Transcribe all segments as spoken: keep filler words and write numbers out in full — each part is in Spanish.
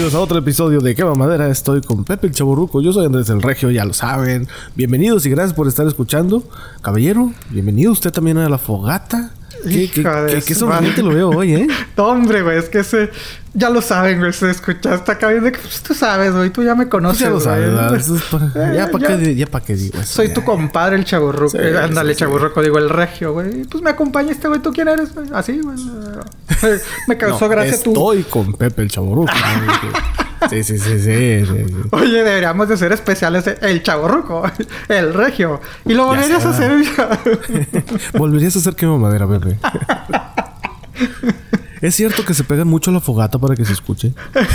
Bienvenidos a otro episodio de Quema Madera. Estoy con Pepe el Chavorruco. Yo soy Andrés el Regio, ya lo saben. Bienvenidos y gracias por estar escuchando. Caballero, bienvenido usted también a la fogata. Qué, qué, qué, qué sonriente lo veo hoy, ¿eh? No, hombre, güey, es que ese... Ya lo saben, güey, se escucha hasta acá bien de que... Pues tú sabes, güey, tú ya me conoces, pues ya lo sabes, güey. Para, eh, ya para qué, ya pa qué digo eso. Soy ya. tu compadre, el Chavorruco. Sí, eh, ándale, sí, Chavorruco, sí. Digo, el Regio, güey. Pues me acompaña este güey, ¿tú quién eres, güey? Así, güey. Me causó no, gracia tú. Estoy con Pepe el Chavorruco. Sí, sí, sí, sí, sí, sí. Oye, deberíamos de ser especiales el Chavorruco, el Regio. Y lo volverías a hacer. Volverías a hacer Quema Madera, Pepe. ¿Es cierto que se pegan mucho a la fogata para que se escuche?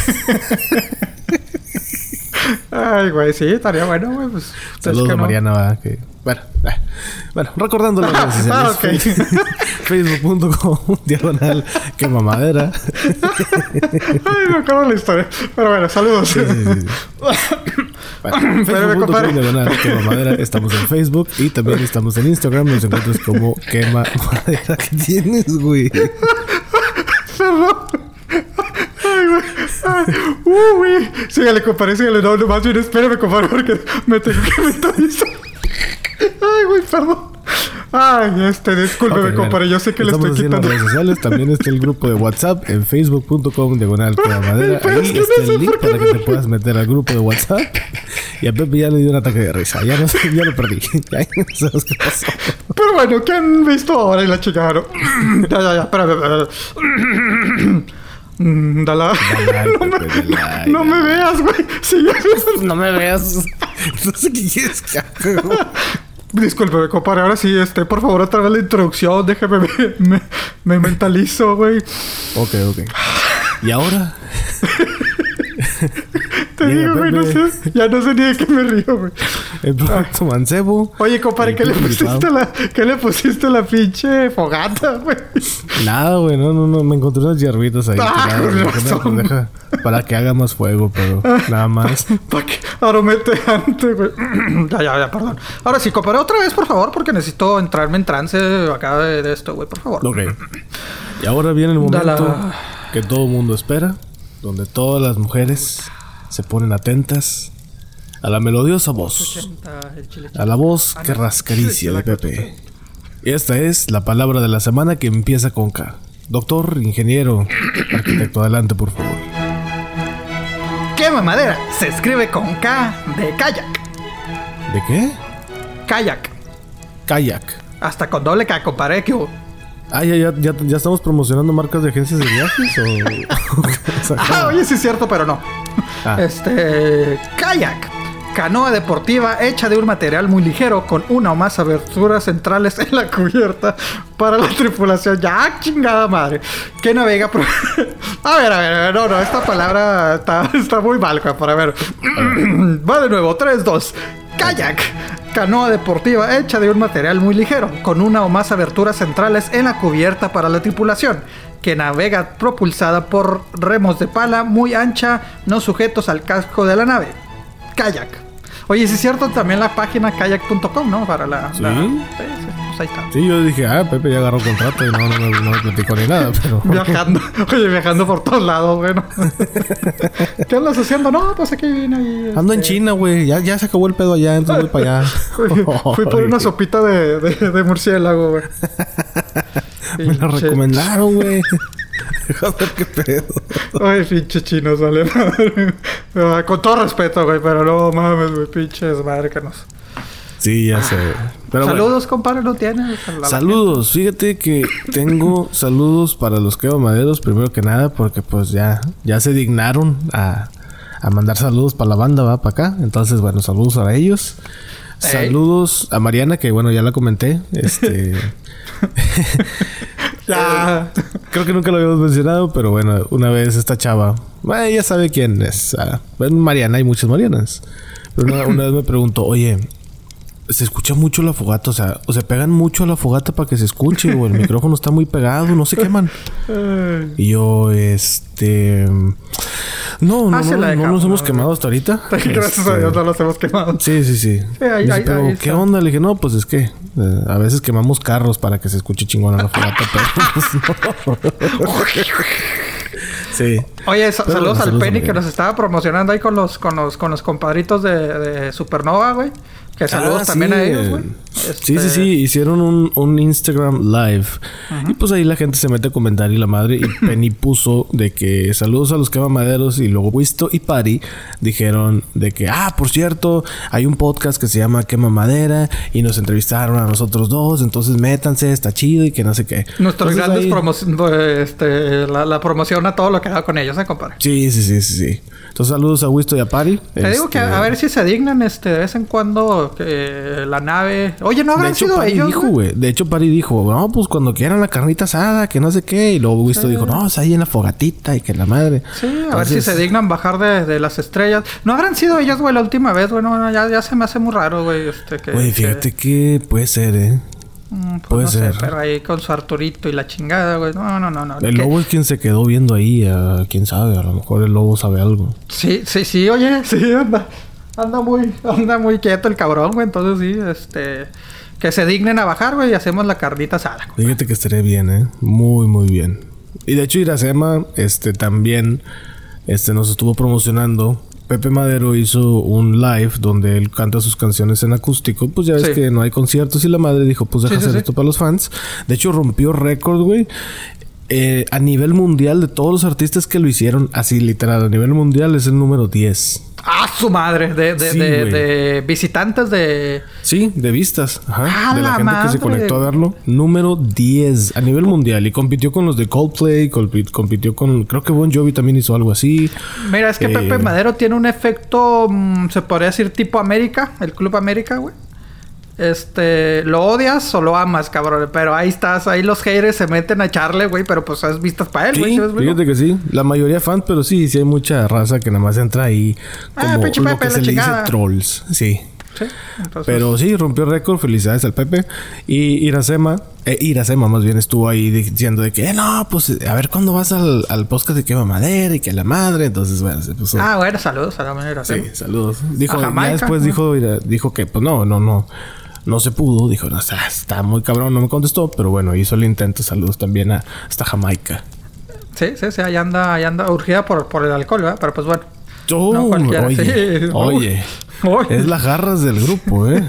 Ay, güey, sí, estaría bueno, güey. Pues, saludos a Mariana, no. ¿Va? Que... Bueno, eh. bueno, recordando las redes sociales. Ah, okay. Facebook punto com, diagonal, Quema Madera. Ay, me acuerdo la historia. Pero bueno, saludos. Sí, sí, sí. Bueno, Facebook punto com, diagonal, Quema Madera. Estamos en Facebook y también estamos en Instagram. Nos encuentras como Quema Madera. ¿Qué tienes, güey? Perdón. Ay, güey. Ay, uh, güey. Sígale, compadre, sígale. No, no, más bien espérame, compadre, porque me tengo que mentalizar. Ay, güey, perdón. Ay, este, discúlpeme, okay, compadre. Yo sé que le estoy quitando. En las redes sociales también está el grupo de WhatsApp en Facebook punto com, diagonal, Quema Madera. Ahí es está no el link para que te puedas meter al grupo de WhatsApp. Y a Pepe ya le dio un ataque de risa. Ya no sé, ya lo perdí. Ya no sabes qué pasó. Pero bueno, ¿qué han visto ahora y la chica? No. Ya, ya, ya, espérame, espérame. Dala. Dala no, me, dala, no me veas, güey. Sí, no me veas. No sé qué quieres que haga, güey. Discúlpeme, compadre. Ahora sí, este, por favor, otra vez la introducción. Déjame, me, me, me mentalizo, güey. Ok, ok. ¿Y ahora? Te Mira, digo, güey, no sé. Ya no sé ni de qué me río, güey. El producto mancebo. Oye, compadre, ¿qué le pusiste la, ¿qué le pusiste la pinche fogata, güey? Nada, güey. No, no, no. Me encontré unas hierbitas ahí. Ah, nada, deja, para que haga más fuego, pero nada más. Para que aromete antes, güey. Ya, ya, ya, perdón. Ahora sí, compadre, otra vez, por favor, porque necesito entrarme en trance acá de, de esto, güey, por favor. Ok. Y ahora viene el momento Dala. que todo el mundo espera, donde todas las mujeres se ponen atentas a la melodiosa voz, a la voz que rascaricia de Pepe. Y esta es la palabra de la semana que empieza con K. Doctor, ingeniero, arquitecto, adelante, por favor. Quema Madera se escribe con K de kayak. ¿De qué? Kayak. Kayak. Hasta con doble K, compadre, que hubo. Ah, ya, ya, ya, ya estamos promocionando marcas de agencias de viajes o... Ah, oye, sí es cierto, pero no. Ah. Este... Kayak. Canoa deportiva hecha de un material muy ligero con una o más aberturas centrales en la cubierta para la tripulación. Ya, chingada madre. Que navega por... A ver, a ver, no, no, esta palabra está, está muy mal, para a ver. Va de nuevo, tres, dos. Kayak. Canoa deportiva hecha de un material muy ligero, con una o más aberturas centrales en la cubierta para la tripulación, que navega propulsada por remos de pala muy ancha, no sujetos al casco de la nave. Kayak. Oye, sí es cierto, también la página kayak punto com, ¿no? Para la... ¿Sí? la... Sí, sí, pues ahí está. Sí, yo dije, ah, Pepe ya agarró contrato y no, no, no, no me platicó ni nada, pero... Viajando. Oye, viajando por todos lados, bueno. ¿Qué andas haciendo? No, pues aquí vine ahí... Ando este... en China, güey. Ya, ya se acabó el pedo allá, entonces voy para allá. Fui, fui por una sopita de, de, de murciélago, güey. Me la recomendaron, güey. Deja ver qué pedo. Ay, pinche chinos, vale madre. Con todo respeto, güey, pero no mames, güey, pinches márcanos. Sí, ya sé. Pero saludos, bueno. compadre, ¿no tienes? Saludos. Fíjate que tengo saludos para los quemamaderos, primero que nada, porque pues ya, ya se dignaron a, a mandar saludos para la banda, va, para acá. Entonces, bueno, saludos a ellos. Ey. Saludos a Mariana, que bueno, ya la comenté. Este... Ya. Eh, creo que nunca lo habíamos mencionado, pero bueno, una vez esta chava, eh, ella sabe quién es. Uh, bueno, Mariana, hay muchas Marianas. Pero una, una vez me preguntó, oye, se escucha mucho la fogata, o sea, o se pegan mucho a la fogata para que se escuche, o el micrófono está muy pegado, no se queman. Y yo, este... No, no, ah, no, no, no nos hemos quemado hasta ahorita. Gracias este... a Dios no nos hemos quemado. Sí, sí, sí. sí ahí, dice, ahí, pero, ahí ¿qué onda? Le dije, no, pues es que eh, a veces quemamos carros para que se escuche chingona la fogata, pero pues no. Sí. Oye, sa- Pero saludos bueno, al saludos, Penny amigo. que nos estaba promocionando ahí con los, con los, con los compadritos de, de Supernova, güey. Que saludos Ah, también sí. a ellos, güey. Sí, Este, sí, sí. Hicieron un, un Instagram Live. Y pues ahí la gente se mete a comentar y la madre. Y Penny puso de que saludos a los quemamaderos. Y luego Wisto y Pari dijeron de que, ah, por cierto, hay un podcast que se llama Quema Madera. Y nos entrevistaron a nosotros dos. Entonces métanse, está chido y que no sé qué. Nuestros Entonces, grandes ahí- promociones, este, la, la promoción a todo lo que haga con ellos, ¿eh, compadre? Sí, sí, sí, sí, sí. Entonces saludos a Wisto y a Pari. Te digo que a, a ver si se dignan, este, de vez en cuando, que la nave... Oye, ¿no De habrán hecho, sido Pari ellos, dijo, güey? güey. De hecho, Pari dijo, no, pues cuando quieran la carnita asada, que no sé qué. Y luego Wisto dijo, no, es ahí en la fogatita y que la madre. Sí, a ver Entonces, si se dignan bajar de, de las estrellas. ¿No habrán sido ellos, güey, la última vez? Bueno, no, ya, ya se me hace muy raro, güey, este, que... Güey, que- fíjate que puede ser, ¿eh? Mm, pues Puede no ser. sé, pero ahí con su Arturito y la chingada, güey. No, no, no, no. El que- lobo es quien se quedó viendo ahí. A quién sabe, a lo mejor el lobo sabe algo. Sí, sí, sí, oye, sí, anda. Anda muy, anda muy quieto el cabrón, güey. Entonces sí, este... Que se dignen a bajar, güey, y hacemos la carnita asada, güey. Fíjate que estaría bien, ¿eh? Muy, muy bien. Y de hecho, Iracema, este, también, este, nos estuvo promocionando. Pepe Madero hizo un live donde él canta sus canciones en acústico. Pues ya ves Sí. que no hay conciertos y la madre dijo, pues deja Sí, sí, hacer sí. esto para los fans. De hecho, rompió récord, güey. Eh, a nivel mundial de todos los artistas que lo hicieron, así literal, a nivel mundial es el número diez. ¡Ah, su madre! De, de, Sí, de, güey. de visitantes de... Sí, de vistas. Ajá. ¡A De la, la gente que se madre! conectó a verlo. Número diez a nivel mundial. Y compitió con los de Coldplay. colpi- Compitió con... Creo que Bon Jovi también hizo algo así. Mira, es que Eh, Pepe Madero tiene un efecto, mm, se podría decir tipo América, el Club América, güey. Este, ¿lo odias o lo amas, cabrón? Pero ahí estás, ahí los haters se meten a echarle, güey, pero pues es vistas para él, güey. Sí, ¿sí ves, güey? fíjate que sí. La mayoría fans, pero sí, sí hay mucha raza que nada más entra ahí Ah, como pinche lo Pepe, que la se le dice chingada. trolls. Sí. Sí, entonces... Pero sí, rompió récord. Felicidades al Pepe. Y Iracema, eh, Iracema más bien estuvo ahí diciendo de que, eh, no, pues a ver cuándo vas al, al podcast de Quema Madera y que a la madre. Entonces, bueno, se puso. Ah, bueno, saludos a la manera. Sí, saludos. Dijo, A ya Jamaica, después ¿no? dijo, dijo que, pues no, no, no. No se pudo. Dijo, no, está, está muy cabrón, no me contestó. Pero bueno, hizo el intento. Saludos también a hasta Jamaica. Sí, sí, sí, ahí anda, ahí anda urgida por, por el alcohol, ¿verdad? Pero pues bueno. Oh, No cualquiera, oye, sí. oye. Uy. Es las garras del grupo, ¿eh?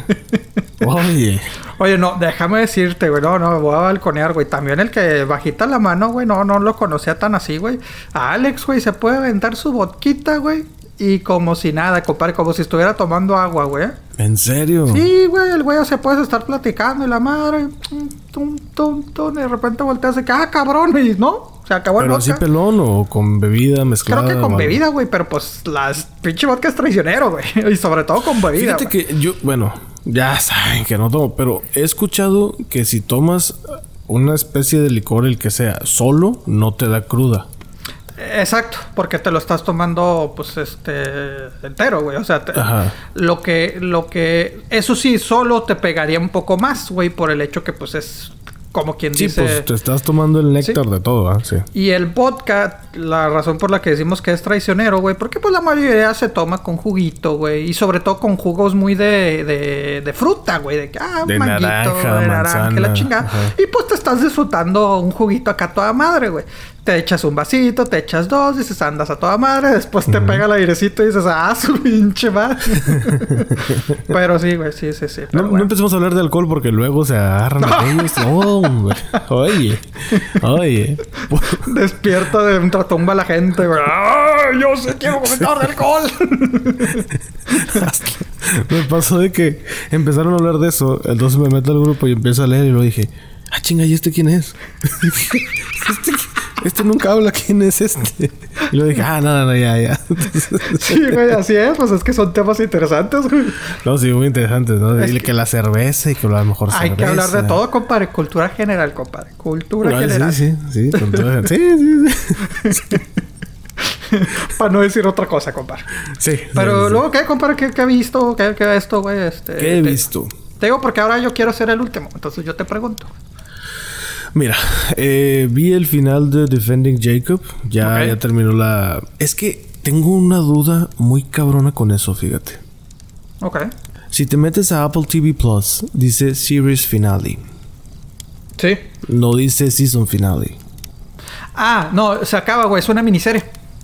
Oye. Oye, no, déjame decirte, güey, no, no, voy a balconear, güey. También el que bajita la mano, güey, no, no lo conocía tan así, güey. A Alex, güey, se puede aventar su vodquita, güey. Y como si nada, compadre, como si estuviera tomando agua, güey. ¿En serio? Sí, güey, el güey se puede estar platicando y la madre, tum, tum, tum, tum, y de repente volteas y que, ah, cabrón, y no, se acabó el ¿Pero así vodka. pelón o con bebida mezclada? Creo que o con algo? bebida, güey, pero pues las pinche vodka es traicionero, güey. Y sobre todo con bebida. Fíjate güey. que yo, bueno, ya saben que no tomo, pero he escuchado que si tomas una especie de licor, el que sea, solo, no te da cruda. Exacto, porque te lo estás tomando, pues, este, entero, güey. O sea, te- Ajá. lo que, lo que, eso sí, solo te pegaría un poco más, güey, por el hecho que, pues, es como quien Sí, dice. pues te estás tomando el néctar de todo, ¿ah? Sí. Y el vodka, la razón por la que decimos que es traicionero, güey, porque pues la mayoría se toma con juguito, güey. Y sobre todo con jugos muy de, de, de fruta, güey. De que, ah, un De manguito, naranja, de naranja, manzana, la chingada. ajá. Y pues te estás disfrutando un juguito acá a toda madre, güey. Te echas un vasito, te echas dos, dices, andas a toda madre. Después te pega el airecito y dices, ah, su pinche madre. Pero sí, güey, sí, sí, sí. No, pero no bueno. empecemos a hablar de alcohol porque luego se agarran a ellos. No, hombre. Oye, oye. Despierta de ultratumba la gente, güey. ¡Ah! Yo sé, quiero comentar de alcohol. Me pasó de que empezaron a hablar de eso. Entonces me meto al grupo y empiezo a leer y luego dije, ah, chinga, ¿y este quién es? este, este nunca habla, ¿quién es este? Y luego dije, ah, no, no, no, ya, ya. Sí, güey, así es. Pues es que son temas interesantes, güey. No, sí, muy interesante, ¿no? Es Dile que- que... la cerveza y que la mejor cerveza. Hay que hablar de todo, compadre. Cultura general, compadre. Cultura No, general. sí, sí, sí, con todo- sí, sí, sí. Para no decir otra cosa, compadre. Sí, Pero sí, sí. luego, ¿qué, compadre? ¿Qué, qué he visto? ¿Qué, qué esto, güey? Este, ¿Qué he te- visto? Te digo porque ahora yo quiero ser el último. Entonces yo te pregunto. Mira, eh, vi el final de Defending Jacob. Ya, Ok. ya terminó la... Es que tengo una duda muy cabrona con eso, fíjate. Ok. Si te metes a Apple T V Plus, dice Series Finale. Sí. No dice Season Finale. Ah, no, se acaba, güey. Es una miniserie.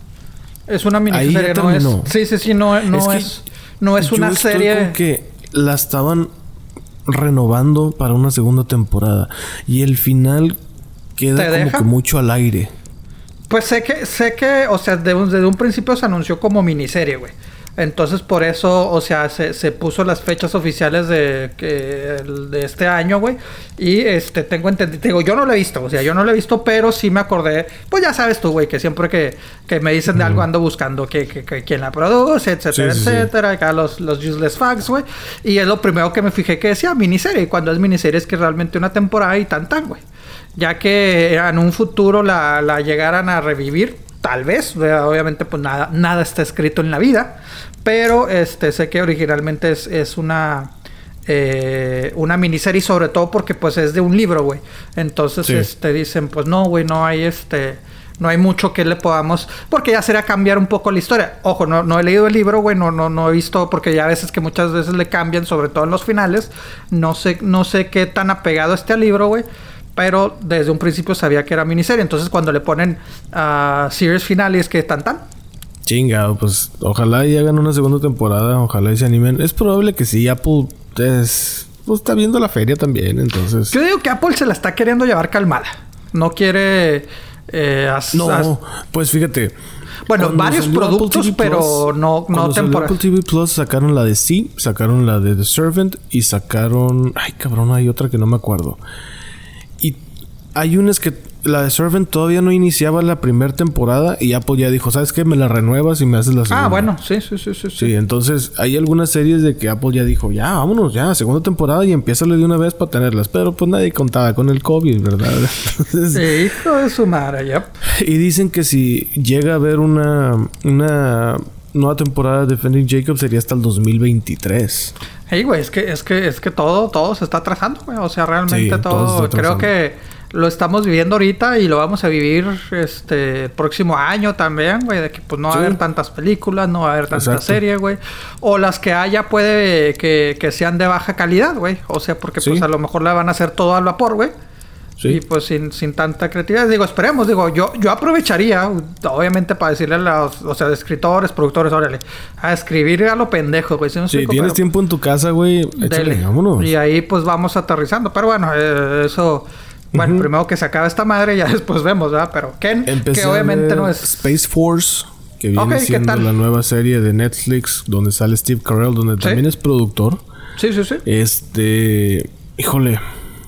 Es una miniserie, no es... Sí, sí, sí, no, no es... es no es una yo estoy serie... Con que la estaban renovando para una segunda temporada. Y el final queda como deja? que mucho al aire. Pues sé que... Sé que... O sea, de, desde un principio se anunció como miniserie, güey. Entonces, por eso, o sea, se, se puso las fechas oficiales de, que, de este año, güey. Y, este, tengo entendido... Digo, yo no lo he visto. O sea, yo no lo he visto, pero sí me acordé... Pues ya sabes tú, güey, que siempre que, que me dicen de algo ando buscando que, que, que quién la produce, etcétera, sí, sí, etcétera. Sí. Acá los, los useless facts, güey. Y es lo primero que me fijé que decía miniserie. Y cuando es miniserie es que realmente una temporada y tan tan, güey. Ya que en un futuro la, la llegaran a revivir... Tal vez, obviamente pues nada, nada está escrito en la vida, pero este sé que originalmente es, es una eh, una miniserie, sobre todo porque pues es de un libro, güey. Entonces sí. este dicen, pues no, güey, no hay este no hay mucho que le podamos, porque ya sería cambiar un poco la historia. Ojo, no, no he leído el libro, güey, no, no, no he visto, porque ya a veces que muchas veces le cambian, sobre todo en los finales. No sé, no sé qué tan apegado esté al libro, güey. Pero desde un principio sabía que era miniserie. Entonces cuando le ponen a uh, series finales que tan tan. Chingado, pues ojalá y hagan una segunda temporada. Ojalá y se animen. Es probable que sí. Apple es, pues, está viendo la feria también. Entonces yo digo que Apple se la está queriendo llevar calmada. No quiere eh, as, No, as... pues fíjate. Bueno, varios productos, pero no, no temporada. Apple T V Plus sacaron la de Sí, sacaron la de The Servant y sacaron... Ay, cabrón, hay otra que no me acuerdo. Y hay unas que... La de Servant todavía no iniciaba la primera temporada y Apple ya dijo, ¿sabes qué? Me la renuevas y me haces la segunda. Ah, bueno. Sí, sí, sí, sí. Sí, entonces hay algunas series de que Apple ya dijo, ya, vámonos, ya, segunda temporada y empiézale de una vez para tenerlas. Pero pues nadie contaba con el COVID, ¿verdad? Entonces, sí, hijo de su madre, ya. Yep. Y dicen que si llega a haber una... una nueva temporada de Defending Jacob sería hasta el dos mil veintitrés. Hey, güey, es que, es que, es que todo, todo se está atrasando, güey. O sea, realmente sí, todo... todo creo que lo estamos viviendo ahorita y lo vamos a vivir este próximo año también, güey. De que pues no va sí. a haber tantas películas, no va a haber tanta serie, güey. O las que haya puede que, que sean de baja calidad, güey. O sea, porque sí. pues a lo mejor la van a hacer todo al vapor, güey. Sí. Y pues sin, sin tanta creatividad. Digo, esperemos. Digo, yo, yo aprovecharía, obviamente, para decirle a los, o sea, de escritores, productores, órale, a escribir a lo pendejo, güey. Si no sí, explico, tienes pero, tiempo en tu casa, güey, échale, vámonos. Y ahí, pues, vamos aterrizando. Pero bueno, eh, eso... Bueno, uh-huh. primero que se acabe esta madre, ya después vemos, ¿verdad? Pero Ken, Empecé que obviamente no es... Space Force, que viene okay, siendo la nueva serie de Netflix, donde sale Steve Carell, donde ¿sí? también es productor. Sí, sí, sí. Este... Híjole...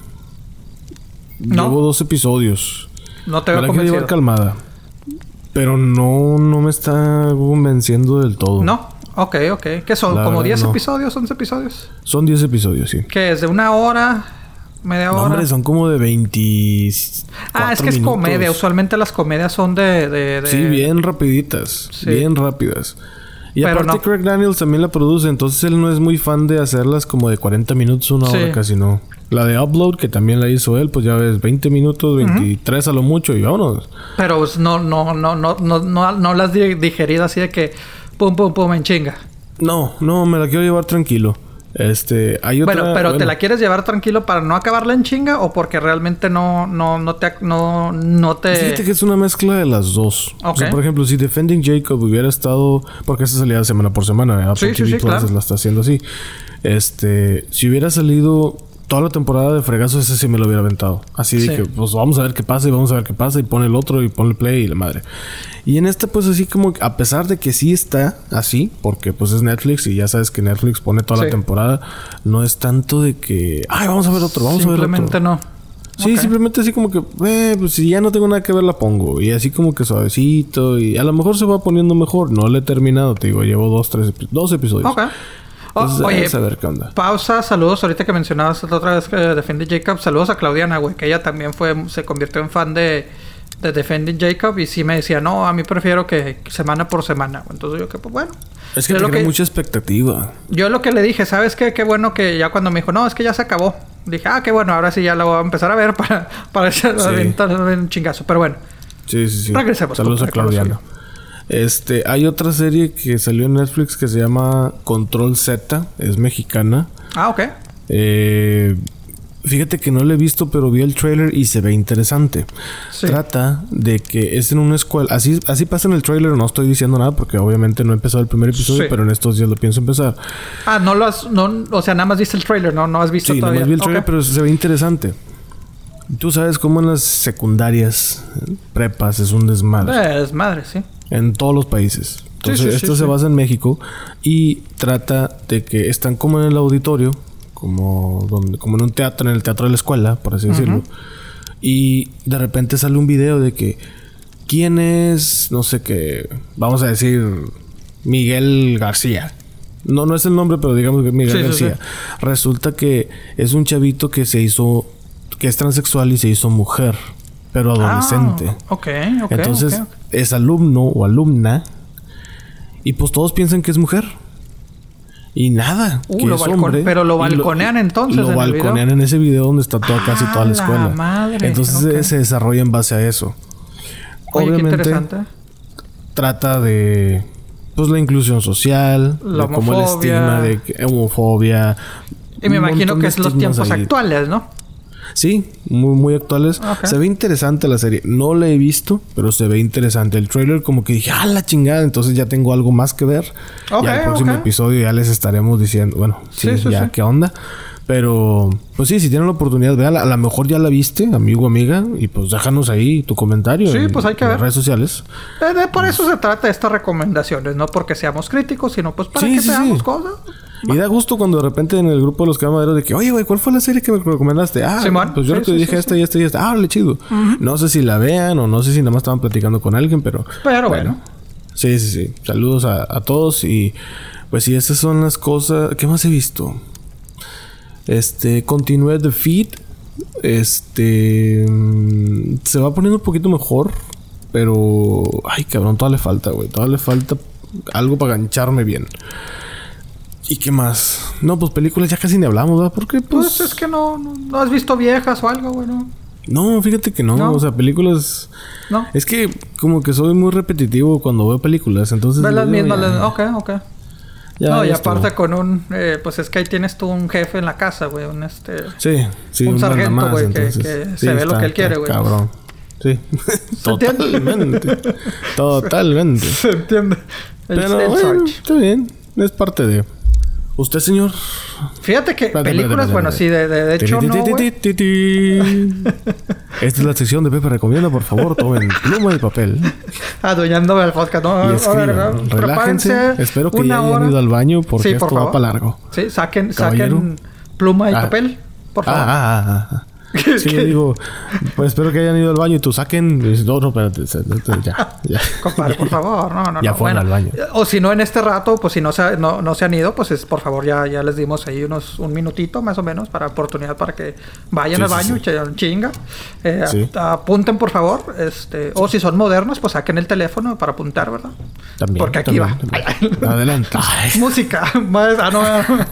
¿No? Llevo dos episodios. No te veo convencido. Me la quiero llevar calmada. Pero no, no me está convenciendo del todo. No. Ok, ok. ¿Qué son? La ¿Como diez no. episodios? ¿once episodios? Son diez episodios, sí. ¿Qué es? ¿De una hora? ¿Media hora? No, hombre, son como de veinte... Ah, es que es minutos. Comedia. Usualmente las comedias son de... de, de... Sí, bien rapiditas. Sí. Bien rápidas. Y pero aparte no. Craig Daniels también la produce. Entonces él no es muy fan de hacerlas como de cuarenta minutos, una sí. hora casi no. La de Upload, que también la hizo él, pues ya ves, veinte minutos, veintitrés uh-huh. a lo mucho y vámonos. Pero pues, no, no, no, no, no, no, no las digerido así de que pum, pum, pum, en chinga. No, no, me la quiero llevar tranquilo. Este, hay otra... Bueno, pero bueno. ¿te la quieres llevar tranquilo para no acabarla en chinga o porque realmente no, no, no te, no, no te... Fíjate que es una mezcla de las dos. Okay. O sea, por ejemplo, si Defending Jacob hubiera estado... Porque esa salía semana por semana, ¿verdad? Sí, porque sí, sí, claro. la está haciendo así. Este, si hubiera salido... Toda la temporada de fregazos ese sí me lo hubiera aventado. Así de sí. que, pues vamos a ver qué pasa y vamos a ver qué pasa. Y pone el otro y pone el play y la madre. Y en esta, pues así como... A pesar de que sí está así... Porque pues es Netflix y ya sabes que Netflix pone toda sí. la temporada. No es tanto de que... Ay, vamos a ver otro, vamos a ver otro. Simplemente no. Sí, okay. simplemente así como que... Eh, pues si ya no tengo nada que ver la pongo. Y así como que suavecito. Y a lo mejor se va poniendo mejor. No lo he terminado, te digo. Llevo dos, tres... Dos episodios. Ok. Entonces, oh, oye, a ver qué onda. Pausa, saludos. Ahorita que mencionabas la otra vez que Defending Jacob, saludos a Claudiana, güey, que ella también fue, se convirtió en fan de, de Defending Jacob y sí me decía, no, a mí prefiero que semana por semana. Entonces yo que, pues bueno. Es que tiene mucha expectativa. Yo lo que le dije, ¿sabes qué? Qué bueno que ya cuando me dijo, no, es que ya se acabó. Dije, ah, qué bueno, ahora sí ya la voy a empezar a ver para, para echar sí. un chingazo. Pero bueno. Sí, sí, sí. Regresemos. Saludos a Claudiana. Este, hay otra serie que salió en Netflix que se llama Control Z, es mexicana. Ah, ok. Eh, Fíjate que no lo he visto, pero vi el trailer y se ve interesante. Sí. Trata de que es en una escuela. Así, así pasa en el trailer. No estoy diciendo nada porque obviamente no he empezado el primer episodio, sí. pero en estos días lo pienso empezar. Ah, no lo has... No, o sea, nada más viste el trailer, ¿no? No has visto sí, todavía. Sí, nada más vi el trailer, okay. pero se ve interesante. Tú sabes cómo en las secundarias, prepas, es un desmadre. Eh, desmadre, sí. En todos los países. Entonces, sí, sí, esto sí, se sí. basa en México y trata de que están como en el auditorio, como donde, como en un teatro, en el teatro de la escuela, por así uh-huh. decirlo. Y de repente sale un video de que quién es, no sé qué, vamos a decir Miguel García. No, no es el nombre, pero digamos que Miguel sí, García. Sí, sí. Resulta que es un chavito que se hizo, que es transexual y se hizo mujer, pero adolescente. Ah, ok, ok. Entonces, okay, okay. es alumno o alumna. Y pues todos piensan que es mujer. Y nada, uh, que lo es balcon- hombre. Pero lo balconean lo, entonces. Lo en balconean en ese video donde está toda, casi toda la escuela. La madre. Entonces okay. se, se desarrolla en base a eso. Oye, obviamente, qué interesante. Trata de pues la inclusión social, la de como el estigma de que, homofobia. Y me imagino que es los tiempos ahí. actuales, ¿no? Sí, muy, muy actuales. Okay. Se ve interesante la serie. No la he visto, pero se ve interesante. El trailer como que dije, ¡ah, la chingada! Entonces ya tengo algo más que ver. Okay, ya el próximo okay. episodio ya les estaremos diciendo, bueno, sí, sí, sí ya sí. qué onda. Pero, pues sí, si tienen la oportunidad, véala. A lo mejor ya la viste, amigo o amiga. Y pues déjanos ahí tu comentario. Sí, en, pues hay que en ver. las redes sociales. Eh, de, por eso se trata de estas recomendaciones. No porque seamos críticos, sino pues para sí, que sí, veamos sí. cosas. Y da gusto cuando de repente en el grupo de los camaderos de que, oye, güey, ¿cuál fue la serie que me recomendaste? Ah, Simón. pues yo sí, lo que sí, dije sí, esta sí. y esta y esta. Ah, le chido. Uh-huh. No sé si la vean o no sé si nada más estaban platicando con alguien, pero... Pero bueno. bueno. Sí, sí, sí. Saludos a, a todos y... Pues sí, estas son las cosas... ¿Qué más he visto? Este... Continué The Feed. Este... Mmm, se va poniendo un poquito mejor. Pero... Ay, cabrón. Todavía le falta, güey. Todavía le falta algo para gancharme bien. ¿Y qué más? No, pues películas ya casi ni hablamos, ¿verdad? Porque pues... pues es que no, no, no has visto viejas o algo, güey, ¿no? No, fíjate que no. no. O sea, películas... No. Es que como que soy muy repetitivo cuando veo películas, entonces... Ves las mismas... Ya... Les... Ok, ok. Ya, no, ya y aparte estuvo. Con un... Eh, pues es que ahí tienes tú un jefe en la casa, güey. Un este... Sí, sí. Un, un sargento, güey, que, que sí, se ve está, lo que él quiere, güey. Cabrón. Sí. Totalmente. Totalmente. Se entiende. El, Pero el bueno, está bien. Es parte de... ¿Usted, señor? Fíjate que espérate, películas, espérate, espérate, bueno, sí, de, de, de hecho no, güey. Esta es la sección de Pepe Recomienda. Por favor, tomen pluma y papel. Adueñándome el podcast. No, y escriban. A ver, relájense. Espero que ya hayan ido al baño porque sí, esto por va para largo. Sí, saquen, saquen pluma y ah. papel, por favor. Ah, ah, ah, ah. Sí, yo digo, pues espero que hayan ido al baño y tú saquen. No, no, espérate, ya, ya. Compadre, por favor, no, no, ya no. fueron bueno, al baño. O si no, en este rato, pues si no se, no, no se han ido, pues es, por favor, ya, ya les dimos ahí unos un minutito más o menos para oportunidad para que vayan sí, al sí, baño sí. y chinga. Eh, sí. Apunten, por favor. este O si son modernos, pues saquen el teléfono para apuntar, ¿verdad? También. Porque aquí también, va. También. Adelante. Música. Más, ah, no.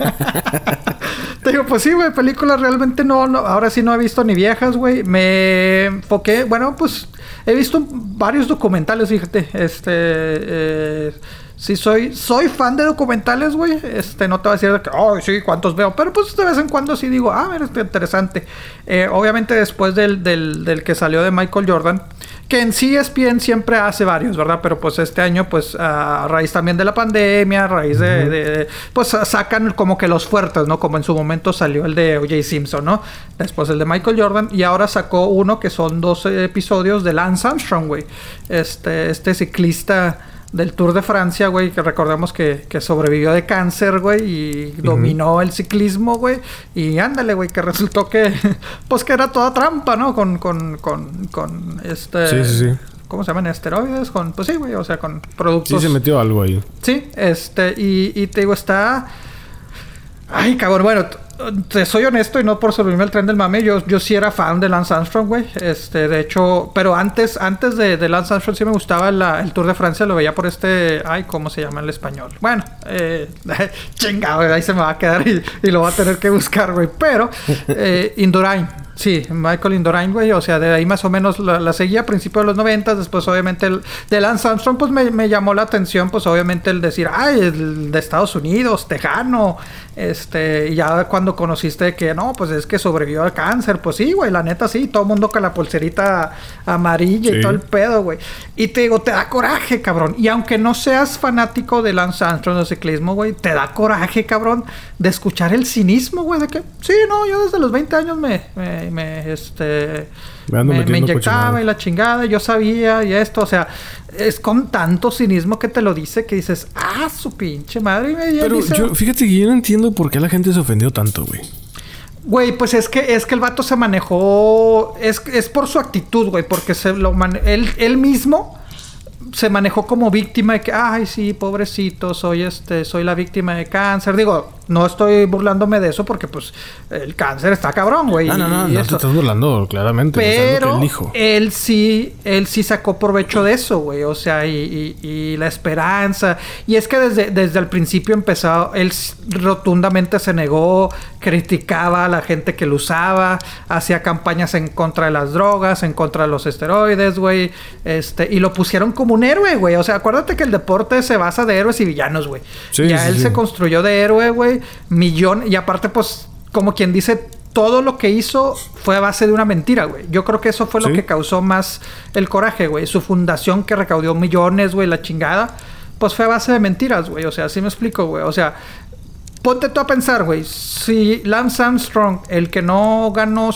Te digo, pues sí, güey, películas realmente no, no. Ahora sí no he visto ni viejas, güey. Me enfoqué, bueno, pues he visto varios documentales, fíjate. Este, eh, sí, soy, soy fan de documentales, güey. Este, no te voy a decir que, oh, sí, cuántos veo, pero pues de vez en cuando sí digo, ah, mira, está interesante. Eh, obviamente después del, del, del que salió de Michael Jordan, que en sí E S P N siempre hace varios, ¿verdad? Pero pues este año, pues a raíz también de la pandemia, a raíz de, uh-huh. de, de... Pues sacan como que los fuertes, ¿no? Como en su momento salió el de O J Simpson, ¿no? Después el de Michael Jordan. Y ahora sacó uno que son dos episodios de Lance Armstrong, güey. Este, este ciclista del Tour de Francia, güey, que recordemos que, que sobrevivió de cáncer, güey, y uh-huh. dominó el ciclismo, güey, y ándale, güey, que resultó que, pues que era toda trampa, ¿no? Con, con, con, con este... Sí, sí, sí. ¿Cómo se llaman? Esteroides, con, pues sí, güey, o sea, con productos... Sí, se metió algo ahí. Sí, este, y, y te digo, está... Ay, cabrón, bueno... Te soy honesto y no por subirme al tren del mame. Yo, yo sí era fan de Lance Armstrong, güey. Este, de hecho... Pero antes antes de, de Lance Armstrong sí me gustaba la, el Tour de Francia. Lo veía por este... Ay, ¿cómo se llama en español? Bueno, eh... chingado, ahí se me va a quedar y, y lo va a tener que buscar, güey. Pero... Eh, Indurain. Sí, Michael Indurain, güey. O sea, de ahí más o menos la, la seguía a principios de los noventas. Después, obviamente, el de Lance Armstrong, pues me, me llamó la atención, pues obviamente el decir, ay, el de Estados Unidos, tejano. Este, y ya cuando conociste que no, pues es que sobrevivió al cáncer, pues sí, güey, la neta sí, todo el mundo con la pulserita amarilla sí. Y todo el pedo, güey. Y te digo, te da coraje, cabrón. Y aunque no seas fanático de Lance Armstrong de ciclismo, güey, te da coraje, cabrón, de escuchar el cinismo, güey, de que, sí, no, yo desde los veinte años me, me, me este, me, me, me inyectaba cochinado. Y la chingada, yo sabía y esto, o sea, es con tanto cinismo que te lo dice que dices, ah, su pinche madre. Y Pero dice, yo, fíjate que yo no entiendo por qué la gente se ofendió tanto, güey. Güey, pues es que es que el vato se manejó, es, es por su actitud, güey, porque se lo mane- él, él mismo se manejó como víctima de que, ay, sí, pobrecito, soy este, soy la víctima de cáncer. Digo, no estoy burlándome de eso porque, pues, el cáncer está cabrón, güey. No, no, no, no te estás burlando, claramente. Pero él, dijo. él sí, él sí sacó provecho de eso, güey. O sea, y, y, y la esperanza. Y es que desde, desde el principio empezó, él rotundamente se negó, criticaba a la gente que lo usaba, hacía campañas en contra de las drogas, en contra de los esteroides, güey. Este, y lo pusieron como un héroe, güey. O sea, acuérdate que el deporte se basa de héroes y villanos, güey. Sí, ya sí, él sí. se construyó de héroe, güey. Millón. Y aparte, pues, como quien dice, todo lo que hizo fue a base de una mentira, güey. Yo creo que eso fue ¿Sí? lo que causó más el coraje, güey. Su fundación que recaudó millones, güey, la chingada, pues fue a base de mentiras, güey. O sea, así me explico, güey. O sea, ponte tú a pensar, güey. Si Lance Armstrong, el que no ganó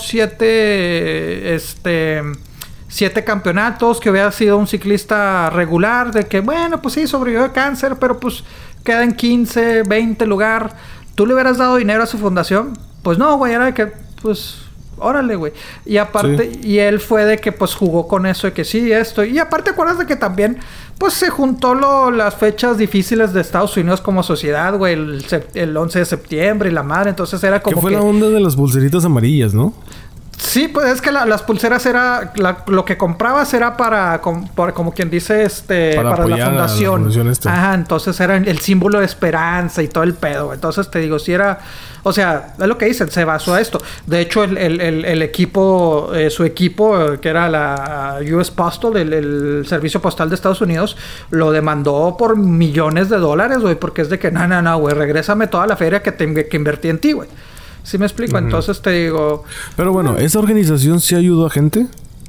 siete, este... siete campeonatos, que hubiera sido un ciclista regular, de que, bueno, pues sí, sobrevivió de cáncer, pero pues queda en quince, veinte lugar. ¿Tú le hubieras dado dinero a su fundación? Pues no, güey, era de que, pues, órale, güey. Y aparte, sí. y él fue de que, pues, jugó con eso de que sí, esto. Y aparte, acuerdas de que también, pues, se juntó lo, las fechas difíciles de Estados Unidos como sociedad, güey, el, el once de septiembre y la madre. Entonces era como que... fue que... la onda de las pulseritas amarillas, ¿no? Sí, pues es que la, las pulseras era... La, lo que comprabas era para... Com, para como quien dice, este... Para, para la fundación. La fundación este. Ajá, entonces era el símbolo de esperanza y todo el pedo. Entonces, te digo, si era... O sea, es lo que dicen, se basó a esto. De hecho, el, el, el, el equipo... Eh, su equipo, eh, que era la U S Postal, el, el Servicio Postal de Estados Unidos, lo demandó por millones de dólares, güey. Porque es de que, no, no, no, güey, regrésame toda la feria que, te, que invertí en ti, güey. ¿Sí me explico? Uh-huh. Entonces te digo... Pero bueno, ¿esa organización sí ayudó a gente?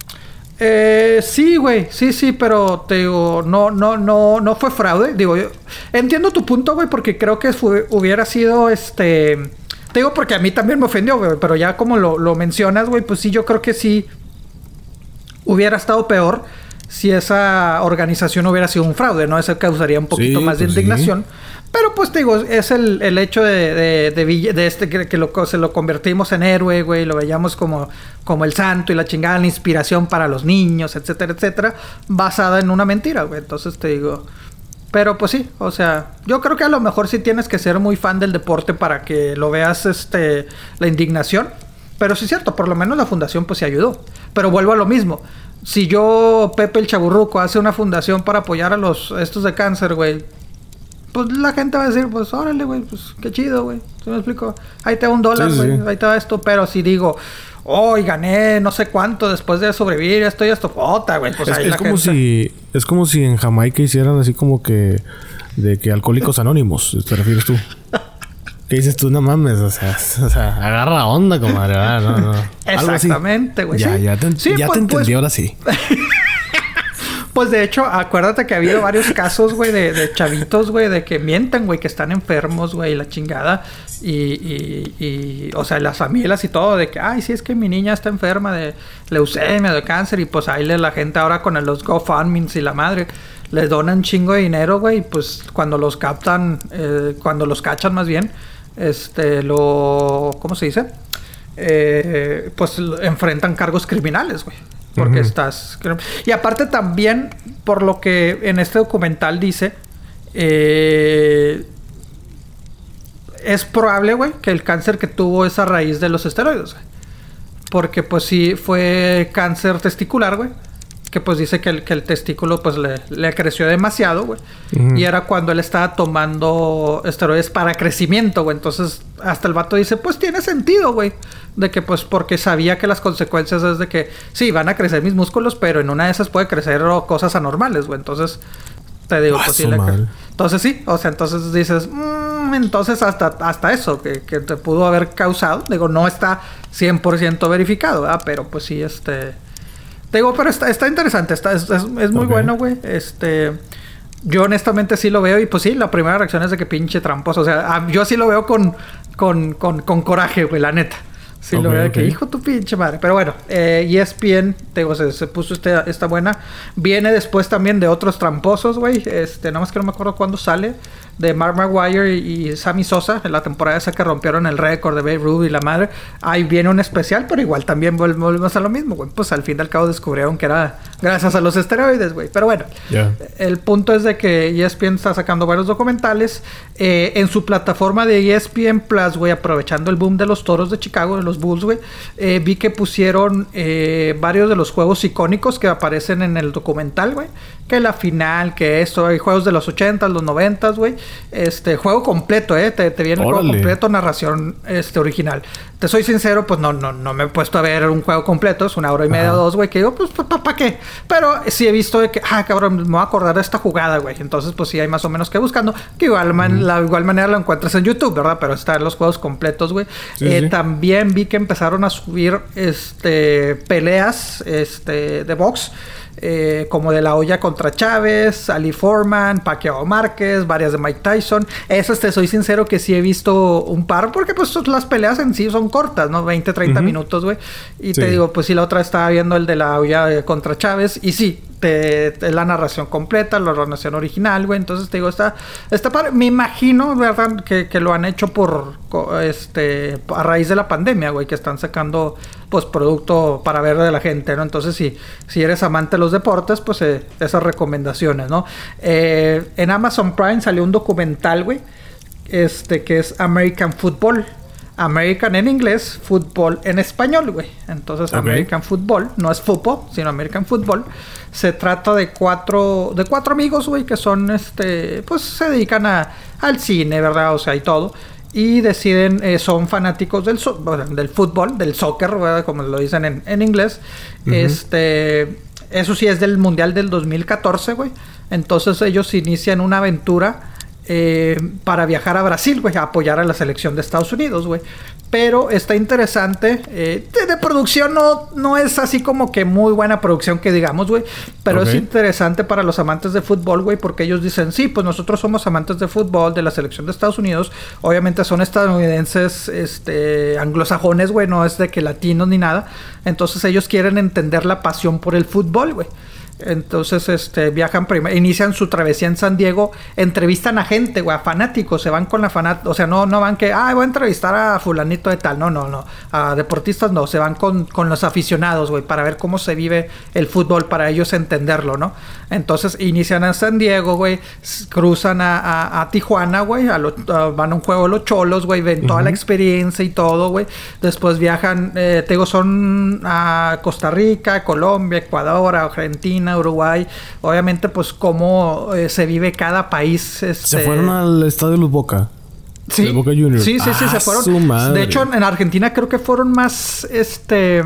Eh, sí, güey. Sí, sí, pero te digo... No, no, no... No fue fraude. Digo, yo... Entiendo tu punto, güey, porque creo que fue, hubiera sido, este... Te digo porque a mí también me ofendió, güey. Pero ya como lo, lo mencionas, güey, pues sí, yo creo que sí... Hubiera estado peor si esa organización hubiera sido un fraude, ¿no? Eso causaría un poquito sí, más de pues indignación. Sí. Pero pues te digo, es el, el hecho de, de, de, de, de este que, que lo, se lo convertimos en héroe, güey, lo veíamos como, como el santo y la chingada, la inspiración para los niños, etcétera, etcétera, basada en una mentira, güey. Entonces te digo, pero pues sí, o sea, yo creo que a lo mejor sí tienes que ser muy fan del deporte para que lo veas, este, la indignación. Pero sí es cierto, por lo menos la fundación pues sí ayudó. Pero vuelvo a lo mismo. Si yo, Pepe el Chaburruco, hace una fundación para apoyar a los estos de cáncer, güey, pues la gente va a decir, pues órale, güey, pues qué chido, güey. ¿Sí me explico? Ahí te va un dólar, güey, sí, sí. Ahí te va esto. Pero si digo, oh, y gané no sé cuánto después de sobrevivir, esto y esto, puta, güey. Pues es, ahí es la como gente... si es como si en Jamaica hicieran así como que de que Alcohólicos Anónimos, ¿te refieres tú? ¿Qué dices tú? No mames, o sea, o sea agarra onda, comadre. Ah, no, no. Exactamente, güey. Ya, ¿sí? ya te, sí, ya pues, te entendí, pues... ahora sí. Pues de hecho, acuérdate que ha habido varios casos, güey, de, de chavitos, güey, de que mienten, güey, que están enfermos, güey, la chingada. Y, y, y, o sea, las familias y todo, de que, ay, sí, es que mi niña está enferma de leucemia, de cáncer. Y pues ahí la gente ahora con los GoFundMes y la madre, les donan un chingo de dinero, güey. Pues cuando los captan, eh, cuando los cachan más bien, este, lo... ¿Cómo se dice? Eh, pues enfrentan cargos criminales, güey. Porque uh-huh. estás... Y aparte también, por lo que en este documental dice, eh, es probable, güey, que el cáncer que tuvo es a raíz de los esteroides, güey. Porque, pues, sí fue cáncer testicular, güey. Que, pues, dice que el, que el testículo, pues, le, le creció demasiado, güey. Uh-huh. Y era cuando él estaba tomando esteroides para crecimiento, güey. Entonces, hasta el vato dice, pues, tiene sentido, güey. De que pues porque sabía que las consecuencias es de que sí, van a crecer mis músculos, pero en una de esas puede crecer cosas anormales, güey. Entonces, te digo, pues sí, le... Entonces sí, o sea, entonces dices, mmm, entonces hasta, hasta eso que, que te pudo haber causado, digo, no está cien por ciento verificado, ¿verdad? Pero pues sí, este... Te digo, pero está, está interesante, está, es, es, es muy okay. bueno, güey. Este... Yo honestamente sí lo veo y pues sí, la primera reacción es de que pinche tramposo. O sea, yo sí lo veo con, con, con, con coraje, güey, la neta. Sí, okay, lo veo de okay. que hijo tu pinche madre. Pero bueno, eh, E S P N, te digo, se, se puso este, esta buena. Viene después también de otros tramposos, güey. Este, nada más que no me acuerdo cuándo sale. De Mark Maguire y, y Sammy Sosa. En la temporada esa que rompieron el récord de Babe Ruth y la madre. Ahí viene un especial, pero igual también volvemos a lo mismo, güey. Pues al fin y al cabo descubrieron que era gracias a los esteroides, güey. Pero bueno, yeah. el punto es de que E S P N está sacando varios documentales. Eh, en su plataforma de E S P N Plus, güey, aprovechando el boom de los Toros de Chicago, de los Bulls, güey, eh, vi que pusieron eh, varios de los juegos icónicos que aparecen en el documental, güey. Que la final, que esto, hay juegos de los ochentas, los noventas, güey. Este, juego completo, eh. Te, te viene el juego completo, narración este, original. Te soy sincero, pues no, no, no me he puesto a ver un juego completo, es una hora y media o dos, güey, que digo, pues, ¿para pa, qué? Pero sí he visto de que, ah, cabrón, me voy a acordar de esta jugada, güey. Entonces, pues sí hay más o menos que buscando. Que igual, man, uh-huh. la igual manera lo encuentras en YouTube, ¿verdad? Pero están los juegos completos, güey. Sí, eh, sí. También vi que empezaron a subir, este, peleas, este, de box. Eh, como de la olla contra Chávez, Ali Foreman, Pacquiao Márquez, varias de Mike Tyson. Esas te soy sincero que sí he visto un par, porque pues las peleas en sí son cortas, ¿no? veinte, treinta uh-huh. minutos, güey. Y sí. te digo, pues sí, la otra estaba viendo el de la olla contra Chávez, y sí, te, te, la narración completa, la narración original, güey. Entonces te digo, está, está padre. Me imagino, ¿verdad? Que, que lo han hecho por, este, a raíz de la pandemia, güey, que están sacando pues producto para ver de la gente, ¿no? Entonces, si, si eres amante de los deportes, pues eh, esas recomendaciones, ¿no? Eh, en Amazon Prime salió un documental, güey, este, que es American Football. American en inglés, fútbol en español, güey. Entonces, okay. American Football, no es fútbol, sino American Football. Se trata de cuatro, de cuatro amigos, güey, que son, este, pues se dedican a, al cine, ¿verdad? O sea, y todo. Y deciden, eh, son fanáticos del, so- del fútbol, del soccer, ¿verdad? Como lo dicen en, en inglés. Uh-huh. Este, eso sí es del Mundial del dos mil catorce, güey. Entonces ellos inician una aventura eh, para viajar a Brasil, güey, a apoyar a la selección de Estados Unidos, güey. Pero está interesante. Eh, de, de producción no, no es así como que muy buena producción que digamos, güey. Pero okay. es interesante para los amantes de fútbol, güey. Porque ellos dicen, sí, pues nosotros somos amantes de fútbol, de la selección de Estados Unidos. Obviamente son estadounidenses, este, anglosajones, güey. No es de que latinos ni nada. Entonces ellos quieren entender la pasión por el fútbol, güey. Entonces, este, viajan primero, inician su travesía en San Diego, entrevistan a gente, güey, a fanáticos, se van con la fanática, o sea, no, no van que, ah, voy a entrevistar a fulanito de tal, no, no, no, a deportistas no, se van con, con los aficionados, güey, para ver cómo se vive el fútbol, para ellos entenderlo, ¿no? Entonces, inician en San Diego, güey, cruzan a, a, a Tijuana, güey, a lo, a, van a un juego de los Cholos, güey, ven uh-huh. toda la experiencia y todo, güey, después viajan, eh, te digo, son a Costa Rica, Colombia, Ecuador, Argentina, Uruguay, obviamente pues cómo eh, se vive cada país. Este... Se fueron al estadio de los Boca. Sí, Boca Juniors. Sí, sí, sí, ah, se fueron. De hecho, en Argentina creo que fueron más, este,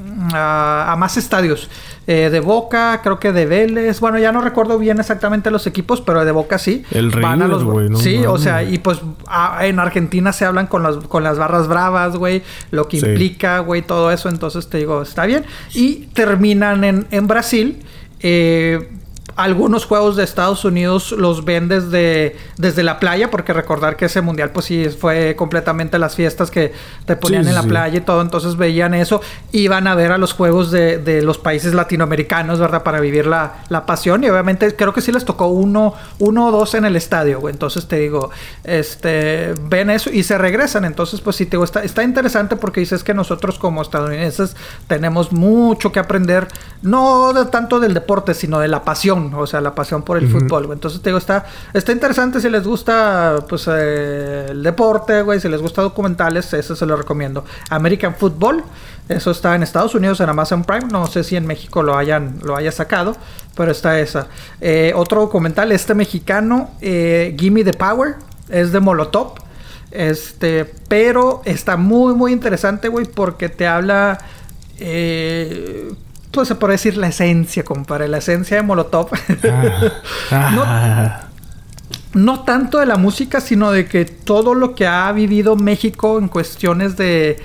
a, a más estadios. Eh, de Boca, creo que de Vélez. Bueno, ya no recuerdo bien exactamente los equipos, pero de Boca sí. El Van a los, güey, no, sí, no, o sea, y pues a, en Argentina se hablan con las, con las barras bravas, güey. Lo que sí. implica, güey, todo eso. Entonces te digo, está bien. Y terminan en, en Brasil. Eh, algunos juegos de Estados Unidos los ven desde, desde la playa, porque recordar que ese mundial pues sí fue completamente las fiestas que te ponían sí, en la sí. playa y todo, entonces veían eso, iban a ver a los juegos de, de los países latinoamericanos, ¿verdad? Para vivir la, la pasión, y obviamente creo que sí les tocó uno, uno o dos en el estadio, güey. Entonces te digo, este, ven eso y se regresan. Entonces pues sí, te digo, está, está interesante porque dices que nosotros como estadounidenses tenemos mucho que aprender, no de tanto del deporte, sino de la pasión, o sea, la pasión por el uh-huh. fútbol, güey. Entonces te digo, está, está interesante si les gusta pues eh, el deporte, güey, si les gusta documentales, eso se lo recomiendo. American Football, eso está en Estados Unidos en Amazon Prime, no sé si en México lo hayan lo haya sacado, pero está esa. Eh, otro documental, este mexicano, eh, Gimme the Power, es de Molotov. Este, pero está muy, muy interesante, güey, porque te habla... Eh, pues se puede decir la esencia, compadre. La esencia de Molotov. Ah. no, no tanto de la música, sino de que todo lo que ha vivido México en cuestiones de...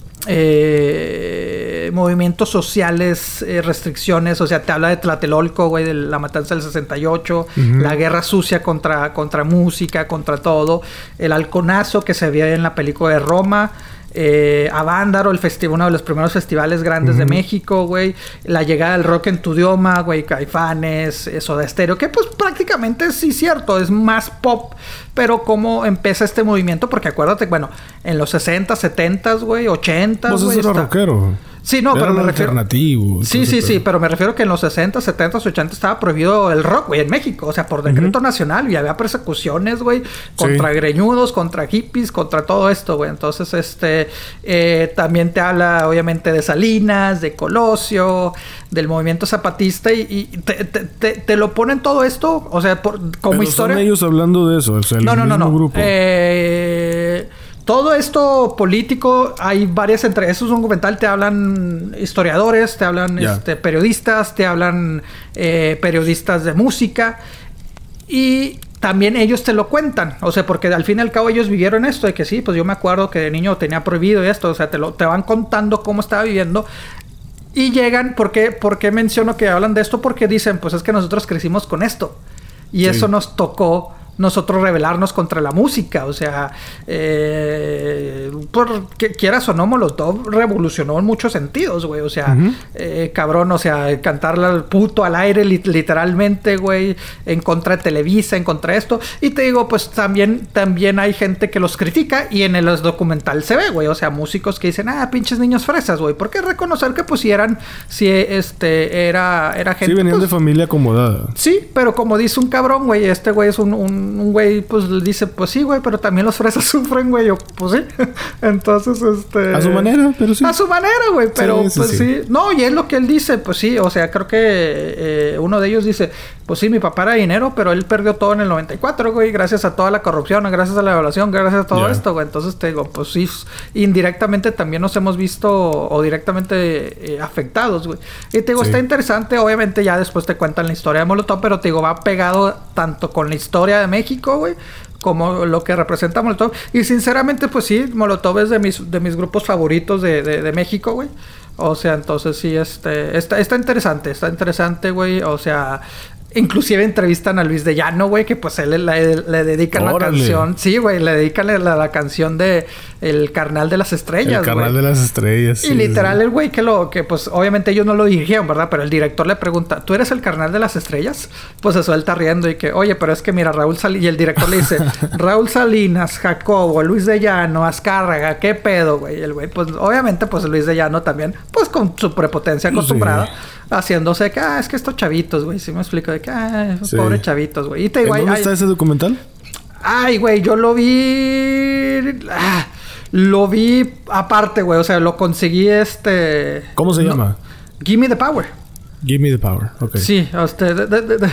Eh, movimientos sociales, eh, restricciones, o sea, te habla de Tlatelolco, güey, de la matanza del sesenta y ocho, uh-huh. la guerra sucia contra, contra música, contra todo, el halconazo que se veía en la película de Roma, eh, Avándaro, el festival, uno de los primeros festivales grandes uh-huh. de México, güey, la llegada del rock en tu idioma, güey, Caifanes, Soda Stereo, que pues prácticamente sí cierto, es más pop, pero cómo empieza este movimiento, porque acuérdate, bueno, en los sesenta, setenta, güey, ochenta, pues güey. Eso era rockero. Sí, no, era pero me refiero... alternativo. Sí, sí, sí, pero me refiero que en los sesenta, setenta, ochenta estaba prohibido el rock, güey, en México. O sea, por decreto uh-huh. nacional. Y había persecuciones, güey, contra sí. greñudos, contra hippies, contra todo esto, güey. Entonces, este... Eh, también te habla, obviamente, de Salinas, de Colosio, del movimiento zapatista. Y, y te, te, te, te lo ponen todo esto, o sea, por, como pero historia... son ellos hablando de eso, o sea, el no, no, mismo no, no. grupo. Eh... Todo esto político, hay varias entre... Eso es un documental, te hablan historiadores, te hablan yeah. este, periodistas, te hablan eh, periodistas de música. Y también ellos te lo cuentan. O sea, porque al fin y al cabo ellos vivieron esto. De que sí, pues yo me acuerdo que de niño tenía prohibido esto. O sea, te, lo, te van contando cómo estaba viviendo. Y llegan... ¿Por qué, ¿Por qué menciono que hablan de esto? Porque dicen, pues es que nosotros crecimos con esto. Y sí. eso nos tocó... nosotros rebelarnos contra la música, o sea, eh, por que quieras o no, Molotov revolucionó en muchos sentidos, güey, o sea, uh-huh. eh, cabrón, o sea, cantarle al puto al aire, li- literalmente, güey, en contra de Televisa, en contra de esto, y te digo, pues también, también hay gente que los critica, y en el documental se ve, güey, o sea, músicos que dicen, ah, pinches niños fresas, güey, ¿por qué reconocer que pues si eran, si este, era, era gente, sí, venían pues, de familia acomodada. Sí, pero como dice un cabrón, güey, este güey es un, un un güey, pues, le dice, pues sí, güey, pero también los fresas sufren, güey. Yo, pues sí. Entonces, este... A su manera, pero sí. A su manera, güey. Pero, sí, sí, pues sí. sí. No, y es lo que él dice, pues sí. O sea, creo que eh, uno de ellos dice, pues sí, mi papá era dinero, pero él perdió todo en el noventa y cuatro, güey. Gracias a toda la corrupción, gracias a la evaluación, gracias a todo yeah. esto, güey. Entonces, te digo, pues sí, indirectamente también nos hemos visto o directamente eh, afectados, güey. Y te digo, sí. está interesante. Obviamente, ya después te cuentan la historia de Molotov, pero te digo, va pegado tanto con la historia de México, güey, como lo que representa Molotov. Y sinceramente, pues sí, Molotov es de mis, de mis grupos favoritos de, de, de México, güey. O sea, entonces sí, este... Está, está interesante, está interesante, güey. O sea... Inclusive entrevistan a Luis de Llano, güey, que pues él le, le, le dedican Órale. la canción. Sí, güey, le dedican la, la canción de El Carnal de las Estrellas, El Carnal güey. de las Estrellas. Y sí, literal, sí. el güey que lo... Que pues obviamente ellos no lo dirigieron, ¿verdad? Pero el director le pregunta, ¿tú eres el Carnal de las Estrellas? Pues se suelta riendo y que, oye, pero es que mira, Raúl Salinas... Y el director le dice, Raúl Salinas, Jacobo, Luis de Llano, Azcárraga, ¿qué pedo, güey? Y el güey, pues obviamente, pues Luis de Llano también, pues con su prepotencia acostumbrada... Sí. Haciéndose que, ah, es que estos chavitos, güey. Sí me explico de que, ah, sí. pobres chavitos, güey. Y te digo, ¿dónde ay, está ay, ese documental? Ay, güey, yo lo vi... Ah, lo vi aparte, güey. O sea, lo conseguí este... ¿Cómo se no, llama? Gimme the Power. Gimme the Power, ok. Sí, este... De, de, de, de,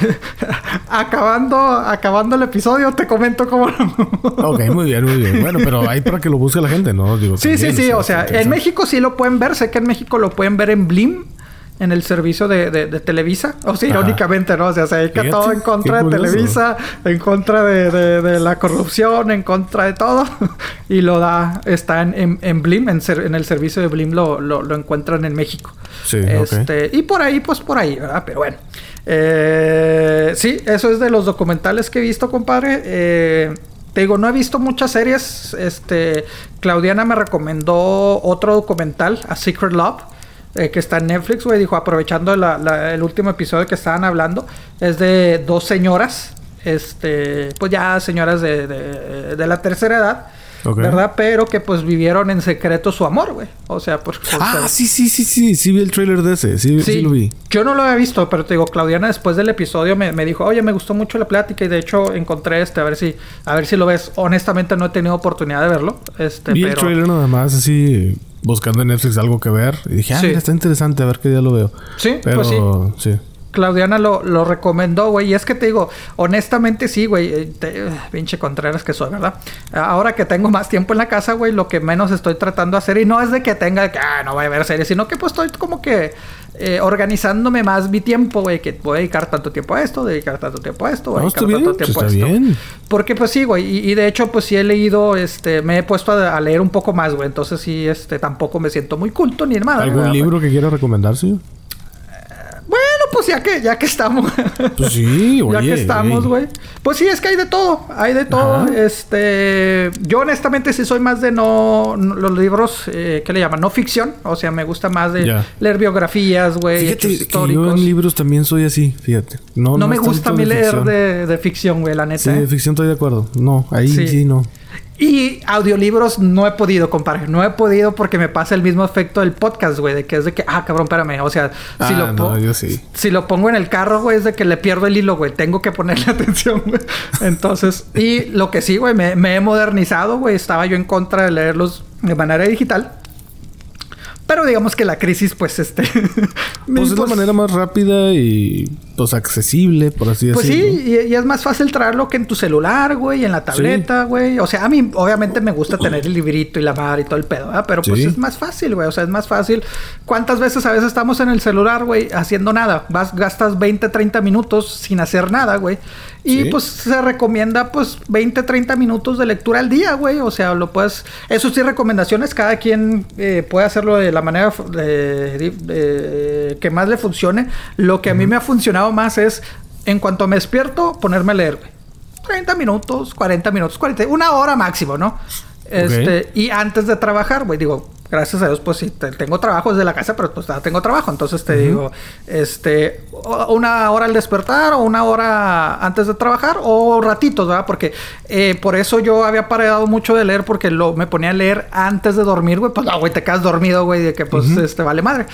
acabando, acabando el episodio, te comento cómo... Ok, muy bien, muy bien. Bueno, pero hay para que lo busque la gente, ¿no? Digo, sí, también, sí, sí. O sea, en México sí lo pueden ver. Sé que en México lo pueden ver en Blim. En el servicio de, de, de Televisa. O sea, Ajá. irónicamente, ¿no? O sea, se dedica Fíjate, todo en contra de Televisa, en contra de, de, de la corrupción, en contra de todo. Y lo da... Está en, en, en Blim, en, ser, en el servicio de Blim lo, lo, lo encuentran en México. Sí, este, okay. Y por ahí, pues por ahí, ¿verdad? Pero bueno. Eh, sí, eso es de los documentales que he visto, compadre. Eh... Te digo, no he visto muchas series. Este... Claudiana me recomendó otro documental, A Secret Love. Eh, que está en Netflix, güey. Dijo, aprovechando la, la, el último episodio que estaban hablando. Es de dos señoras. Este... Pues ya señoras de, de, de la tercera edad. Okay. ¿Verdad? Pero que pues vivieron en secreto su amor, güey. O sea, pues... Ah, ser... sí, sí, sí, sí. Sí vi el trailer de ese. Sí, sí, sí lo vi. Yo no lo había visto, pero te digo, Claudiana después del episodio me, me dijo, oye, me gustó mucho la plática y de hecho encontré este, a ver si, a ver si lo ves. Honestamente no he tenido oportunidad de verlo. Este, vi pero... el trailer nada más, así... Buscando en Netflix algo que ver. Y dije, ah, sí. mira, está interesante. A ver qué día lo veo. Sí, pero, pues sí. sí. Claudiana lo, lo recomendó, güey. Y es que te digo, honestamente sí, güey. Te, pinche Contreras que soy, ¿verdad? Ahora que tengo más tiempo en la casa, güey, lo que menos estoy tratando de hacer. Y no es de que tenga que, ah, no voy a ver series, sino que pues estoy como que eh, organizándome más mi tiempo, güey. Que voy a dedicar tanto tiempo a esto, dedicar tanto tiempo a esto, voy a dedicar no, tanto bien, tiempo a está esto. Bien. Porque pues sí, güey. Y, y de hecho, pues sí he leído, este, me he puesto a, a leer un poco más, güey. Entonces sí, este, tampoco me siento muy culto ni nada. ¿Algún ¿verdad, libro güey? que quiera recomendar, sí? Bueno, pues ya que, ya que estamos. Pues sí, oye. Ya que estamos, güey. Pues sí, es que hay de todo. Hay de todo. Ajá. Este. Yo honestamente sí soy más de no. no los libros, eh, ¿qué le llaman? No ficción. O sea, me gusta más de yeah. leer biografías, güey. Fíjate hechos históricos. Que yo en libros también soy así, fíjate. No, no, no me gusta a mí de leer de, de ficción, güey, la neta. Sí, ¿eh? de ficción estoy de acuerdo. No, ahí sí, sí no. Y audiolibros no he podido, compadre. No he podido porque me pasa el mismo efecto del podcast, güey. De que es de que... Ah, cabrón, espérame. O sea, ah, si, lo no, yo sí. si lo pongo en el carro, güey, es de que le pierdo el hilo, güey. Tengo que ponerle atención, güey. Entonces... y lo que sí, güey, me, me he modernizado, güey. Estaba yo en contra de leerlos de manera digital. Pero digamos que la crisis, pues, este... pues es la manera más rápida y, pues, accesible, por así pues decirlo. Pues sí, y, y es más fácil traerlo que en tu celular, güey, en la tableta, güey. Sí. O sea, a mí, obviamente, me gusta tener el librito y la madre y todo el pedo, ¿verdad? Pero, pues, sí. es más fácil, güey. O sea, es más fácil. ¿Cuántas veces a veces estamos en el celular, güey, haciendo nada? Vas, gastas veinte, treinta minutos sin hacer nada, güey. Y, sí. pues, se recomienda, pues, veinte, treinta minutos de lectura al día, güey. O sea, lo puedes... Eso sí, recomendaciones. Cada quien eh, puede hacerlo de la manera de, de, de, que más le funcione. Lo que a mí me ha funcionado más es, en cuanto me despierto, ponerme a leer, güey. treinta minutos, cuarenta minutos, cuarenta, una hora máximo, ¿no? Este, okay. Y antes de trabajar, güey, digo, gracias a Dios, pues sí, te, tengo trabajo desde la casa, pero pues tengo trabajo. Entonces te uh-huh. digo, este, una hora al despertar o una hora antes de trabajar o ratitos, ¿verdad? Porque eh, por eso yo había parado mucho de leer porque lo, me ponía a leer antes de dormir, güey. Pues no, güey, te quedas dormido, güey, de que pues, uh-huh. este, vale madre.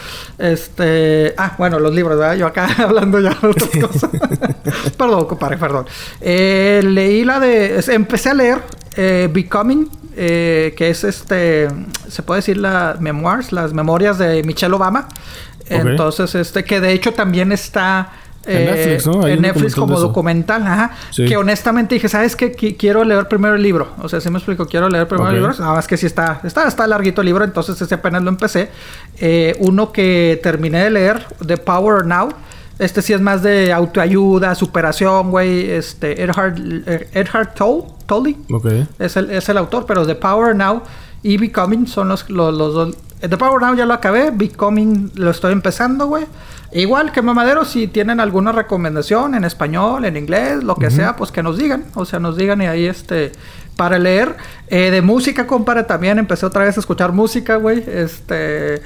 Este, ah, bueno, los libros, ¿verdad? Yo acá hablando ya de otras cosas. Perdón, compadre, perdón. Eh, leí la de, empecé a leer eh, Becoming. Eh, que es este, se puede decir las memoirs, las memorias de Michelle Obama. Okay. Entonces, este, que de hecho también está eh, en Netflix, ¿no? En Netflix como documental, ajá. Sí. Que honestamente dije, ¿sabes qué? Qu- quiero leer primero el libro. O sea, si me explico, quiero leer primero okay. el libro. Nada más que sí está, está, está larguito el libro, entonces ese apenas lo empecé. Eh, uno que terminé de leer, The Power Now. Este sí es más de autoayuda, superación, güey. Este, Eckhart, Eckhart Tolle, Tolle. Okay. Es el, es el autor, pero The Power Now y Becoming son los, los, los dos. The Power Now ya lo acabé, Becoming lo estoy empezando, güey. Igual que Mamadero, si tienen alguna recomendación en español, en inglés, lo que uh-huh. sea, pues que nos digan. O sea, nos digan y ahí este... para leer. Eh, de música, compadre, también empecé otra vez a escuchar música, güey. Este...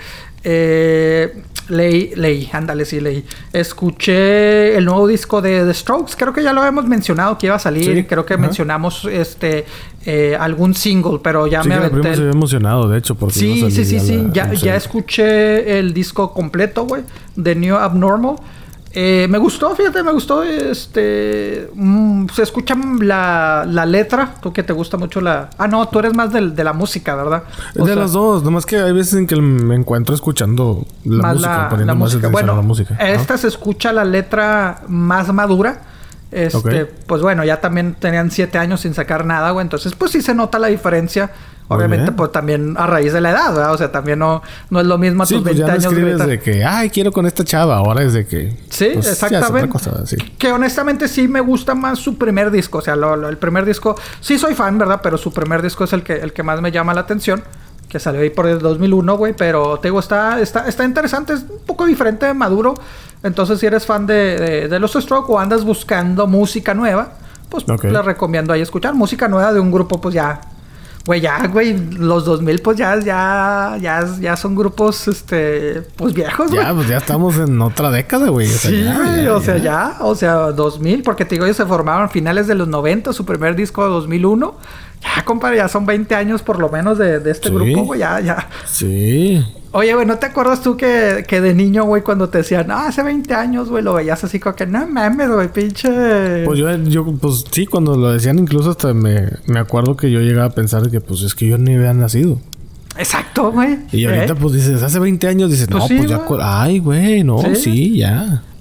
Eh, leí, leí, ándale, sí, leí. Escuché el nuevo disco de The Strokes. Creo que ya lo habíamos mencionado que iba a salir. Sí, creo que ajá. mencionamos este eh, algún single, pero ya sí, me aventé. Sí, se había emocionado, de hecho, porque sí, no sí, sí, sí. La, ya, no sé. ya escuché el disco completo, güey, de New Abnormal. Eh, me gustó, fíjate, me gustó. Este. Mmm, se escucha la, la letra. Tú que te gusta mucho la. Ah, no, tú eres más de, de la música, ¿verdad? O de sea, las dos. Nomás que hay veces en que me encuentro escuchando la más música, la, poniendo la más música. atención Bueno, a la música. Esta ¿no? se escucha la letra más madura. Este, okay. Pues bueno, ya también tenían siete años sin sacar nada, güey. Entonces, pues sí se nota la diferencia. Obviamente, pues también a raíz de la edad, ¿verdad? O sea, también no, no es lo mismo a tus sí, pues veinte ya no años. Escribes de que, ay, quiero con esta chava. Ahora es de que... Sí, pues, exactamente. Cosa, sí. Que honestamente sí me gusta más su primer disco. O sea, lo, lo, el primer disco... Sí soy fan, ¿verdad? Pero su primer disco es el que, el que más me llama la atención. Que salió ahí por el dos mil uno, güey. Pero, te digo, está, está, está interesante. Es un poco diferente de Maduro. Entonces, si eres fan de, de, de los Strokes o andas buscando música nueva, pues okay. les recomiendo ahí escuchar. Música nueva de un grupo, pues ya... Güey, ya, güey, los dos mil, pues ya, ya, ya, ya son grupos, este, pues viejos, güey. Ya, pues ya estamos en otra década, güey. O sea, sí, ya, güey, ya, o ya. sea, ya, o sea, dos mil, porque te digo, ellos se formaron a finales de los noventa, su primer disco de dos mil uno. Ya, compadre, ya son veinte años por lo menos de, de este sí. grupo, güey, ya, ya. Sí. Oye, güey, ¿no te acuerdas tú que, que de niño, güey, cuando te decían, no, hace veinte años, güey, lo veías así como que, no mames, güey, pinche... Pues yo, yo, pues sí, cuando lo decían incluso hasta me, me acuerdo que yo llegaba a pensar que, pues, es que yo ni había nacido. Exacto, güey. Y ahorita, ¿Eh? pues, dices, hace veinte años, dices, pues no, sí, pues ya... Güey. Ay, güey, no, sí, sí ya.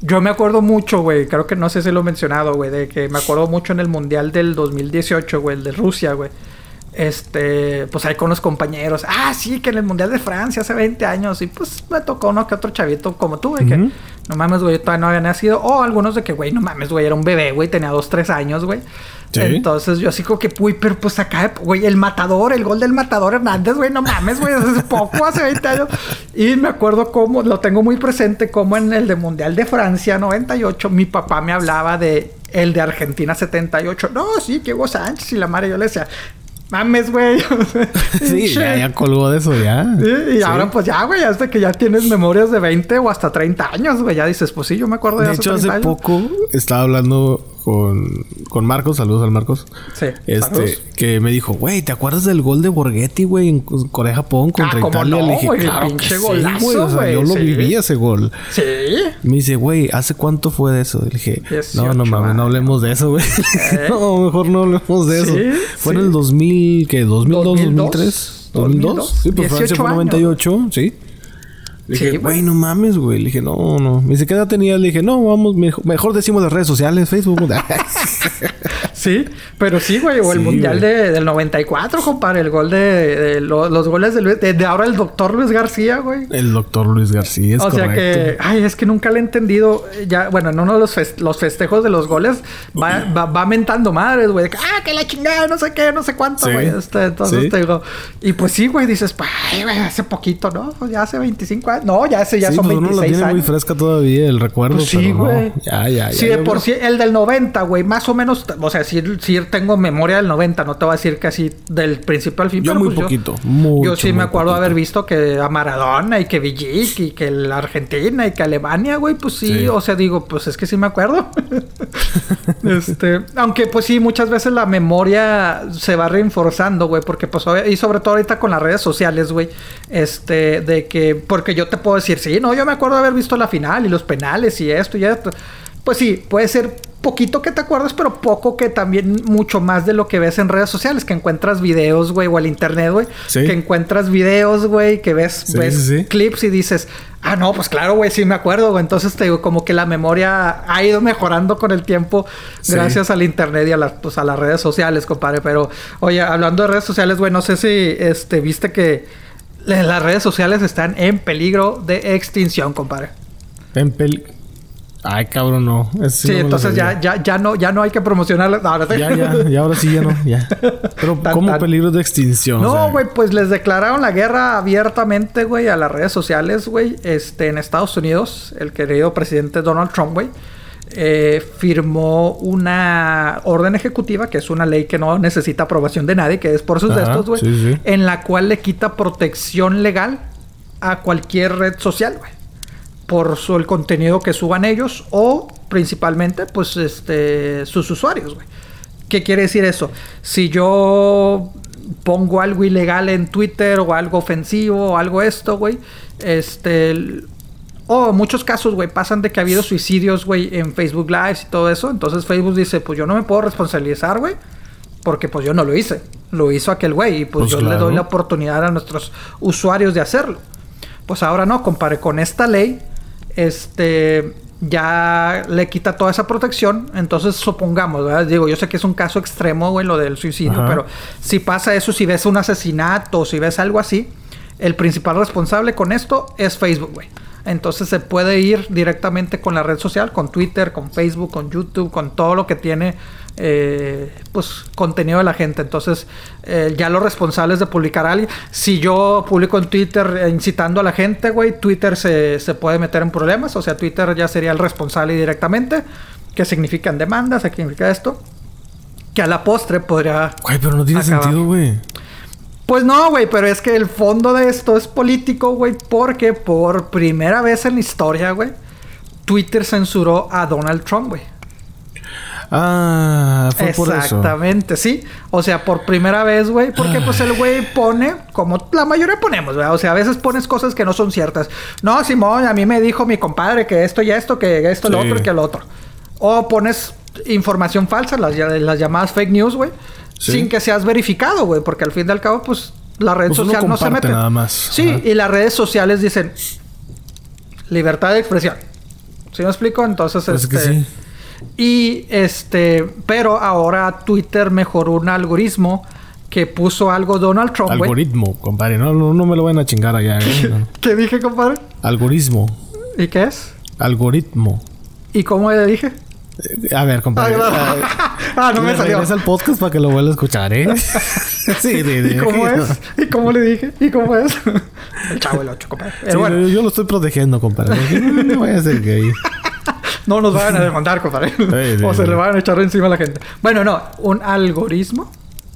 Yo me acuerdo mucho, güey. Creo que no sé si lo he mencionado, güey. De que me acuerdo mucho en el Mundial del dos mil dieciocho, güey. El de Rusia, güey. Este... Pues ahí con los compañeros. Ah, sí, que en el Mundial de Francia hace veinte años. Y pues me tocó uno que otro chavito como tú, güey. Uh-huh. Que no mames, güey, todavía no había nacido. O algunos de que, güey, no mames, güey. Era un bebé, güey. Tenía dos, tres años, güey. ¿Sí? Entonces yo así como que, uy, pero pues acá, güey, el matador, el gol del matador Hernández, güey, no mames, güey, hace poco, hace veinte años. Y me acuerdo cómo, lo tengo muy presente, como en el de Mundial de Francia noventa y ocho, mi papá me hablaba de el de Argentina setenta y ocho. No, sí, que Hugo Sánchez y la madre, yo le decía... Mames, güey. Sí, ya, ya colgó de eso, ya. Sí, y sí. ahora pues ya, güey, hasta que ya tienes memorias de veinte o hasta treinta años, güey. Ya dices, pues sí, yo me acuerdo de, de hace hecho, treinta hace años. poco estaba hablando con, con Marcos. Saludos al Marcos. Sí, Este, saludos. Que me dijo, güey, ¿te acuerdas del gol de Borghetti, güey, en Corea-Japón contra ah, Italia? No, Le dije, güey, claro el pinche que golazo, sí, güey. O sea, yo lo sí. viví ese gol. Sí. Me dice, güey, ¿hace cuánto fue de eso? Le dije, dieciocho, no, no mames, no hablemos de eso, güey. ¿Eh? No, mejor no hablemos de eso. ¿Sí? Fue sí. en el dos mil, ¿qué? ¿dos mil dos, dos mil tres? ¿dos mil dos? Sí, pues Francia fue noventa y ocho, sí. Le dije, güey, sí, no mames, güey. Le dije, no, no. Me dice, ¿qué edad tenías? Le dije, no, vamos, mejor, mejor decimos las redes sociales, Facebook. Sí, pero sí, güey. O el sí, Mundial de, del noventa y cuatro, compadre. El gol de... de lo, los goles de, de, de ahora el doctor Luis García, güey. El doctor Luis García, es o correcto. O sea que... Ay, es que nunca le he entendido. Ya, bueno, en uno de los, fest, los festejos de los goles va, va, va mentando madres, güey. Ah, que la chingada, no sé qué, no sé cuánto, güey. Sí, este, entonces sí. te digo... Y pues sí, güey, dices... Ay, güey, hace poquito, ¿no? Pues ya hace veinticinco años. No, ya hace, ya sí, son pues veintiséis uno la tiene años. muy fresca todavía el recuerdo, pues sí, güey. No. Ya, ya, ya. Sí, ya, de por ya. sí, el del noventa, güey, más o menos... O sea, sí, sí tengo memoria del noventa. No te voy a decir casi del principio al fin. Yo pero muy pues poquito. Yo, mucho, yo sí me acuerdo poquito. haber visto que a Maradona y que Villic y que la Argentina y que Alemania, güey, pues sí, sí. O sea, digo, pues es que sí me acuerdo. este, aunque pues sí, muchas veces la memoria se va reforzando, güey, porque pues y sobre todo ahorita con las redes sociales, güey, este, de que, porque yo te puedo decir, sí, no, yo me acuerdo de haber visto la final y los penales y esto y esto. Pues sí, puede ser poquito que te acuerdas, pero poco que también mucho más de lo que ves en redes sociales, que encuentras videos, güey, o al internet, güey, sí. que encuentras videos, güey, que ves, sí, ves sí, sí. clips y dices, ah, no, pues claro, güey, sí me acuerdo, güey. Entonces te digo, como que la memoria ha ido mejorando con el tiempo sí. gracias al internet y a las, pues, a las redes sociales, compadre. Pero, oye, hablando de redes sociales, güey, no sé si este viste que las redes sociales están en peligro de extinción, compadre. En peligro. Ay, cabrón, no. Eso sí, no entonces ya, ya, ya no, ya no hay que promocionarlo. Ahora sí. Ya, ya, ya, ahora sí ya no, ya. Pero tan, ¿cómo tan... peligro de extinción? No, güey, o sea... pues les declararon la guerra abiertamente, güey, a las redes sociales, güey. Este, en Estados Unidos, el querido presidente Donald Trump, güey, eh, firmó una orden ejecutiva, que es una ley que no necesita aprobación de nadie, que es por sus Ajá, gestos, güey, sí, sí. en la cual le quita protección legal a cualquier red social, güey. Por su, el contenido que suban ellos o principalmente pues este sus usuarios, güey. ¿Qué quiere decir eso? Si yo pongo algo ilegal en Twitter o algo ofensivo o algo esto, güey, este el, o en muchos casos, güey, pasan de que ha habido suicidios, güey, en Facebook Live y todo eso. Entonces Facebook dice, pues yo no me puedo responsabilizar, güey, porque pues yo no lo hice. Lo hizo aquel güey y pues, pues yo claro. le doy la oportunidad a nuestros usuarios de hacerlo. Pues ahora no, compadre, con esta ley este ya le quita toda esa protección. Entonces supongamos, ¿verdad? Digo, yo sé que es un caso extremo, güey, lo del suicidio, Ajá. pero si pasa eso, si ves un asesinato, si ves algo así, el principal responsable con esto es Facebook, güey. Entonces se puede ir directamente con la red social, con Twitter, con Facebook, con YouTube, con todo lo que tiene eh, pues contenido de la gente. Entonces eh, ya los responsables de publicar a alguien, si yo publico en Twitter eh, incitando a la gente, güey, Twitter se, se puede meter en problemas. O sea, Twitter ya sería el responsable directamente. ¿Qué significan demandas? ¿Qué significa esto? Que a la postre podría... Güey, pero no tiene acabar. sentido, güey. Pues no, güey, pero es que el fondo de esto es político, güey, porque por primera vez en la historia, güey, Twitter censuró a Donald Trump, güey. Ah, fue por eso. Exactamente, sí. O sea, por primera vez, güey, porque pues el güey pone, como la mayoría ponemos, ¿verdad? O sea, a veces pones cosas que no son ciertas. No, Simón, a mí me dijo mi compadre que esto y esto, que esto, sí. lo otro y que lo otro. O pones información falsa, las, las llamadas fake news, güey. Sí. Sin que seas verificado, güey. Porque al fin y al cabo, pues, la red pues social no se mete. Nada más. Sí, Ajá. y las redes sociales dicen libertad de expresión. ¿Sí me explico? Entonces, pues este... que sí. Y, este... Pero ahora Twitter mejoró un algoritmo que puso algo Donald Trump, güey. Algoritmo, wey. Compadre. No, no, no me lo van a chingar allá, ¿eh? No. ¿Qué dije, compadre? Algoritmo. ¿Y qué es? Algoritmo. ¿Y cómo le dije? A ver, compadre. Ah, ah no me salió. Regresa al podcast para que lo vuelva a escuchar, ¿eh? sí, sí, ¿Y cómo es? ¿Y cómo le dije? ¿Y cómo es? El chavo el ocho, compadre. Sí, bueno. yo, yo lo estoy protegiendo, compadre. No, no voy a hacer gay. No nos vayan a demandar, compadre. Sí, sí, o se sí. le van a echar encima a la gente. Bueno, no. ¿Un algoritmo?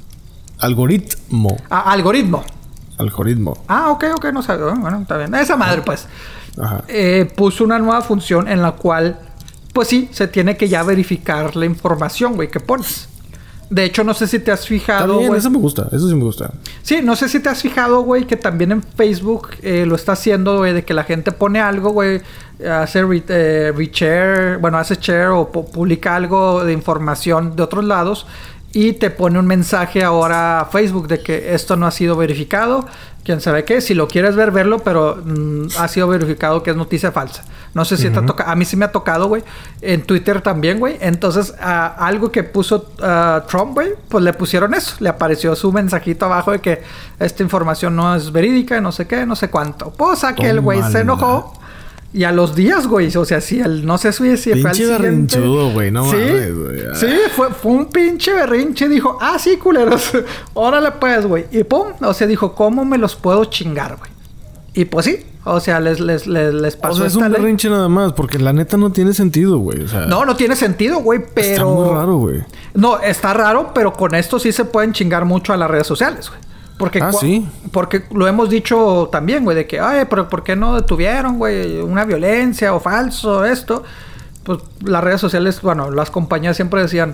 Algoritmo. Ah, algoritmo. Algoritmo. Ah, ok, ok. No sabía. Bueno, está bien. Esa madre, pues. Ajá. Eh, puso una nueva función en la cual... Pues sí, se tiene que ya verificar la información, güey, que pones. De hecho, no sé si te has fijado, güey. Güey. Eso me gusta. Eso sí me gusta. Sí, no sé si te has fijado, güey, que también en Facebook eh, lo está haciendo, güey, de que la gente pone algo, güey, hace re eh, reshare, bueno, hace share o publica algo de información de otros lados y te pone un mensaje ahora a Facebook de que esto no ha sido verificado. Quién sabe qué. Si lo quieres ver, verlo, pero mmm, ha sido verificado que es noticia falsa. No sé si uh-huh. te ha tocado. A mí sí me ha tocado, güey. En Twitter también, güey. Entonces, uh, algo que puso uh, Trump, güey, pues le pusieron eso. Le apareció su mensajito abajo de que esta información no es verídica, no sé qué, no sé cuánto. Pues aquel güey se enojó. Y a los días, güey, o sea, si el no sé si, si fue al siguiente... Pinche berrinchudo, güey, no sí, mames, güey. Sí, fue, fue un pinche berrinche. Dijo, ah, sí, culeros. Órale, pues, güey. Y pum, o sea, dijo, ¿cómo me los puedo chingar, güey? Y pues sí, o sea, les, les, les, les pasó. O sea, es un berrinche nada más, porque la neta no tiene sentido, güey. O sea, no, no tiene sentido, güey, pero... Está muy raro, güey. No, está raro, pero con esto sí se pueden chingar mucho a las redes sociales, güey. Porque, ah, ¿sí? Porque lo hemos dicho también, güey, de que, ay, pero ¿por qué no detuvieron, güey, una violencia o falso, esto? Pues las redes sociales, bueno, las compañías siempre decían,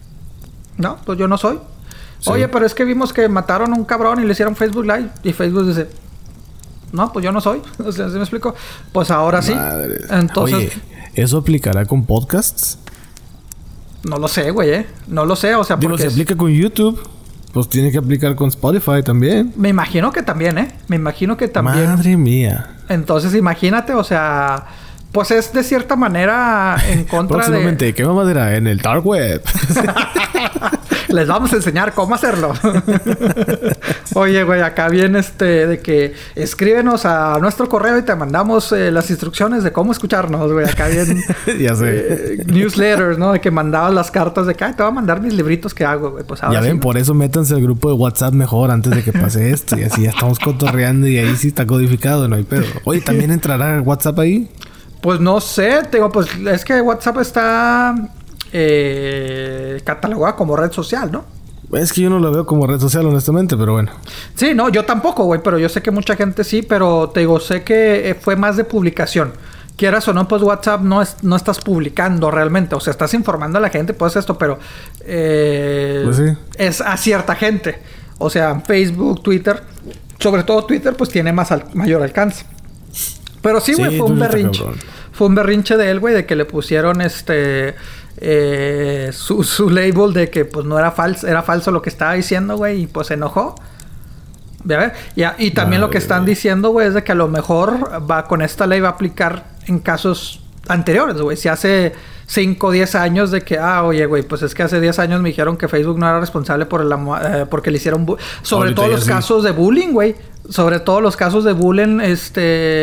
no, pues yo no soy. Sí. Oye, pero es que vimos que mataron a un cabrón y le hicieron Facebook Live. Y Facebook dice, no, pues yo no soy. O sea, ¿sí me explico? Pues ahora sí. Madre. Entonces... Oye, ¿eso aplicará con podcasts? No lo sé, güey, ¿eh? No lo sé, o sea, Digo, porque... se aplica con YouTube... Pues tiene que aplicar con Spotify también. Me imagino que también, ¿eh? Me imagino que también. Madre mía. Entonces, imagínate, o sea... Pues es de cierta manera en contra Próximamente, de... ¿qué mamadera? En el dark web. Les vamos a enseñar cómo hacerlo. Oye, güey, acá viene este... De que escríbenos a nuestro correo y te mandamos eh, las instrucciones de cómo escucharnos, güey. Acá vienen... ya sé. Eh, newsletters, ¿no? De que mandabas las cartas de que... Ay, te voy a mandar mis libritos que hago, güey. Pues ahora ya ven, sí, ¿no? Por eso métanse al grupo de WhatsApp mejor antes de que pase esto. Y así ya estamos cotorreando y ahí sí está codificado, no hay pedo. Oye, ¿también entrará WhatsApp ahí? Pues no sé, te digo, pues es que WhatsApp está eh, catalogada como red social, ¿no? Es que yo no lo veo como red social, honestamente, pero bueno. Sí, no, yo tampoco, güey, pero yo sé que mucha gente sí, pero te digo, sé que fue más de publicación. Quieras o no, pues WhatsApp no, es, no estás publicando realmente. O sea, estás informando a la gente, pues esto, pero eh, pues sí. Es a cierta gente. O sea, Facebook, Twitter, sobre todo Twitter, pues tiene más al, mayor alcance. Pero sí, güey, sí, fue un berrinche. Cabrón. Fue un berrinche de él, güey, de que le pusieron este... Eh, su, su label de que pues no era falso, era falso lo que estaba diciendo, güey, y pues se enojó. A ver, ya, y también Madre lo que están güey. diciendo, güey, es de que a lo mejor va con esta ley va a aplicar en casos anteriores, güey. Si hace cinco o diez años de que, ah, oye, güey, pues es que hace diez años me dijeron que Facebook no era responsable por la, eh, porque le hicieron... Sobre Ahorita todos los sí. casos de bullying, güey. Sobre todos los casos de bullying, este...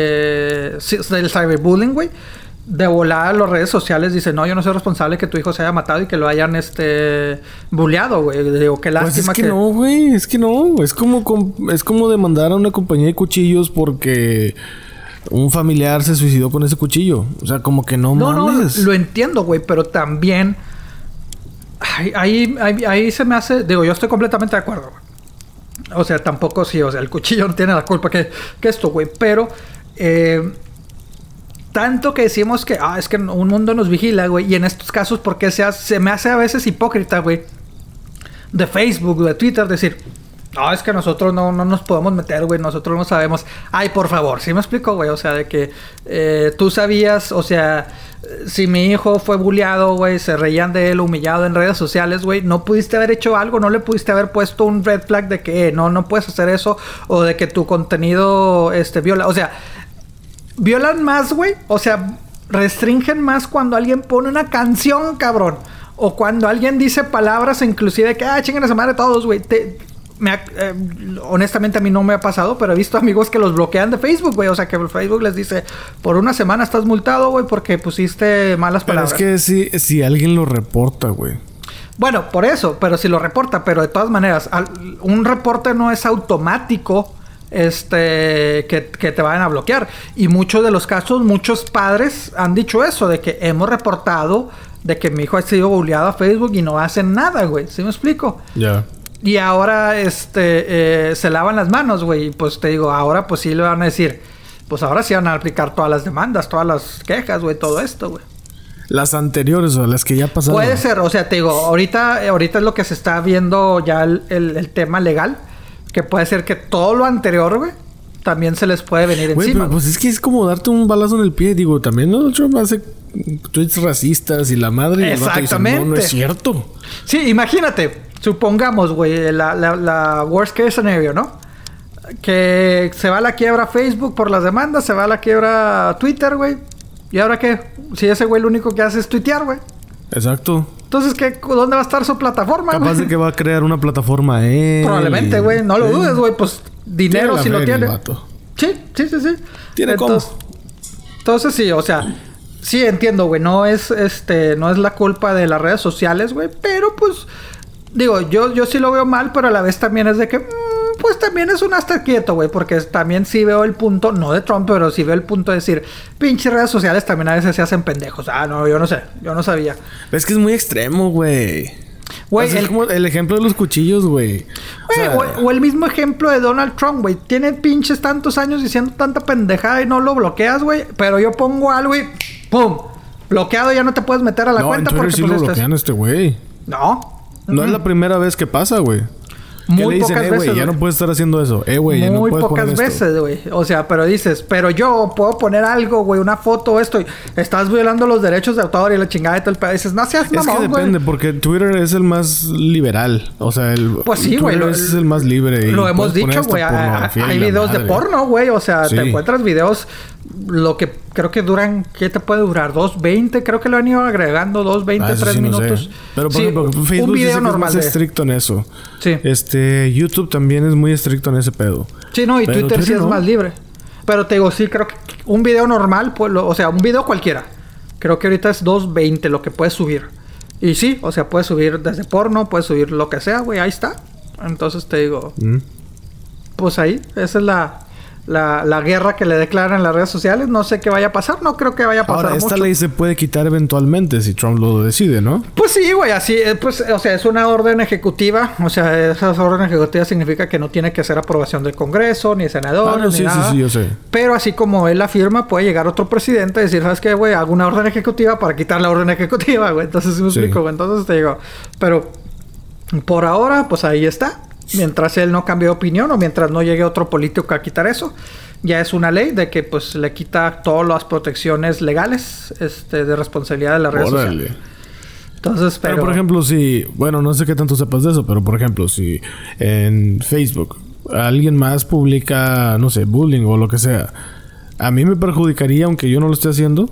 del cyberbullying, güey. De volada las redes sociales dicen, no, yo no soy responsable que tu hijo se haya matado y que lo hayan, este... bulleado, güey. Digo, qué lástima pues es que... que... no, güey. Es que no. Es como, es como demandar a una compañía de cuchillos porque... un familiar se suicidó con ese cuchillo. O sea, como que no, no mames. No, lo entiendo, güey. Pero también... Ahí, ahí, ahí, ahí se me hace... Digo, yo estoy completamente de acuerdo, güey. O sea, tampoco sí. O sea, el cuchillo no tiene la culpa que, que esto, güey. Pero... Eh, tanto que decimos que... Ah, es que un mundo nos vigila, güey. Y en estos casos, porque se, hace, se me hace a veces hipócrita, güey. De Facebook, de Twitter, decir... No, es que nosotros no, no nos podemos meter, güey. Nosotros no sabemos. Ay, por favor. ¿Sí me explico, güey? O sea, de que... Eh, tú sabías... O sea... Si mi hijo fue bulleado, güey... Se reían de él, humillado en redes sociales, güey... No pudiste haber hecho algo... No le pudiste haber puesto un red flag de que... Eh, no, no puedes hacer eso... O de que tu contenido... Este, viola... O sea... Violan más, güey. O sea... Restringen más cuando alguien pone una canción, cabrón. O cuando alguien dice palabras, inclusive que, ah, chingan a su madre todos, güey. Me ha, eh, honestamente a mí no me ha pasado, pero he visto amigos que los bloquean de Facebook, güey. O sea, que Facebook les dice, por una semana estás multado, güey, porque pusiste malas palabras. Pero es que si, si alguien lo reporta, güey. Bueno, por eso, pero si lo reporta, pero de todas maneras, al, un reporte no es automático este que, que te vayan a bloquear. Y muchos de los casos, muchos padres han dicho eso, de que hemos reportado de que mi hijo ha sido bulleado a Facebook y no hacen nada, güey. ¿Sí me explico? Ya. Yeah. Y ahora, este, eh, se lavan las manos, güey. Y pues te digo, ahora pues sí le van a decir, pues ahora sí van a aplicar todas las demandas, todas las quejas, güey, todo esto, güey. Las anteriores o las que ya pasaron. Puede ser, o sea, te digo, ahorita, ahorita es lo que se está viendo ya el, el, el tema legal. Que puede ser que todo lo anterior, güey, también se les puede venir güey, encima. Pero pues es que es como darte un balazo en el pie. Digo, también Donald Trump hace tweets racistas y la madre. Y exactamente. Dice, no, no es cierto. Sí, imagínate. Supongamos, güey, la, la, la worst case scenario, ¿no? Que se va a la quiebra Facebook por las demandas, se va a la quiebra Twitter, güey. ¿Y ahora qué? Si ese güey lo único que hace es tuitear, güey. Exacto. Entonces, ¿qué, ¿dónde va a estar su plataforma, Capaz güey? de que va a crear una plataforma él. Probablemente, güey. No lo ¿sí? dudes, güey. Pues dinero si lo tiene. Sí, sí, sí, sí. Tiene entonces, cómo. Entonces, sí, o sea... Sí, entiendo, güey. No es, este... No es la culpa de las redes sociales, güey. Pero, pues... Digo, yo, yo sí lo veo mal, pero a la vez también es de que... Mmm, pues también es un hasta quieto, güey. Porque también sí veo el punto... No de Trump, pero sí veo el punto de decir... Pinches redes sociales también a veces se hacen pendejos. Ah, no, yo no sé. Yo no sabía. Es que es muy extremo, güey. Güey, es el, como el ejemplo de los cuchillos, güey. O, sea, o, o el mismo ejemplo de Donald Trump, güey. Tiene pinches tantos años diciendo tanta pendejada y no lo bloqueas, güey. Pero yo pongo algo y... ¡Pum! Bloqueado, ya no te puedes meter a la no, cuenta en porque... sí pues, lo estás... bloquean a este güey. No. No mm-hmm. es la primera vez que pasa, güey. Muy le dicen, pocas eh, veces, güey, ya no puedes estar haciendo eso. Eh, güey, ya no puedes poner Muy pocas veces, güey. O sea, pero dices, pero yo puedo poner algo, güey, una foto, esto, y estás violando los derechos de autor y la chingada y todo el pedo. Dices, no seas mamón, güey. Es que depende, güey. Porque Twitter es el más liberal. O sea, el pues sí, güey. Twitter es el más libre. Lo hemos dicho, güey. Hay videos de porno, güey. O sea, sí. Te encuentras videos, lo que creo que duran, ¿qué te puede durar? dos veinte, creo que lo han ido agregando, dos veinte, ah, tres sí, minutos. No sé. Pero por sí, ejemplo, Facebook un video normal es más de... estricto en eso. Sí. Este, YouTube también es muy estricto en ese pedo. Sí, no, y pero Twitter, Twitter sí no. es más libre. Pero te digo, sí, creo que un video normal, pues, lo, o sea, un video cualquiera. Creo que ahorita es dos veinte lo que puedes subir. Y sí, o sea, puedes subir desde porno, puedes subir lo que sea, güey, ahí está. Entonces te digo, mm. pues ahí, esa es la... La, la guerra que le declaran en las redes sociales. No sé qué vaya a pasar. No creo que vaya a pasar Ahora, esta mucho. ley se puede quitar eventualmente si Trump lo decide, ¿no? Pues sí, güey. Así, pues, o sea, es una orden ejecutiva. O sea, esa orden ejecutiva significa que no tiene que ser aprobación del Congreso, ni senador, ah, no, ni sí, nada. Sí, sí, yo sé. Pero así como él afirma, puede llegar otro presidente y decir, ¿sabes qué, güey? Hago una orden ejecutiva para quitar la orden ejecutiva, güey. Entonces, ¿sí me explico, güey? Entonces te digo, pero por ahora, pues ahí está. Mientras él no cambie de opinión o mientras no llegue otro político a quitar eso, ya es una ley de que pues le quita todas las protecciones legales este, de responsabilidad de la red social. Entonces, pero... pero por ejemplo, si... Bueno, no sé qué tanto sepas de eso, pero por ejemplo, si en Facebook alguien más publica, no sé, bullying o lo que sea, ¿a mí me perjudicaría aunque yo no lo esté haciendo?